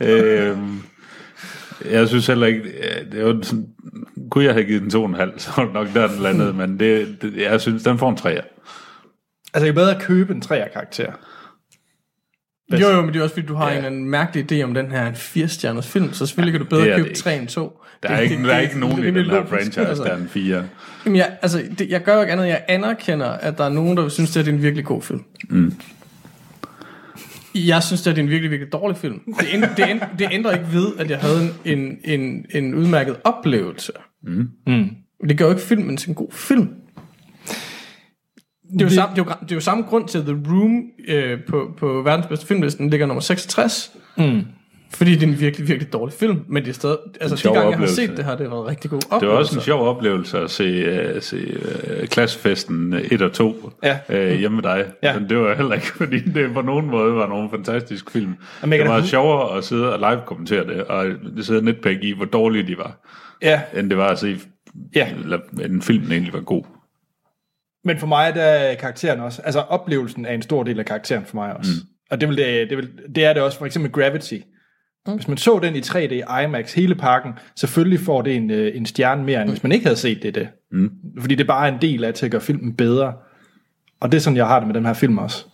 Jeg synes heller ikke, det var sådan, kunne jeg have givet den 2,5, så var det nok der den landede, men jeg synes, den får en 3'er. Altså, jeg kan bedre købe en 3'er karakter. Jo, men det er også fordi, du har en eller anden mærkelig idé om den her en 4-stjerners film, så selvfølgelig kan du bedre købe 3 end 2. Der er ikke nogen i den her franchise, altså, der er en 4. Jamen, jeg gør jo ikke andet, jeg anerkender, at der er nogen, der synes, at det er en virkelig god film. Jeg synes, at det er en virkelig, virkelig dårlig film. Det ændrer ikke ved, at jeg havde en udmærket oplevelse. Det gør jo ikke filmen til en god film. Det er jo samme grund til, at The Room på verdens bedste filmlisten ligger nummer 66. Fordi det er en virkelig, virkelig dårlig film. Men det er stadig, altså de gange jeg har set det her, det har været en rigtig god oplevelse. Det var også en sjov oplevelse at se Klassefesten 1 og 2 hjemme med dig. Ja. Men det var heller ikke, fordi det på nogen måde var nogen fantastisk film. Det var sjovere at sidde og live-kommentere det, og sidde og netpække i, hvor dårlige de var. End det var at se, en filmen egentlig var god. Men for mig der er karakteren også, altså oplevelsen er en stor del af karakteren for mig også. Og det er det også, for eksempel Gravity. Hvis man så den i 3D IMAX, hele pakken, selvfølgelig får det en stjerne mere, end hvis man ikke havde set det. Fordi det bare er en del af til at gøre filmen bedre. Og det er sådan, jeg har det med den her film også.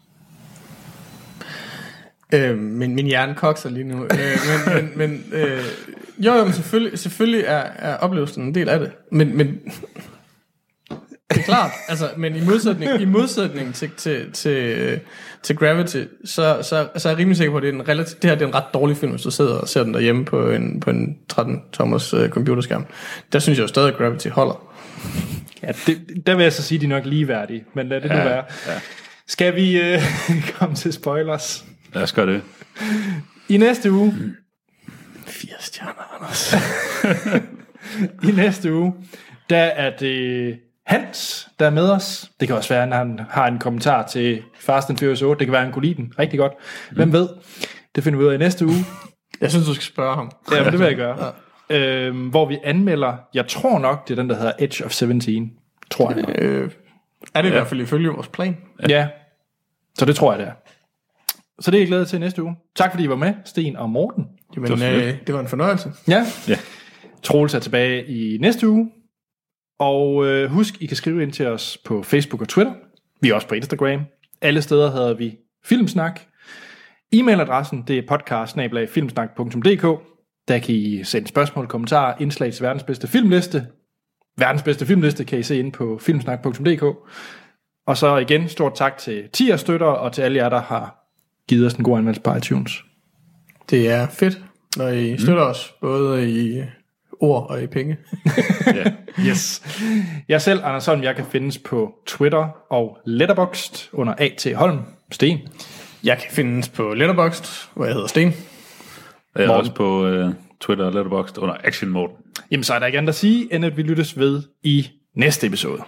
Min hjerne kokser lige nu. Men selvfølgelig er oplevelsen en del af det. Men det er klart, altså, men i modsætning til Gravity, så er jeg rimelig sikker på, at det her er en ret dårlig film, hvis du sidder og ser den derhjemme på en 13-tommers computerskærm. Der synes jeg jo stadig, at Gravity holder. Ja, der vil jeg så sige, at de er nok ligeværdige, men lad det nu være. Ja. Skal vi komme til spoilers? Lad os gøre det. I næste uge... 4 stjerner, Anders. I næste uge, der er det... Hans, der er med os. Det kan også være, at han har en kommentar til Fast and Furious 8. Det kan være, at han kunne lide den rigtig godt. Hvem ved? Det finder vi ud af i næste uge. Jeg synes, du skal spørge ham. Ja, men det vil jeg gøre. Ja. Hvor vi anmelder, jeg tror nok, det er den, der hedder Edge of 17, tror jeg. Er det i hvert fald ifølge vores plan? Ja, så det tror jeg, det er. Så det er jeg glad til næste uge. Tak fordi I var med, Sten og Morten. Jamen, det var en fornøjelse. Ja. Troels er tilbage i næste uge. Og husk, I kan skrive ind til os på Facebook og Twitter. Vi er også på Instagram. Alle steder hedder vi Filmsnak. E-mailadressen, det er podcast@filmsnak.dk. Der kan I sende spørgsmål, kommentarer, indslag til verdens bedste filmliste. Verdens bedste filmliste kan I se inde på filmsnak.dk. Og så igen, stort tak til tier-støttere og til alle jer, der har givet os en god anmeldelse på iTunes. Det er fedt, når I støtter os, både i ord og i penge. Yes. Jeg selv, Anders Holm, jeg kan findes på Twitter og Letterboxd under A.T. Holm. Sten. Jeg kan findes på Letterboxd, hvor jeg hedder Sten. Jeg er også på Twitter og Letterboxd under Action Morten. Jamen, så er der ikke andet at sige, end at vi lyttes ved i næste episode.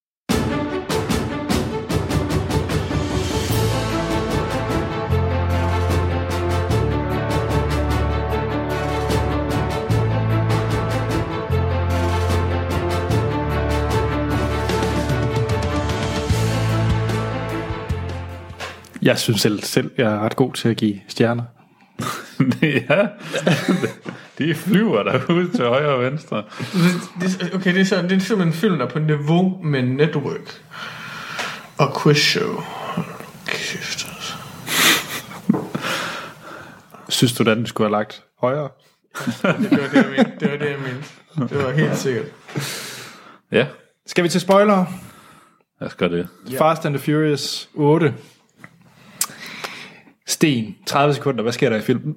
Jeg synes selv, jeg er ret god til at give stjerner. Ja, de flyver derude til højre og venstre. Okay, det er simpelthen en film, der er på niveau med Network og Quiz Show. Kæft, altså. Synes du, at den skulle have lagt højere? Det var det, jeg mente. Det var helt sikkert. Ja. Skal vi til spoiler? Jeg skal det. Fast and the Furious 8. Sten, 30 sekunder. Hvad sker der i filmen?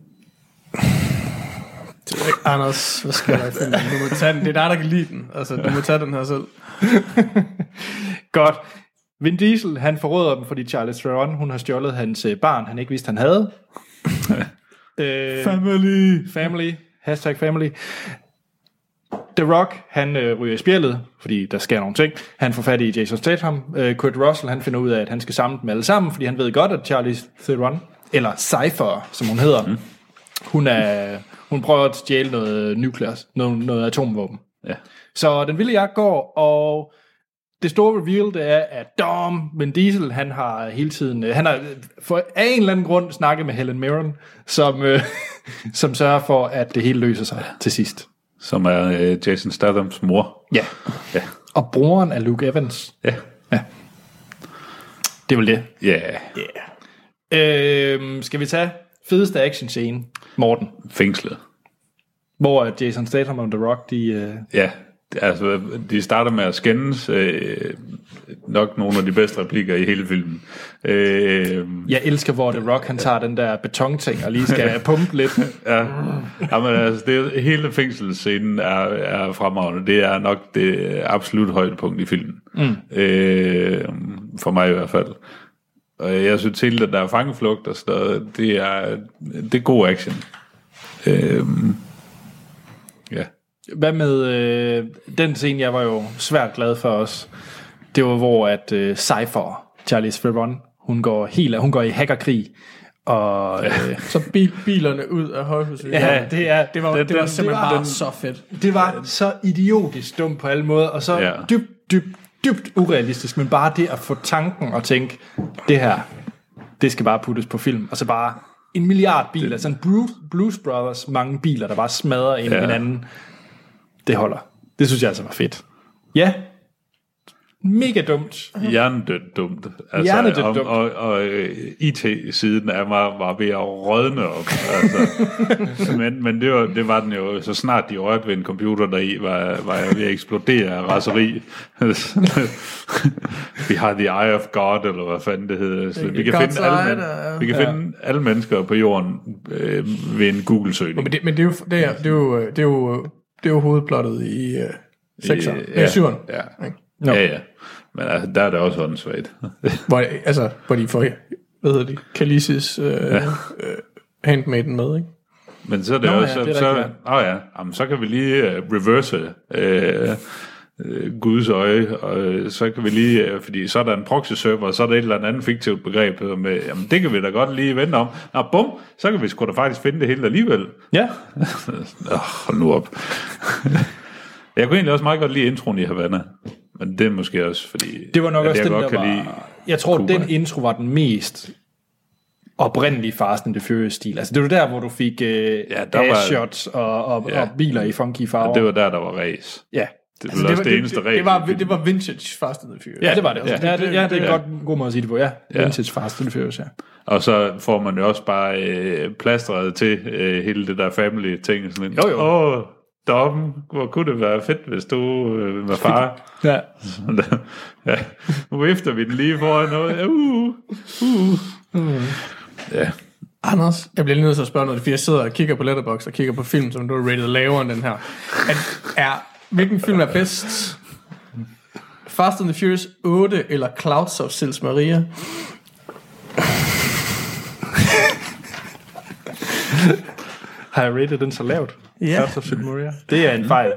Det er ikke Anders. Hvad sker der i filmen? Du må tage den. Det er dig, der kan lide den. Altså, du må tage den her selv. Godt. Vin Diesel, han forråder dem, fordi Charlize Theron, hun har stjålet hans barn, han ikke vidste, han havde. Family. #family. The Rock, han ryger i spjældet, fordi der sker nogle ting. Han får fat i Jason Statham. Kurt Russell, han finder ud af, at han skal samle dem alle sammen, fordi han ved godt, at Charlize Theron, eller Cypher, som hun hedder, hun prøver at stjæle noget nuklears, noget atomvåben. Ja. Så den vilde jagt går, og det store reveal, det er, at Vin Diesel, han har hele tiden, han har for af en eller anden grund snakket med Helen Mirren, som sørger for, at det hele løser sig til sidst. Som er Jason Stathams mor. Ja. Og broren er Luke Evans. Ja. Det er vel det. Ja. Skal vi tage fedeste action scene, Morten? Fængslet. Hvor Jason Statham og The Rock, de... Ja, altså de starter med at skændes. Nok nogle af de bedste replikker i hele filmen. Jeg elsker, hvor The Rock, han tager den der betonting og lige skal pumpe lidt. Ja. Jamen, altså, hele fængselsscenen er fremragende. Det er nok det absolut højdepunkt i filmen. For mig i hvert fald. Og jeg synes til, at der er fangeflugt og sådan noget, det er god action. Ja. Hvad med den scene, jeg var jo svært glad for os. Det var, hvor at Cypher, Charlize Theron, hun går i hackerkrig. Og så bilerne ud af højhuset. Ja, det var simpelthen bare så fedt. Det var så idiotisk dumt på alle måder, og så dybt urealistisk, men bare det at få tanken og tænke, det her, det skal bare puttes på film, og så bare 1 milliard biler, sådan Blues Brothers, mange biler, der bare smadrer ind i hinanden. Det holder. Det synes jeg altså var fedt. Ja. Mega dumt. Hjernedødt dumt. Altså, dumt. Og IT-siden af mig var ved at rådne op. Altså. men det var den jo, så snart de rørte ved en computer deri, var jeg ved at eksplodere af raseri. Vi har the eye of God, eller hvad fanden det hedder. Så vi kan finde alle mennesker på jorden ved en Google-søgning. Men det er jo hovedplottet i 6'eren. Det er 7'eren. Ja. No. Ja. Men altså, der er det også åndssvagt. hvor de får, hvad hedder det, Khaleesi's handmaiden med, ikke? Men så er det også... Jamen, så kan vi lige reverse Guds øje, og så kan vi lige, fordi så er der en proxy-server, og så er der et eller andet fiktivt begreb med, jamen det kan vi da godt lige vende om. Nå, bum, så kan vi sgu da faktisk finde det hele alligevel. Ja. Hold nu op. Jeg kunne egentlig også meget godt lide introen i Havana, men det er måske også, fordi... Det var nok også den, der var... Jeg tror, Cuba. den intro var den mest oprindelige Fast and the Furious-stil. Altså, det var der, hvor du fik shots og biler i funky farver. Og det var der var race. Ja. Det var også det eneste race. Det var vintage Fast and the Furious. Ja, det var det. Altså, det er en god måde at sige det på. Ja, Ja. vintage Fast and the Furious, ja. Og så får man jo også bare plastret til hele det der family-ting. Jo. Dom, hvor kunne det være fedt, hvis du var far. Ja. Ja. Nu vifter vi den lige foran noget. Ja. Anders, jeg bliver lige nødt til at spørge noget, fordi jeg sidder og kigger på Letterboxd og kigger på film, som du har rated lavere end den her. Hvilken film er bedst? Fast and the Furious 8 eller Clouds of Sils Maria? Har jeg rated den så lavt? Ja. Det er en fejl.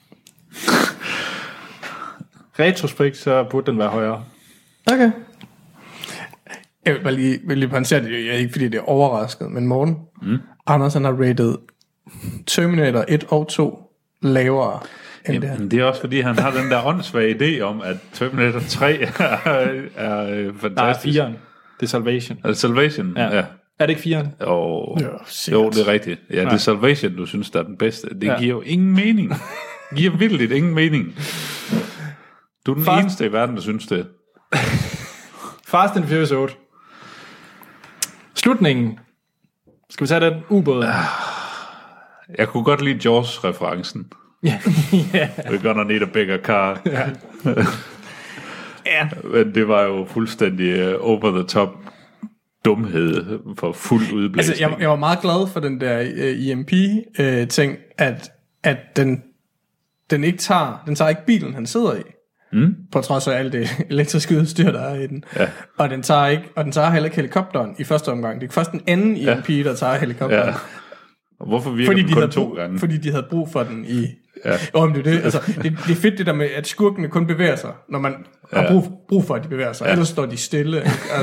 Retrospekt, så burde den være højere. Okay. Jeg vil lige pointere det, jeg er ikke fordi det er overrasket, men Morten, Anders han har rated Terminator 1 og 2 lavere end det her. Det er også fordi, han har den der åndssvage idé om, at Terminator 3 er fantastisk. Nej, 4'eren. Det er Salvation. Altså Salvation, ja. Er det ikke 4'eren? Jo, det er rigtigt. Ja, det er Salvation, du synes, der er den bedste. Det giver jo ingen mening. Det giver vildt ingen mening. Du er den eneste i verden, der synes det. Fast and Furious 8. Slutningen. Skal vi tage den ubåd? Jeg kunne godt lide Jaws-referencen. Ja. We're gonna need a bigger car. Ja. Men det var jo fuldstændig over the top dumhed for fuld udblæsning. Altså, jeg var meget glad for den der EMP-ting, at den ikke tager ikke bilen, han sidder i. På trods af alt det elektriske udstyr, der er i den. Ja. Og den tager heller ikke helikopteren i første omgang. Det er først den anden EMP, der tager helikopteren. Ja. Og hvorfor virker den kun 2 gange? Fordi de havde brug for den i... Ja. Det er fedt det der med, at skurkene kun bevæger sig, når man har brug for, at de bevæger sig. Ja. Ellers står de stille.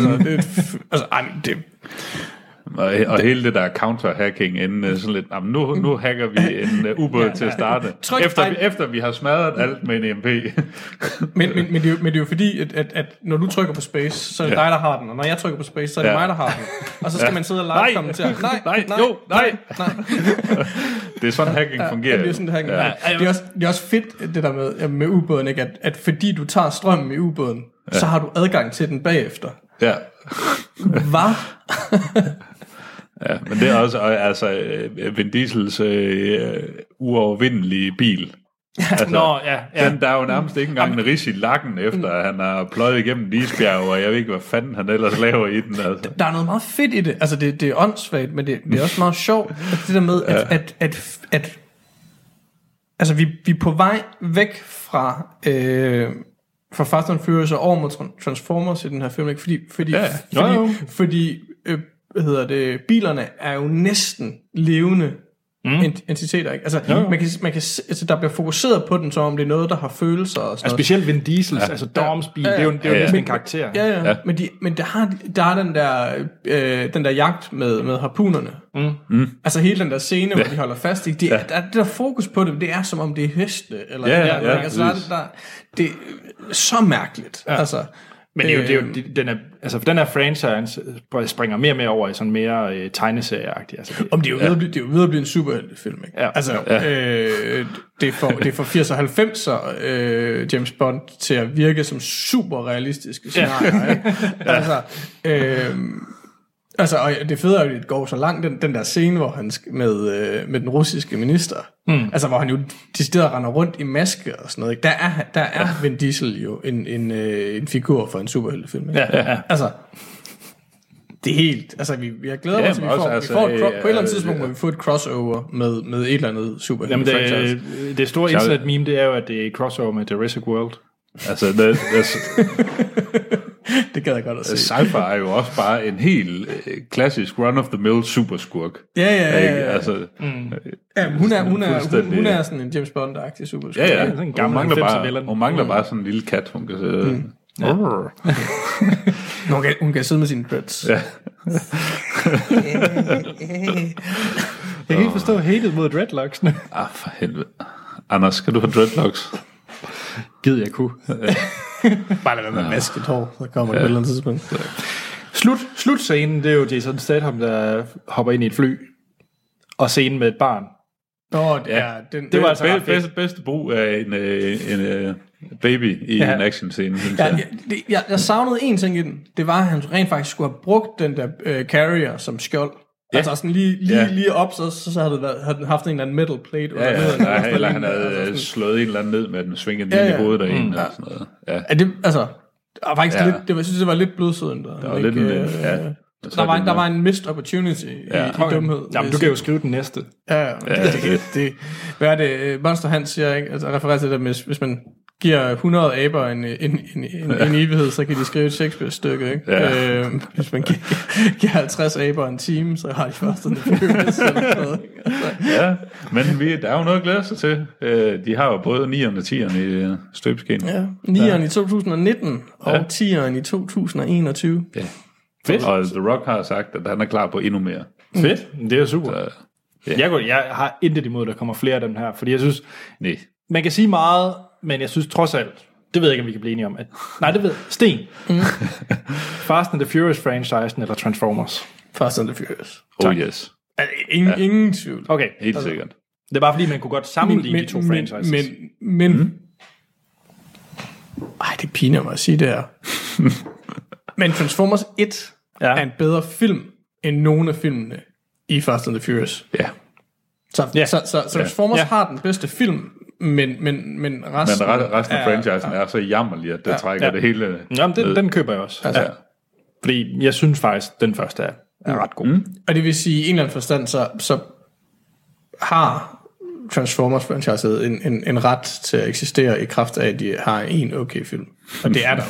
Og hele det der counter-hacking inden sådan lidt, nu hacker vi en ubåd til at starte, efter vi har smadret alt med en EMP. men det er jo fordi, at når du trykker på space, så er det dig, der har den, og når jeg trykker på space, så er det mig, der har den. Og så skal man sidde og live kommentere. Nej. Det er sådan hacking fungerer. Det er sådan hacking. Det er også fedt det der med ubåden, ikke? At fordi du tager strømmen i ubåden, så har du adgang til den bagefter. Ja. Hvad? Ja, men det er også altså Vin Diesels uovervindelige bil. Altså, der er jo nærmest ikke engang en ris i lakken, efter at han har pløjet igennem en isbjerg, og jeg ved ikke, hvad fanden han ellers laver i den. Altså. Der er noget meget fedt i det. Altså, det er åndssvagt, men det er også meget sjovt. At det der med, at altså, vi er på vej væk fra Fast and Furious og over mod Transformers i den her film, ikke? Fordi bilerne er jo næsten levende entiteter, ikke? Altså, man kan altså, der bliver fokuseret på den, som om det er noget, der har følelser og sådan noget. Specielt Vin Diesels, altså Doms bil, det er jo næsten en karakter. Ja. Men der er den der jagt med harpunerne. Altså hele den der scene, hvor de holder fast, ikke? Det der fokus på det er som om det er heste, eller det er så mærkeligt. Altså, men det er jo den her franchise springer mere og mere over i sådan mere tegneserieagtigt. Altså, det er jo ved at blive en superheltefilm, ikke? Ja. Altså, det er for 80'er og 90'er James Bond til at virke som super realistiske scenarier, ikke? Altså, og det fede er jo, det går så langt, den der scene, hvor han med den russiske minister, altså hvor han jo decideret render rundt i maske og sådan noget, ikke? Der er Vin Diesel jo en figur for en superheltefilm, ikke? Ja. Altså, det er helt, altså vi har glædet os, at på et eller andet tidspunkt må vi få et crossover med et eller andet superheltefilm. Det store internet-meme, det er jo, at det er et crossover med Jurassic World. Altså, Det gad jeg godt at se. Cypher er jo også bare en helt klassisk run-of-the-mill superskurk. Ja. Altså, hun er sådan en James Bond-agtig superskurk. Ja. Sådan en gammel Hun mangler bare sådan en lille kat, hun kan sidde... Hun kan sidde med sine dreads. Ja. Jeg kan ikke forstå hatet mod dreadlocksene. For helvede. Anders, skal du have dreadlocks? Gid jeg kunne. Bare lad være med masket hår, så kommer det på et eller andet tidspunkt. Slutscenen, det er jo Jason Statham, der hopper ind i et fly. Og scenen med et barn. Det var altså bedste brug af en baby i en actionscene, synes jeg. Jeg savnede en ting i den. Det var, at han rent faktisk skulle have brugt den der carrier som skjold. Ja. Altså sådan lige op, så havde den haft en eller anden metal plate. Eller han havde slået en eller anden ned med den svingende i hovedet derinde. Eller sådan noget. Ja. Det, altså, faktisk lidt, jeg synes, det var lidt blodsødende. Der var en missed opportunity i dumhed. Jamen, du kan jo skrive den næste. Hvad er det? Monster Hans siger, ikke? Altså, refererer til det med, hvis man giver 100 aber en evighed, så kan de skrive et Shakespeare-stykke, ikke? Ja. Hvis man giver 50 aber en time, så har de først en Ja, men der er jo noget at glæde sig til. De har jo både 9'eren og 10'eren i støbeskeen. Ja, 9'eren i 2019 og 10'eren i 2021. Ja. Fedt. Og The Rock har sagt, at han er klar på endnu mere. Fedt, det er super. Så, yeah. Jeg har intet imod, at der kommer flere af dem her, fordi jeg synes, man kan sige meget, men jeg synes trods alt, det ved jeg ikke, om vi kan blive enige om. Det ved Sten. Fast and the Furious-franchisen eller Transformers? Fast and the Furious. Oh yes. Ingen tvivl. Okay. Helt sikkert. Det er bare fordi, man kunne godt sammenligne de to franchises. Men det piner mig at sige det her. Men Transformers 1 er en bedre film end nogle af filmene i Fast and the Furious. Ja. Så Transformers har den bedste film, men resten af franchisen er så jammerlig, at det trækker det hele. Jamen, den køber jeg også. Altså, fordi jeg synes faktisk, den første er ret god. Og det vil sige, i en eller anden forstand, så har Transformers franchiset en ret til at eksistere i kraft af, at de har en okay film. Og det er der.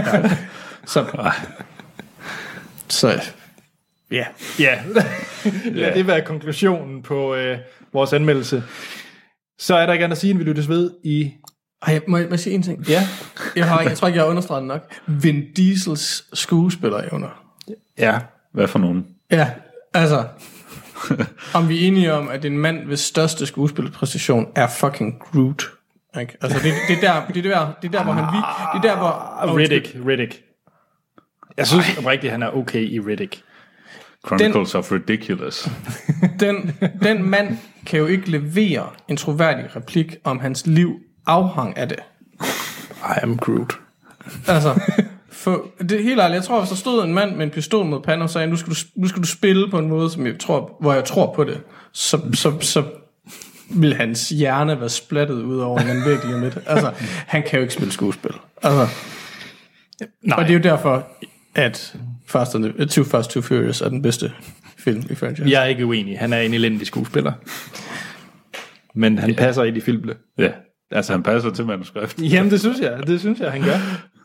Så ja. Det var konklusionen på vores anmeldelse. Så er der ikke andet at sige, end vi lyttes ved i... Må jeg sige en ting? Ja. Jeg tror ikke, jeg har understreget nok. Vin Diesels skuespillerevner. Ja. Hvad for nogen? Ja, altså... om vi er enige om, at en mand, hvis største skuespillerpræstation er fucking Groot. Ikke? Altså, det er der, hvor han... Det er der, hvor... Riddick. Jeg synes oprigtigt, han er okay i Riddick. Chronicles of Ridiculous. Den mand kan jo ikke levere en troværdig replik, om hans liv afhang af det. I am Groot. Altså, det er helt ærligt. Jeg tror, hvis der stod en mand med en pistol mod panden og sagde, nu skal du spille på en måde, hvor jeg tror på det, så vil hans hjerne være splattet ud over en væg lige midt. Altså, han kan jo ikke spille skuespil. Altså, og det er jo derfor, at Too Fast, Too Furious er den bedste film i franchise. Jeg er ikke uenig. Han er en elendig skuespiller. Men han passer ind i filmene. Ja, altså han passer til manuskriptet. Jamen, det synes jeg, han gør.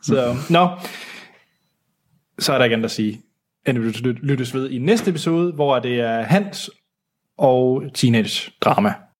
Så er der ikke andet at sige, end vi lyttes ved i næste episode, hvor det er Hans og teenage drama.